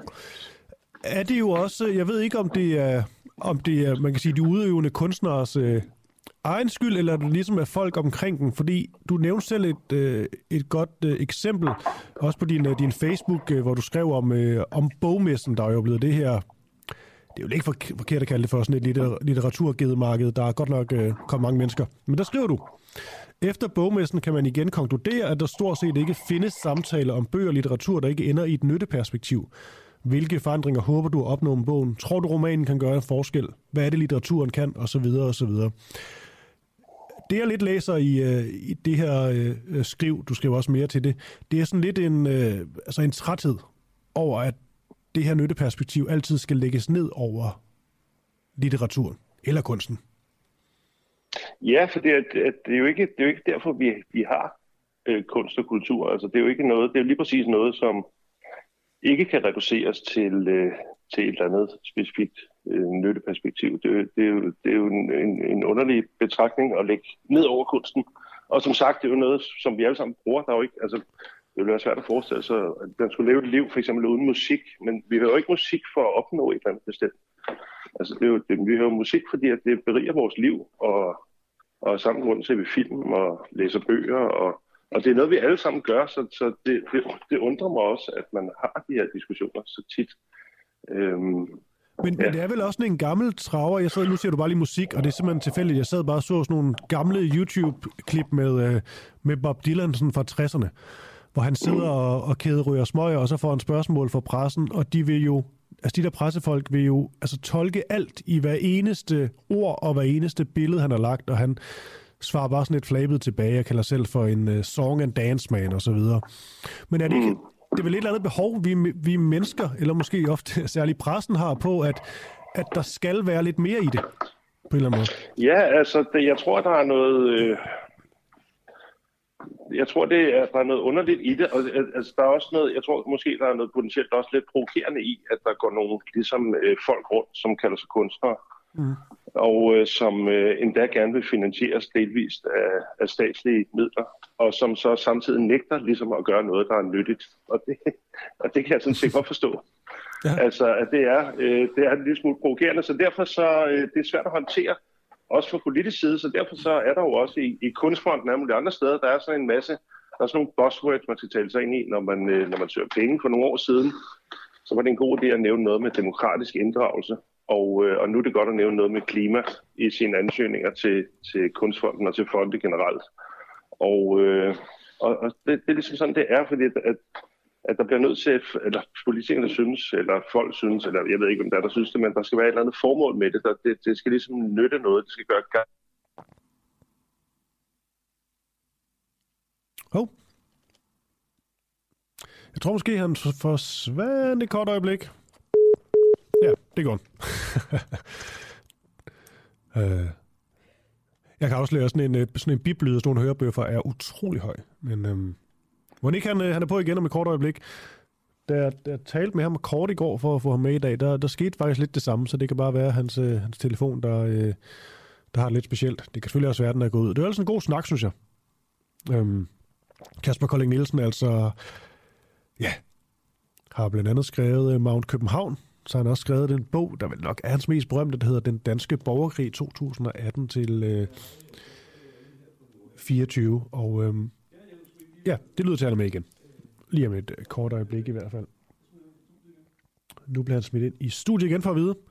er det jo også, jeg ved ikke, om det er, om det er man kan sige, de udøvende kunstneres øh, egen skyld, eller det ligesom er folk omkring den? Fordi du nævnte selv et, øh, et godt øh, eksempel, også på din, øh, din Facebook, øh, hvor du skrev om, øh, om bogmessen, der er jo blevet det her, det er jo ikke forkert at kalde det for sådan et litter, litteraturgedemarked, der er godt nok øh, kommet mange mennesker. Men der skriver du, efter bogmessen kan man igen konkludere, at der stort set ikke findes samtaler om bøger og litteratur, der ikke ender i et nytteperspektiv. Hvilke forandringer håber du at opnå med bogen? Tror du, romanen kan gøre en forskel? Hvad er det, litteraturen kan? Og så videre, og så videre. Det, jeg lidt læser i, øh, i det her øh, skriv, du skriver også mere til det, det er sådan lidt en, øh, altså en træthed over, at det her nytteperspektiv altid skal lægges ned over litteraturen eller kunsten. Ja, for det er, det er, jo, ikke, det er jo ikke derfor, vi, vi har øh, kunst og kultur. Altså, det er jo ikke noget, det er jo lige præcis noget, som ikke kan reduceres til, øh, til et eller andet specifikt øh, nytteperspektiv. Det, det, er jo, det er jo en, en, en underlig betragtning at lægge ned over kunsten. Og som sagt, det er jo noget, som vi alle sammen bruger. Der er jo ikke, altså, det ville være svært at forestille sig, at man skulle leve et liv for eksempel uden musik, men vi hører jo ikke musik for at opnå et eller andet bestemt. Altså, det er jo, det, vi hører musik, fordi at det beriger vores liv, og, og sammen grund ser vi film og læser bøger, og, og det er noget, vi alle sammen gør, så, så det, det, det undrer mig også, at man har de her diskussioner så tit. Øhm, Men, ja. men det er vel også sådan en gammel traver. Jeg sad, nu siger du bare lige musik, og det er simpelthen tilfældigt. Jeg sad bare og så sådan nogle gamle YouTube-klip med, med Bob Dylan sådan fra tresserne, hvor han sidder og, og kæderyger smøger, og så får han spørgsmål fra pressen, og de vil jo, altså de der pressefolk vil jo altså tolke alt i hver eneste ord og hver eneste billede, han har lagt, og han svarer bare sådan lidt flabet tilbage. Jeg kalder selv for en uh, song and dance man og så videre. Men er det ikke... Det er vel et eller andet behov, vi, vi mennesker, eller måske ofte særligt pressen har på, at, at der skal være lidt mere i det, på en eller anden måde? Ja, altså, det, jeg tror, der er noget... Øh, jeg tror, det er, der er noget underligt i det. Og, altså, der er også noget, jeg tror måske, der er noget potentielt også lidt provokerende i, at der går nogle ligesom, øh, folk rundt, som kalder sig kunstnere, mm. og øh, som øh, endda gerne vil finansieres delvist af, af statslige midler, og som så samtidig nægter ligesom at gøre noget, der er nyttigt. Og det, og det kan jeg sådan set godt forstå. Ja. Altså, at det er, øh, det er en lille smule provokerende, så derfor så, øh, det er svært at håndtere, også fra politisk side, så derfor så er der jo også i, i Kunstfonden og alle andre steder, der er sådan en masse, der er sådan nogle buzzwords, man skal tale sig ind i, når man, øh, når man søger penge. For nogle år siden, så var det en god idé at nævne noget med demokratisk inddragelse, og, øh, og nu er det godt at nævne noget med klima i sine ansøgninger til, til Kunstfonden og til fonde generelt. Og, øh, og, og det, det er ligesom sådan, det er, fordi at, at, at der bliver nødt til, eller politikerne synes, eller folk synes, eller jeg ved ikke, om der er, der synes det, men der skal være et eller andet formål med det. Der, det, det skal ligesom nytte noget, det skal gøre gang. Hov. Jeg tror måske, han forsvandt et kort øjeblik. Ja, det går. øh. Jeg kan afsløre, at sådan en, sådan en biblyd og sådan nogle hørebøffer er utrolig høj. Men øhm, må ikke han, han er på igen om et kort øjeblik. Da jeg, da jeg talte med ham kort i går for at få ham med i dag, der, der skete faktisk lidt det samme, så det kan bare være hans, øh, hans telefon, der, øh, der har det lidt specielt. Det kan selvfølgelig også være, den er gået ud. Det er altså en god snak, synes jeg. Øhm, Kasper Kolding Nielsen, altså, ja, har blandt andet skrevet uh, Mount København. Så har han også skrevet den bog, der vel nok er hans mest berømte, der hedder Den danske borgerkrig to tusind atten til øh, fireogtyve. Og øh, ja, det lyder til, at han er med igen. Lige om et kort øjeblik i hvert fald. Nu bliver han smidt ind i studiet igen for at vide.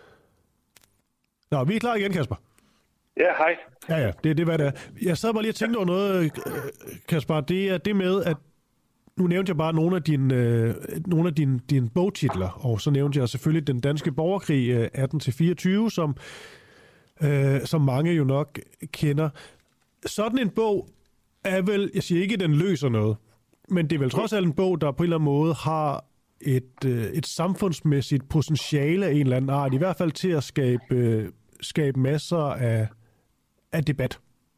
Nå, vi er klar igen, Kasper. Ja, hej. Ja, ja, det er det, hvad det er. Jeg sad bare lige og tænkte over noget, Kasper. Det er det med, at nu nævnte jeg bare nogle af dine, øh, nogle af dine, dine bogtitler, og så nævnte jeg selvfølgelig Den danske borgerkrig øh, atten til fireogtyve, som, øh, som mange jo nok kender. Sådan en bog er vel, jeg siger ikke, at den løser noget, men det er vel trods alt en bog, der på en eller anden måde har et, øh, et samfundsmæssigt potentiale af en eller anden art, i hvert fald til at skabe, øh, skabe masser af, af debat.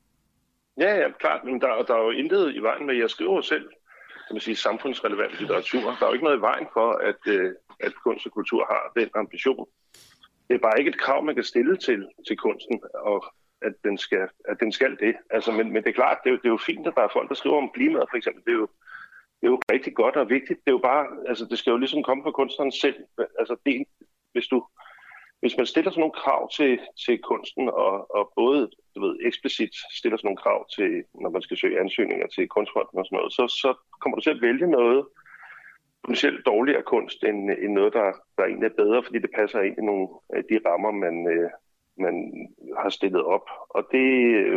Ja, ja, klart, men der, der er jo intet i vejen med, jeg skriver selv, kan man sige, samfundsrelevant litteratur. Der er jo ikke noget i vejen for, at, øh, at kunst og kultur har den ambition. Det er bare ikke et krav, man kan stille til, til kunsten, og at den skal, at den skal det. Altså, men, men det er klart, det er, jo, det er jo fint, at der er folk, der skriver om klimaet, for eksempel. Det er jo, det er jo rigtig godt og vigtigt. Det er jo bare, altså, det skal jo ligesom komme fra kunstneren selv. Altså, det, hvis du, hvis man stiller sådan nogle krav til, til kunsten, og, og både, du ved, eksplicit stiller sådan nogle krav til, når man skal søge ansøgninger til Kunstfonden og sådan noget, så, så kommer du til at vælge noget potentielt dårligere kunst, end, end noget, der, der egentlig er bedre, fordi det passer ind i nogle af de rammer, man, øh, man har stillet op. Og det, øh,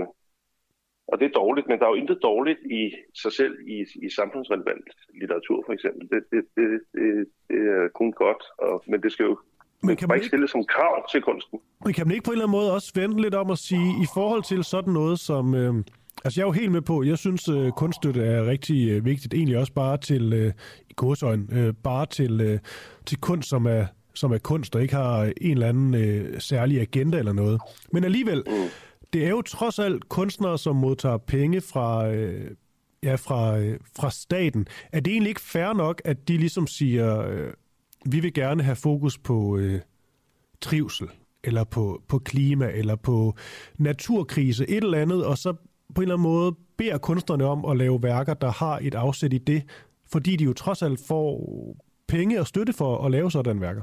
og det er dårligt, men der er jo intet dårligt i sig selv i, i samfundsrelevant litteratur, for eksempel. Det, det, det, det, det er kun godt, og, men det skal jo Men kan man ikke stille som krav til kunsten. Men kan man ikke på en eller anden måde også vente lidt om at sige, i forhold til sådan noget som... Øh, altså jeg er jo helt med på, jeg synes øh, kunststøtte er rigtig øh, vigtigt, egentlig også bare til, øh, i gåseøjne, øh, bare til, øh, til kunst, som er, som er kunst, og ikke har en eller anden øh, særlig agenda eller noget. Men alligevel, mm. det er jo trods alt kunstnere, som modtager penge fra... Øh, ja, fra, øh, fra staten. Er det egentlig ikke fair nok, at de ligesom siger... Øh, vi vil gerne have fokus på øh, trivsel, eller på, på klima, eller på naturkrise, et eller andet, og så på en eller anden måde beder kunstnerne om at lave værker, der har et afsæt i det, fordi de jo trods alt får penge og støtte for at lave sådan værker.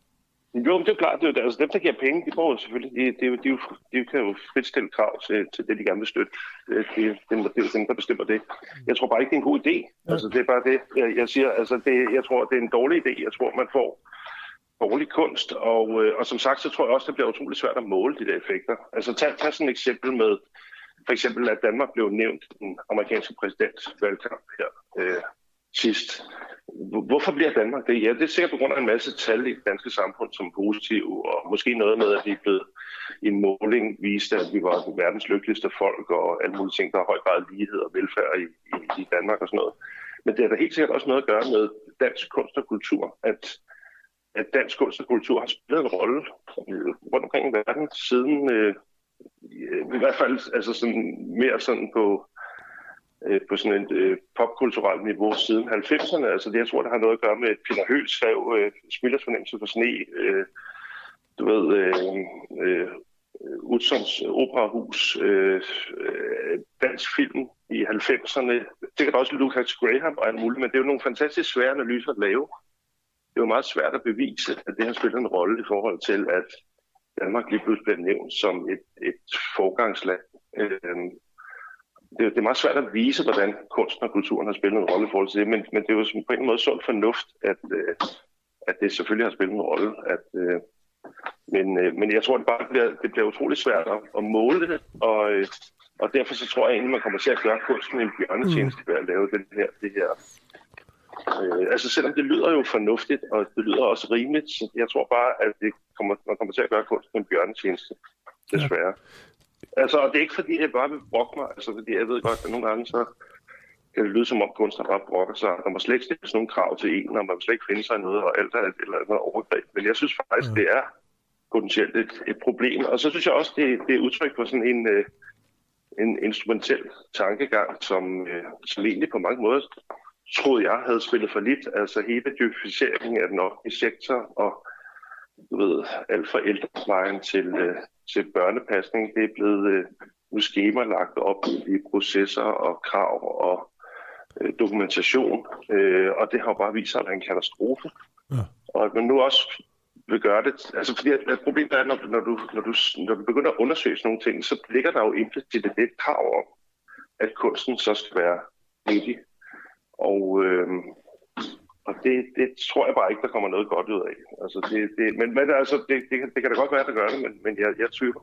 Jo, men det er jo klart, det er jo, altså dem, der giver penge, de får jo selvfølgelig, de, de, de, de, de kan jo frit stille krav til, til det, de gerne vil støtte. Det, det, det, det er jo dem, der bestemmer det. Jeg tror bare ikke, det er en god idé. Ja. Altså, det er bare det, jeg, jeg siger. Altså, det, jeg tror, det er en dårlig idé. Jeg tror, man får dårlig kunst, og, og som sagt, så tror jeg også, det bliver utroligt svært at måle de der effekter. Altså, tag, tag sådan et eksempel med, for eksempel, at Danmark blev nævnt i den amerikanske præsidentvalgkamp her øh, sidst. hvorfor bliver Danmark det? Ja, det er sikkert på grund af en masse tal i det danske samfund som positive, og måske noget med, at vi er blevet i en måling viste, at vi var verdens lykkeligste folk, og alle mulige ting, der har høj grad lighed og velfærd i, i, i Danmark og sådan noget. Men det er da helt sikkert også noget at gøre med dansk kunst og kultur, at, at dansk kunst og kultur har spillet en rolle rundt omkring i verden siden, øh, i hvert fald altså sådan, mere sådan på, øh, på sådan et øh, popkulturelt niveau siden halvfemserne. Altså det, jeg tror, det har noget at gøre med, at Peter Høeg skrev øh, Spillers fornemmelse for sne, øh, du ved, øh, øh, Utzons operahus, øh, øh, dansk film i halvfemserne, sikkert også Lucas Graham og alt muligt, men det er jo nogle fantastisk svære analyser at lave. Det er jo meget svært at bevise, at det har spillet en rolle i forhold til, at Danmark lige pludselig bliver nævnt som et, et forgangsland. Øh, det, det er meget svært at vise, hvordan kunsten og kulturen har spillet en rolle i forhold til det, men, men det er jo på en måde sund fornuft, at, øh, at det selvfølgelig har spillet en rolle, at øh, Men, øh, men jeg tror, det bare bliver, det bliver utrolig svært at, at måle det, og, øh, og derfor så tror jeg egentlig, man kommer til at gøre kunsten en bjørnetjeneste ved at lave det her. Det her. Øh, altså selvom det lyder jo fornuftigt, og det lyder også rimeligt, så jeg tror bare, at det kommer, man kommer til at gøre kunsten en bjørnetjeneste, desværre. Ja. Altså, og det er ikke fordi, jeg bare vil brokke mig, altså fordi jeg ved godt, at nogle gange så kan det lyde som om kunstner bare brokker sig. Der må slet ikke stilles nogen krav til en, og man må slet ikke finde sig noget, og alt er et eller andet overgreb. Men jeg synes faktisk, ja. det er potentielt et, et problem. Og så synes jeg også, det, det er udtryk for sådan en, en instrumentel tankegang, som, som egentlig på mange måder troede jeg havde spillet for lidt. Altså hele dygtificeringen af den offentlige sektor og du ved, alt fra ældreplejen til, til børnepasning, det er blevet nu skemaer lagt op i processer og krav og øh, dokumentation, øh, og det har jo bare vist sig at være en katastrofe. Ja. Og at man nu også vil gøre det, altså fordi at, at problemet er, når, når, du, når, du, når du begynder at undersøge sådan nogle ting, så ligger der jo implicit et krav om, at kunsten så skal være nyttig. Og, øh, og det, det tror jeg bare ikke, der kommer noget godt ud af. Altså det, det, men men altså, det, det, det kan da godt være, at der gør det, men, men jeg, jeg tvivler.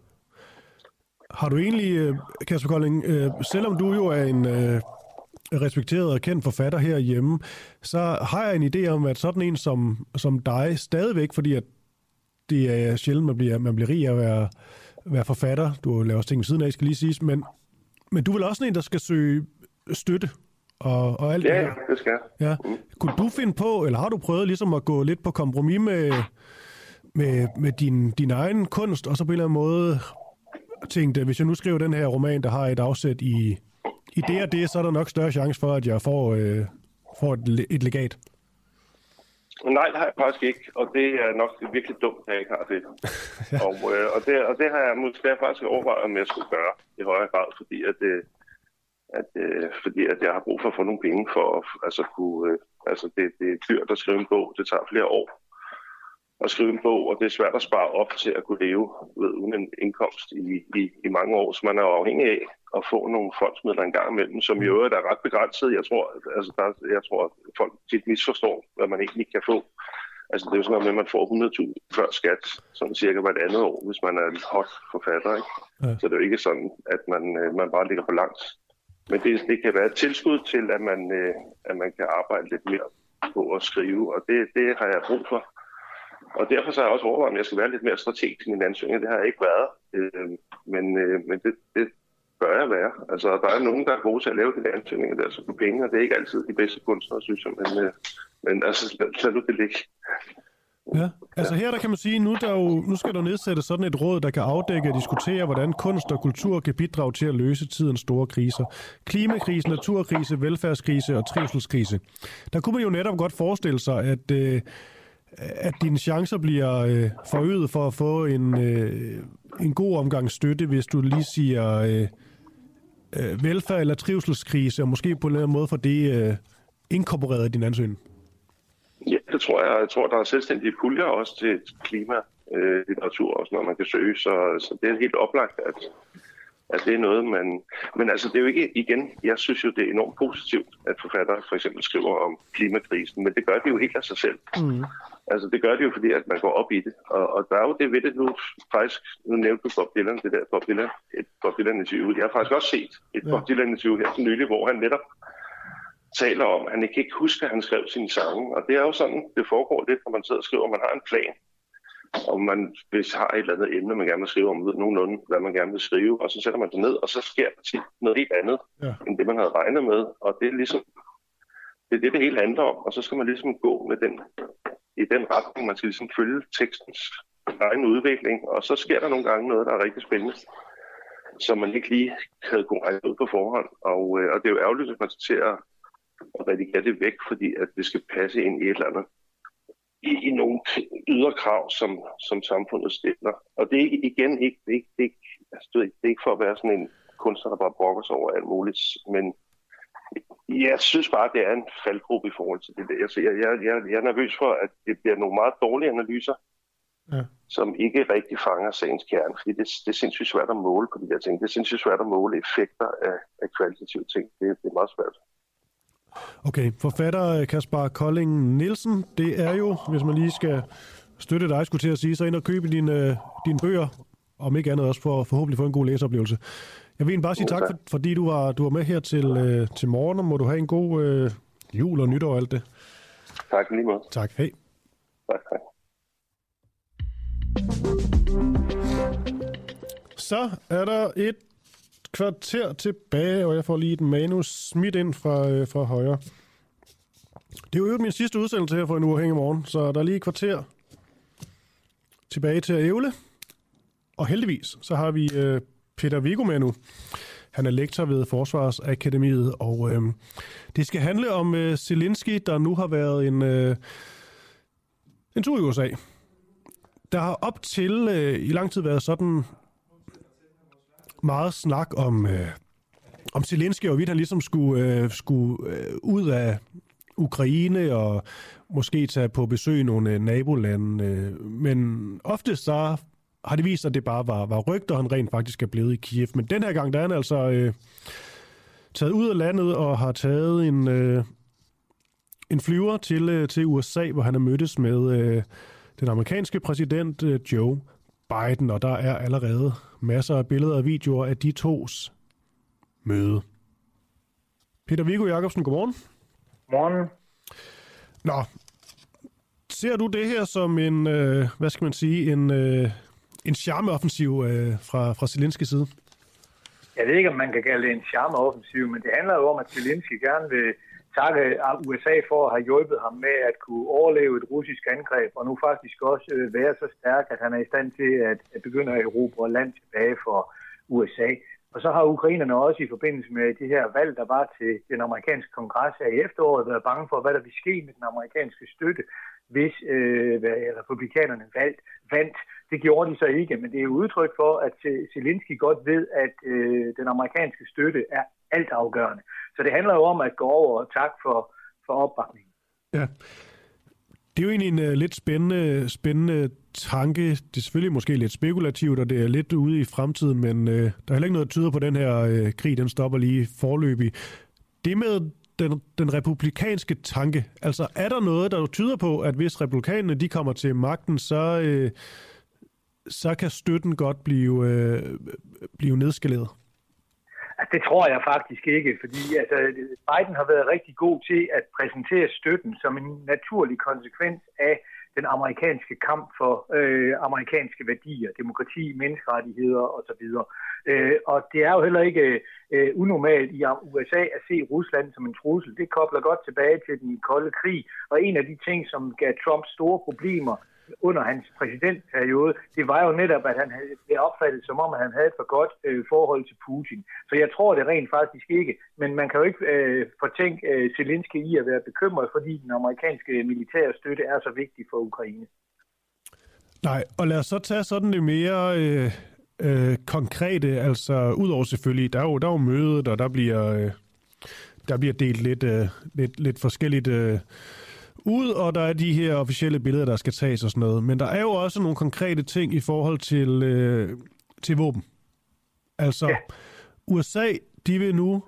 Har du egentlig, Kasper Kolding, selvom du jo er en respekteret og kendt forfatter herhjemme, så har jeg en idé om, at sådan en som, som dig stadigvæk, fordi at det er sjældent, man bliver, man bliver rig af at være, være forfatter, du laver ting ved siden af, skal lige siges, men, men du er vel også en, der skal søge støtte og, og alt ja, det her? Ja, det skal ja. Mm. Kunne du finde på, eller har du prøvet ligesom at gå lidt på kompromis med, med, med din, din egen kunst, og så på en eller anden måde tænkte, hvis jeg nu skriver den her roman, der har et afsæt i, i det og det, så er der nok større chance for, at jeg får, øh, får et, et legat. Nej, det har jeg faktisk ikke, og det er nok virkelig dumt, at jeg ikke har det. ja. og, øh, og, det og det har jeg måske faktisk overvejet, om jeg skulle gøre i højere grad, fordi at, øh, at, øh, fordi at jeg har brug for at få nogle penge for at altså, kunne... Øh, altså, det, det er dyrt at skrive en bog, det tager flere år at skrive en bog, og det er svært at spare op til at kunne leve ved, uden en indkomst i, i, i mange år, så man er afhængig af at få nogle fondsmidler en gang imellem, som i øvrigt er ret begrænset. Jeg tror, altså der, jeg tror at folk tit misforstår, hvad man egentlig kan få. Altså det er jo sådan noget med, at man får hundrede tusind før skat, sådan cirka hvert andet år, hvis man er en hot forfatter. Ikke? Ja. Så det er jo ikke sådan, at man, man bare ligger på langt. Men det, det kan være et tilskud til, at man, at man kan arbejde lidt mere på at skrive, og det, det har jeg brug for. Og derfor så har jeg også overvejet, at jeg skal være lidt mere strategisk i min ansøgning. Det har jeg ikke været, øh, men, øh, men det, det bør jeg være. Altså, der er nogen, der er gode til at lave de der ansøgninger der, så på penge, og det er ikke altid de bedste kunstnere, synes jeg, men, øh, men altså, lad nu det ligge. Ja, altså her der kan man sige, nu, der jo, nu skal der nedsættes sådan et råd, der kan afdække og diskutere, hvordan kunst og kultur kan bidrage til at løse tidens store kriser. Klimakrise, naturkrise, velfærdskrise og trivselskrise. Der kunne man jo netop godt forestille sig, at øh, at dine chancer bliver øh, forøget for at få en, øh, en god omgang støtte, hvis du lige siger øh, øh, velfærd eller trivselskrise, og måske på en eller anden måde for det øh, inkorporeret i din ansøgning. Ja, det tror jeg. Jeg tror, der er selvstændige puljer også til klima, øh, litteratur og sådan noget, man kan søge, så, så det er helt oplagt, at, at det er noget, man... Men altså, det er jo ikke igen... Jeg synes jo, det er enormt positivt, at forfattere for eksempel skriver om klimakrisen, men det gør de jo helt af sig selv. Mm. Altså, det gør det jo, fordi at man går op i det. Og, og der er jo det ved det nu, faktisk, nu nævnte du Bob Dylan, det der Bob Dylan, et Bob Dylan-interview. Jeg har faktisk også set et ja. Bob Dylan-interview her for nylig, hvor han netop taler om, at han ikke kan huske, at han skrev sine sange. Og det er jo sådan, det foregår lidt, når man sidder og skriver, man har en plan. Og man hvis har et eller andet emne, man gerne vil skrive om, ved nogenlunde, hvad man gerne vil skrive, og så sætter man det ned, og så sker der til noget helt andet, ja. end det man havde regnet med. Og det er ligesom, det er det, det hele handler om. Og så skal man ligesom gå med den, i den retning, man skal ligesom følge tekstens egen udvikling. Og så sker der nogle gange noget, der er rigtig spændende, som man ikke lige havde kunnet regne ud på forhånd. Og, øh, og det er jo ærgerligt, at man skal til at redigere det væk, fordi at det skal passe ind i et eller andet. I, i nogle ydre krav, som, som samfundet stiller. Og det er ikke, igen ikke, det er ikke, det er ikke, altså, det er ikke for at være sådan en kunstner, der bare brokker sig over alt muligt, men jeg synes bare, at det er en faldgruppe i forhold til det der. Altså, jeg, jeg, jeg, jeg er nervøs for, at det bliver nogle meget dårlige analyser, ja. som ikke rigtig fanger sagens kerne, fordi det, det er sindssygt svært at måle på de der ting. Det er sindssygt svært at måle effekter af, af kvalitative ting. Det, det er meget svært. Okay, forfatter Kasper Kolding Nielsen, det er jo, hvis man lige skal støtte dig, skulle til at sige, så ind og købe dine, dine bøger, om ikke andet også for forhåbentlig få en god læseoplevelse. Jeg vil bare sige tak, for, fordi du var, du var med her til, øh, til morgen, og må du have en god øh, jul og nytår og alt det. Tak lige meget. Tak, hej. Tak, hej. Så er der et kvarter tilbage, og jeg får lige et manus smidt ind fra, øh, fra højre. Det er jo min sidste udsendelse her for en uafhængig morgen, så der er lige et kvarter tilbage til at ævle. Og heldigvis, så har vi øh, Peter Viggo med nu. Han er lektor ved Forsvarsakademiet, og øh, det skal handle om øh, Zelensky, der nu har været en, øh, en tur i U S A. Der har op til øh, i lang tid været sådan meget snak om, øh, om Zelensky, og vidt han ligesom skulle, øh, skulle øh, ud af Ukraine og måske tage på besøg nogle øh, nabolande. Øh, men ofte så har det vist sig, at det bare var, var rygter, og han rent faktisk er blevet i Kiev. Men den her gang, der er han altså øh, taget ud af landet og har taget en, øh, en flyver til, øh, til U S A, hvor han er mødtes med øh, den amerikanske præsident øh, Joe Biden, og der er allerede masser af billeder og videoer af de tos møde. Peter Viggo Jacobsen, godmorgen. Godmorgen. Nå, ser du det her som en, øh, hvad skal man sige, en, øh, en charmeoffensiv øh, fra, fra Zelensky's side? Jeg ved ikke, om man kan kalde det en charmeoffensiv, men det handler jo om, at Zelensky gerne vil takke U S A for at have hjulpet ham med at kunne overleve et russisk angreb, og nu faktisk også være så stærk, at han er i stand til at, at begynde at erobre land tilbage for U S A. Og så har ukrainerne også i forbindelse med det her valg, der var til den amerikanske kongres her i efteråret, været bange for, hvad der ville ske med den amerikanske støtte, hvis øh, republikanerne valgt, vandt. Det gjorde de så ikke, men det er jo udtryk for, at Zelensky godt ved, at øh, den amerikanske støtte er altafgørende. Så det handler jo om at gå over og tak for, for opbakningen. Ja, det er jo egentlig en uh, lidt spændende, spændende tanke. Det er selvfølgelig måske lidt spekulativt, og det er lidt ude i fremtiden, men uh, der er heller ikke noget, der tyder på, den her uh, krig, den stopper lige forløbig. Det med den, den republikanske tanke, altså er der noget, der tyder på, at hvis republikanerne de kommer til magten, så, uh, så kan støtten godt blive, uh, blive nedskaleret? Det tror jeg faktisk ikke, fordi altså, Biden har været rigtig god til at præsentere støtten som en naturlig konsekvens af den amerikanske kamp for øh, amerikanske værdier, demokrati, menneskerettigheder osv. Øh, og det er jo heller ikke øh, unormalt i U S A at se Rusland som en trussel. Det kobler godt tilbage til den kolde krig, og en af de ting, som gav Trump store problemer under hans præsidentperiode, det var jo netop, at han blev opfattet som om, at han havde et for godt øh, forhold til Putin. Så jeg tror det rent faktisk ikke. Men man kan jo ikke øh, fortænke øh, Zelensky i at være bekymret, fordi den amerikanske militære støtte er så vigtig for Ukraine. Nej, og lad os så tage sådan det mere øh, øh, konkrete, altså udover selvfølgelig, der er jo, der er jo mødet, og der bliver, øh, der bliver delt lidt, øh, lidt, lidt forskelligt øh, ud, og der er de her officielle billeder, der skal tages og sådan noget. Men der er jo også nogle konkrete ting i forhold til, øh, til våben. Altså, ja. U S A, de vil nu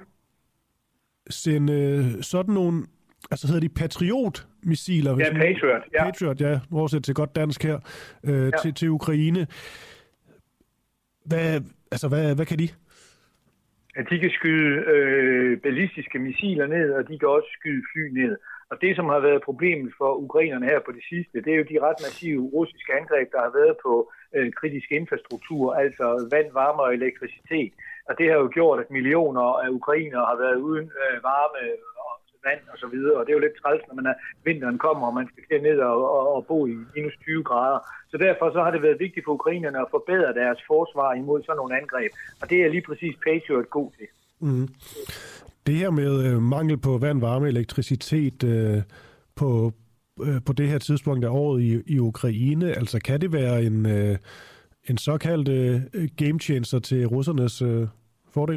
sende øh, sådan nogle, altså hedder de Patriot-missiler? Ja, Patriot, ja. Patriot, ja, oversat til godt dansk her, øh, ja. til, til Ukraine. Hvad, altså, hvad, hvad kan de? at de kan skyde øh, ballistiske missiler ned, og de kan også skyde fly ned. Og det, som har været problemet for ukrainerne her på det sidste, det er jo de ret massive russiske angreb, der har været på øh, kritisk infrastruktur, altså vand, varme og elektricitet. Og det har jo gjort, at millioner af ukrainere har været uden øh, varme og vand og så videre. Og det er jo lidt træls, når man er, vinteren kommer, og man skal klæde ned og, og, og bo i minus tyve grader. Så derfor så har det været vigtigt for ukrainerne at forbedre deres forsvar imod sådan nogle angreb. Og det er lige præcis Patriot god til. Mm. Det her med øh, mangel på vand, varme, elektricitet øh, på, øh, på det her tidspunkt af året i, i Ukraine, altså kan det være en, øh, en såkaldt øh, game changer til russernes øh, fordel?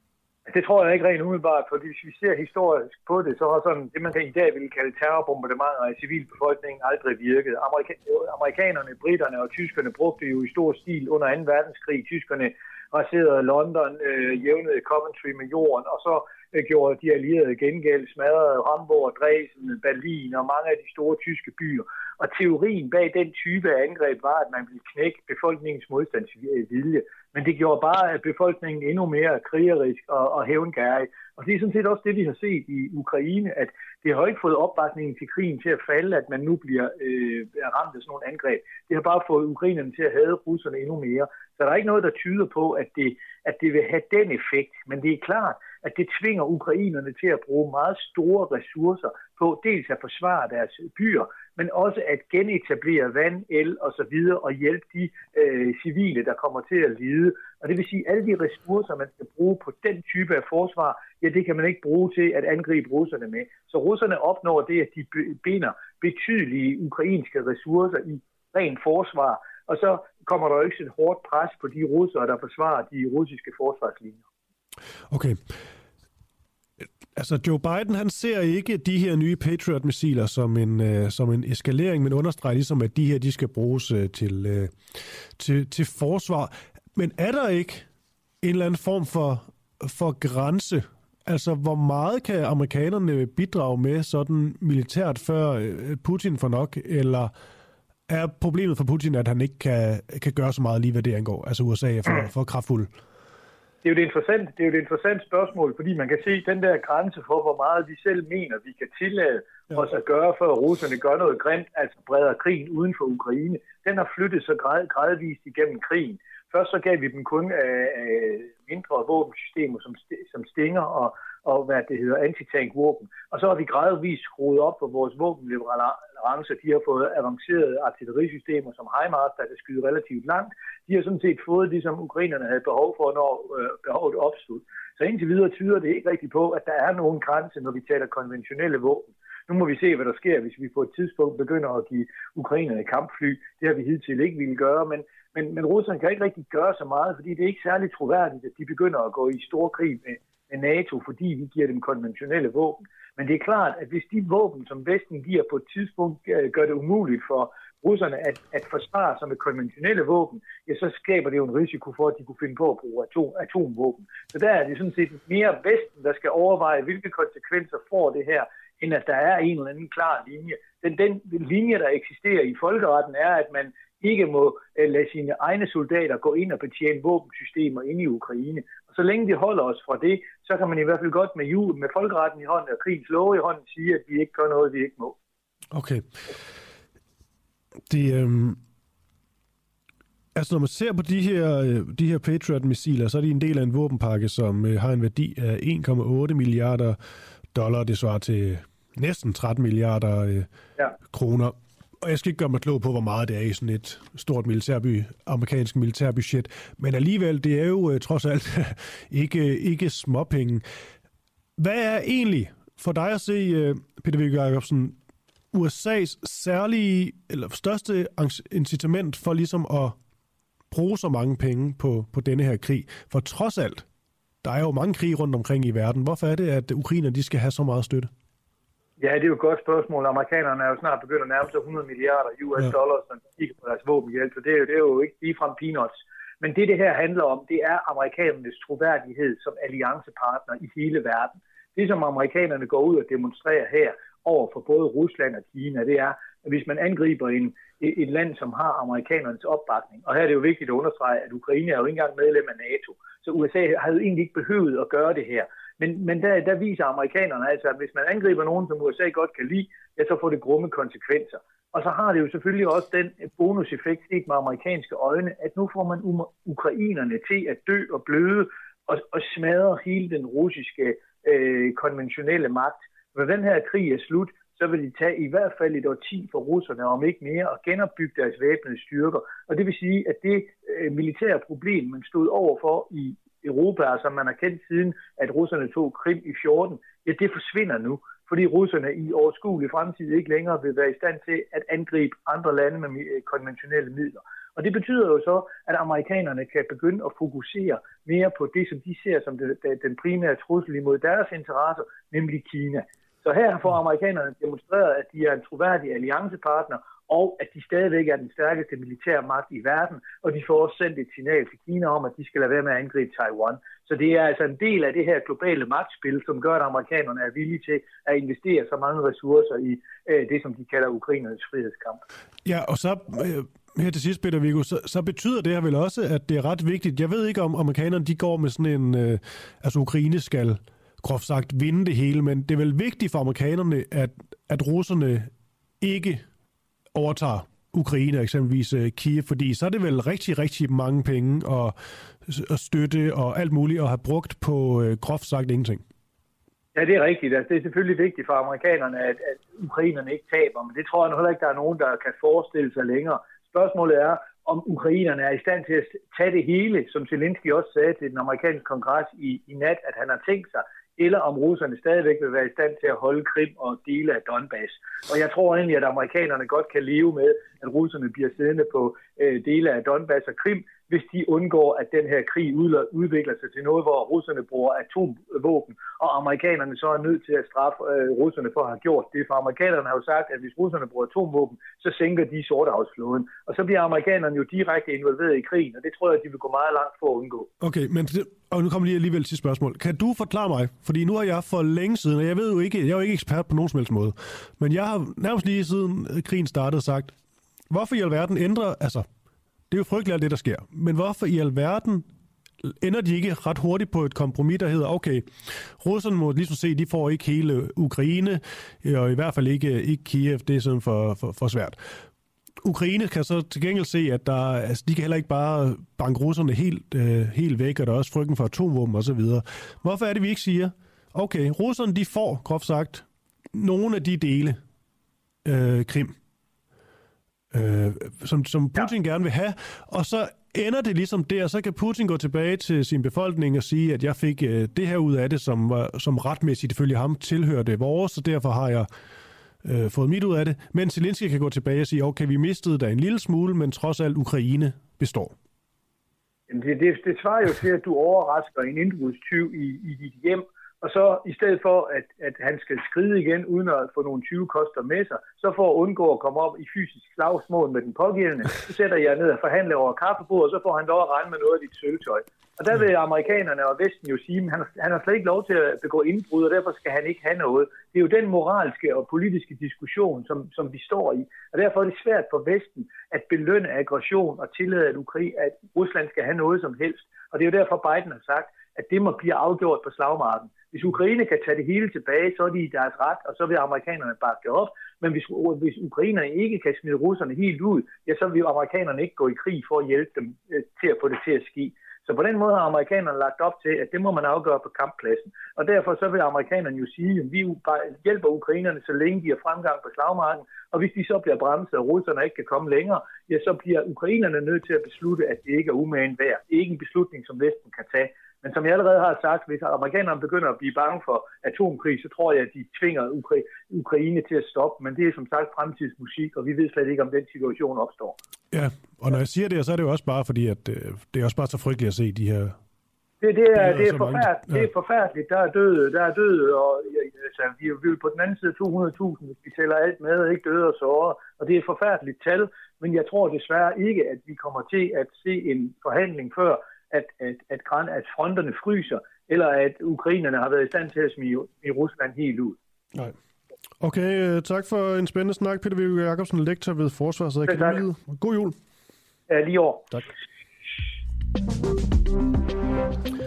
Det tror jeg ikke rent umiddelbart, for hvis vi ser historisk på det, så har sådan det, man kan i dag ville kalde terrorbombardementer af civilbefolkningen aldrig virket. Amerika- amerikanerne, britterne og tyskerne brugte jo i stor stil under anden verdenskrig. Tyskerne raserede London, øh, jævnede Coventry med jorden, og så øh, gjorde de allierede gengæld, smadrede Hamburg, Dresden, Berlin og mange af de store tyske byer. Og teorien bag den type af angreb var, at man ville knække befolkningens modstandsvilje. Men det gjorde bare, at befolkningen endnu mere krigerisk og, og hævngærig. Og det er sådan set også det, vi har set i Ukraine, at det har ikke fået opbakningen til krigen til at falde, at man nu bliver øh, ramt af sådan nogle angreb. Det har bare fået ukrainerne til at hade russerne endnu mere. Så der er ikke noget, der tyder på, at det, at det vil have den effekt. Men det er klart, at det tvinger ukrainerne til at bruge meget store ressourcer på dels at forsvare deres byer, men også at genetablere vand, el og så videre og hjælpe de øh, civile, der kommer til at lide. Og det vil sige, at alle de ressourcer, man skal bruge på den type af forsvar, ja, det kan man ikke bruge til at angribe russerne med. Så russerne opnår det, at de binder betydelige ukrainske ressourcer i ren forsvar, og så kommer der jo ikke så et hårdt pres på de russere, der forsvarer de russiske forsvarslinjer. Okay. Altså Joe Biden, han ser ikke de her nye Patriot-missiler som en, uh, som en eskalering, men understreger ligesom, at de her de skal bruges uh, til, uh, til, til forsvar. Men er der ikke en eller anden form for, for grænse? Altså, hvor meget kan amerikanerne bidrage med sådan militært, før uh, Putin får nok? Eller er problemet for Putin, at han ikke kan, kan gøre så meget lige, hvad det angår? Altså U S A er for, for kraftfuld. Det er jo et interessant, det er jo et interessant spørgsmål, fordi man kan se den der grænse for, hvor meget vi selv mener, vi kan tillade ja. os at gøre, før russerne gør noget grimt, altså breder krigen uden for Ukraine. Den har flyttet så grad, gradvist igennem krigen. Først så gav vi dem kun øh, øh, mindre våbensystemer som, st- som Stinger og, og hvad det hedder, antitankvåben. Og så har vi gradvist skruet op for vores våbenleverancer. De har fået avancerede artillerisystemer som HIMARS, der kan skyde relativt langt. De har sådan set fået det, som ukrainerne havde behov for, når øh, behovet opstod. Så indtil videre tyder det ikke rigtigt på, at der er nogen grænse, når vi taler konventionelle våben. Nu må vi se, hvad der sker, hvis vi på et tidspunkt begynder at give ukrainerne kampfly. Det har vi hidtil ikke ville gøre, men, men, men russerne kan ikke rigtig gøre så meget, fordi det er ikke særlig troværdigt, at de begynder at gå i stor krig med, med NATO, fordi vi giver dem konventionelle våben. Men det er klart, at hvis de våben, som Vesten giver på et tidspunkt, gør det umuligt for russerne at, at forsvare sig med konventionelle våben, ja, så skaber det jo en risiko for, at de kunne finde på at bruge atom, atomvåben. Så der er det sådan set mere Vesten, der skal overveje, hvilke konsekvenser får det her, end at der er en eller anden klar linje. Den, den linje, der eksisterer i folkeretten, er, at man ikke må uh, lade sine egne soldater gå ind og betjene våbensystemer inde i Ukraine. Og så længe de holder os fra det, så kan man i hvert fald godt med, jul, med folkeretten i hånden og krigens love i hånden sige, at vi ikke gør noget, vi ikke må. Okay. Det, øhm, altså når man ser på de her, de her Patriot-missiler, så er de en del af en våbenpakke, som øh, har en værdi af en komma otte milliarder dollar. Det svarer til næsten tretten milliarder øh, ja. kroner. Og jeg skal ikke gøre mig klog på, hvor meget det er i sådan et stort militærby, amerikansk militærbudget. Men alligevel, det er jo øh, trods alt ikke, ikke småpenge. Hvad er egentlig for dig at se, øh, Peter Viggo Jacobsen, U S A's særlige, eller største incitament for ligesom at bruge så mange penge på, på denne her krig? For trods alt, der er jo mange krige rundt omkring i verden. Hvorfor er det, at Ukraine de skal have så meget støtte? Ja, det er jo et godt spørgsmål. Amerikanerne er jo snart begyndt at nærme sig hundrede milliarder U S dollars, når de kigger på deres våbenhjælp, så det er jo, det er jo ikke ligefrem peanuts. Men det, det her handler om, det er amerikanernes troværdighed som alliancepartner i hele verden. Det, som amerikanerne går ud og demonstrerer her over for både Rusland og Kina, det er, at hvis man angriber en, et land, som har amerikanernes opbakning, og her er det jo vigtigt at understrege, at Ukraine er jo ikke engang medlem af NATO, så U S A havde egentlig ikke behøvet at gøre det her. Men, men der, der viser amerikanerne altså, at hvis man angriber nogen, som U S A godt kan lide, ja, så får det grumme konsekvenser. Og så har det jo selvfølgelig også den bonuseffekt set med amerikanske øjne, at nu får man ukrainerne til at dø og bløde og, og smadre hele den russiske øh, konventionelle magt. Når den her krig er slut, så vil de tage i hvert fald et årti for russerne, om ikke mere, og genopbygge deres væbnede styrker. Og det vil sige, at det øh, militære problem, man stod overfor i Europa, altså man har kendt siden, at russerne tog Krim i fjorten, ja, det forsvinder nu, fordi russerne i overskuelig fremtid ikke længere vil være i stand til at angribe andre lande med konventionelle midler. Og det betyder jo så, at amerikanerne kan begynde at fokusere mere på det, som de ser som det, den primære trussel imod deres interesser, nemlig Kina. Så her får amerikanerne demonstreret, at de er en troværdig alliancepartner, og at de stadigvæk er den stærkeste militære magt i verden, og de får også sendt et signal til Kina om, at de skal lade være med at angribe Taiwan. Så det er altså en del af det her globale magtspil, som gør, at amerikanerne er villige til at investere så mange ressourcer i øh, det, som de kalder ukrainernes frihedskamp. Ja, og så øh, her til sidst, Peter Viggo, så, så betyder det her vel også, at det er ret vigtigt. Jeg ved ikke, om amerikanerne de går med sådan en, øh, altså Ukraine skal groft sagt vinde det hele, men det er vel vigtigt for amerikanerne, at, at russerne ikke overtager Ukraine, eksempelvis Kiev, fordi så er det vel rigtig, rigtig mange penge og, og støtte og alt muligt at have brugt på øh, groft sagt ingenting. Ja, det er rigtigt. Altså, det er selvfølgelig vigtigt for amerikanerne, at, at ukrainerne ikke taber, men det tror jeg nu heller ikke, der er nogen, der kan forestille sig længere. Spørgsmålet er, om ukrainerne er i stand til at tage det hele, som Zelensky også sagde til den amerikanske kongres i, i nat, at han har tænkt sig, eller om russerne stadigvæk vil være i stand til at holde Krim og dele af Donbass. Og jeg tror egentlig, at amerikanerne godt kan leve med, at russerne bliver siddende på øh, dele af Donbass og Krim, hvis de undgår, at den her krig udvikler sig til noget, hvor russerne bruger atomvåben, og amerikanerne så er nødt til at straffe øh, russerne for at have gjort det. For amerikanerne har jo sagt, at hvis russerne bruger atomvåben, så sænker de Sortehavsflåden. Og så bliver amerikanerne jo direkte involveret i krigen, og det tror jeg, at de vil gå meget langt for at undgå. Okay, men og nu kommer lige alligevel til spørgsmål. Kan du forklare mig, fordi nu har jeg for længe siden, og jeg ved jo ikke, jeg er jo ikke ekspert på nogen som helst måde, men jeg har nærmest lige siden krigen startede sagt, hvorfor i alverden ændrer, altså det er jo frygteligt alt det, der sker. Men hvorfor i alverden ender de ikke ret hurtigt på et kompromis, der hedder, okay, russerne må ligesom se, de får ikke hele Ukraine, og i hvert fald ikke, ikke Kiev, det er sådan for, for, for svært. Ukraine kan så til gengæld se, at der, altså, de kan heller ikke bare banke russerne helt, øh, helt væk, og der er også frygten for atomvåben osv. Hvorfor er det, vi ikke siger, okay, russerne de får, groft sagt, nogle af de dele, øh, Krim, Øh, som, som Putin ja. gerne vil have, og så ender det ligesom der, så kan Putin gå tilbage til sin befolkning og sige, at jeg fik øh, det her ud af det, som, var, som retmæssigt ifølge ham tilhørte vores, så derfor har jeg øh, fået mit ud af det. Men Zelensky kan gå tilbage og sige, okay, vi mistede da en lille smule, men trods alt Ukraine består. Det, det, det svarer jo til, at du overrasker en indbrudstyv i, i dit hjem, og så i stedet for, at, at han skal skride igen, uden at få nogle tyvekoster med sig, så for at undgå at komme op i fysisk slagsmål med den pågældende, så sætter jeg ned og forhandler over kaffebordet, og så får han lov at regne med noget af dit sølvtøj. Og der vil amerikanerne og Vesten jo sige, at han, han har slet ikke lov til at begå indbrud, og derfor skal han ikke have noget. Det er jo den moralske og politiske diskussion, som, som vi står i. Og derfor er det svært for Vesten at belønne aggression og tillade, at, Ukraine, at Rusland skal have noget som helst. Og det er jo derfor, Biden har sagt, at det må blive afgjort på slagmarken. Hvis Ukraine kan tage det hele tilbage, så er de i deres ret, og så vil amerikanerne bakke det op. Men hvis, hvis ukrainerne ikke kan smide russerne helt ud, ja, så vil amerikanerne ikke gå i krig for at hjælpe dem øh, til at få det til at ske. Så på den måde har amerikanerne lagt op til, at det må man afgøre på kamppladsen. Og derfor så vil amerikanerne jo sige, at vi hjælper ukrainerne, så længe de har fremgang på slagmarken. Og hvis de så bliver bremset, og russerne ikke kan komme længere, ja, så bliver ukrainerne nødt til at beslutte, at det ikke er umagen værd. Det er ikke en beslutning, som Vesten kan tage. Men som jeg allerede har sagt, hvis amerikanerne begynder at blive bange for atomkrig, så tror jeg, at de tvinger Ukra- Ukraine til at stoppe. Men det er som sagt fremtidsmusik, og vi ved slet ikke, om den situation opstår. Ja, og når jeg siger det, så er det jo også bare fordi, at øh, det er også bare så frygteligt at se de her... Det, det, er, det, er, forfærdeligt, ja. det er forfærdeligt. Der er døde, der er døde, og altså, vi er jo på den anden side to hundrede tusind, hvis vi tæller alt med, ikke døde og såre. Og det er et forfærdeligt tal, men jeg tror desværre ikke, at vi kommer til at se en forhandling før, At, at, at, at fronterne fryser, eller at ukrainerne har været i stand til at smide i Rusland helt ud. Nej. Okay, tak for en spændende snak, Peter Viggo Jacobsen, lektor ved Forsvarsakademiet. God jul. Ja, lige år. Tak.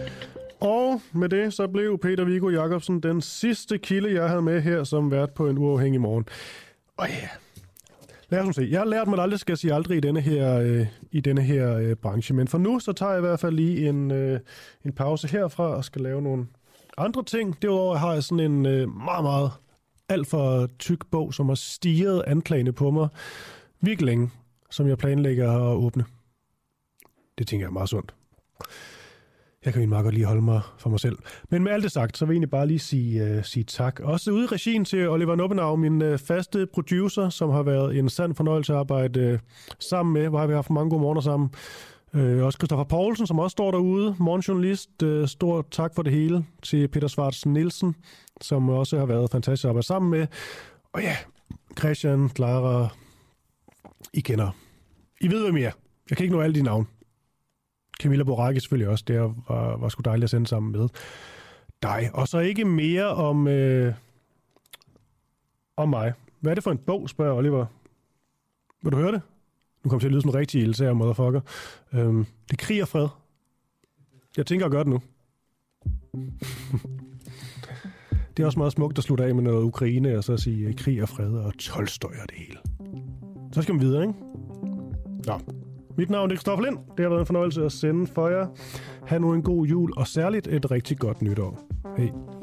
Og med det, så blev Peter Viggo Jacobsen den sidste kilde, jeg havde med her, som vært på en uafhængig morgen. Og ja, lad os se. Jeg har lært mig, at aldrig skal sige aldrig i denne her, øh, i denne her øh, branche. Men for nu, så tager jeg i hvert fald lige en, øh, en pause herfra og skal lave nogle andre ting. Derudover har jeg sådan en øh, meget, meget alt for tyk bog, som har stirret anklagende på mig virkelig længe, som jeg planlægger at åbne. Det tænker jeg er meget sundt. Jeg kan jo meget godt lige holde mig for mig selv. Men med alt det sagt, så vil jeg egentlig bare lige sige, uh, sige tak. Også ude i regien til Oliver Nubbenau, min uh, faste producer, som har været en sand fornøjelse at arbejde uh, sammen med, hvor har vi haft mange gode morgener sammen. Uh, også Christoffer Poulsen, som også står derude, morgenjournalist. Uh, stort tak for det hele til Peter Svarts Nielsen, som også har været fantastisk at arbejde sammen med. Og ja, Christian, Clara, I kender. I ved, hvad mere. Jeg kan ikke nå alle de navne. Camilla Boracchi selvfølgelig også. Det var, var sgu dejligt at sende sammen med dig. Og så ikke mere om, øh, om mig. Hvad er det for en bog, spørger Oliver. Vil du høre det? Nu kommer til at lyde som en rigtig ildsag, motherfucker. Øhm, det er Krig og Fred. Jeg tænker at gøre det nu. Det er også meget smukt at slutte af med noget Ukraine, og så sige krig og fred og Tolstoj og det hele. Så skal vi videre, ikke? Nå. Mit navn er Christoffer Lind. Det har været en fornøjelse at sende for jer. Ha' nu en god jul, og særligt et rigtig godt nytår. Hej.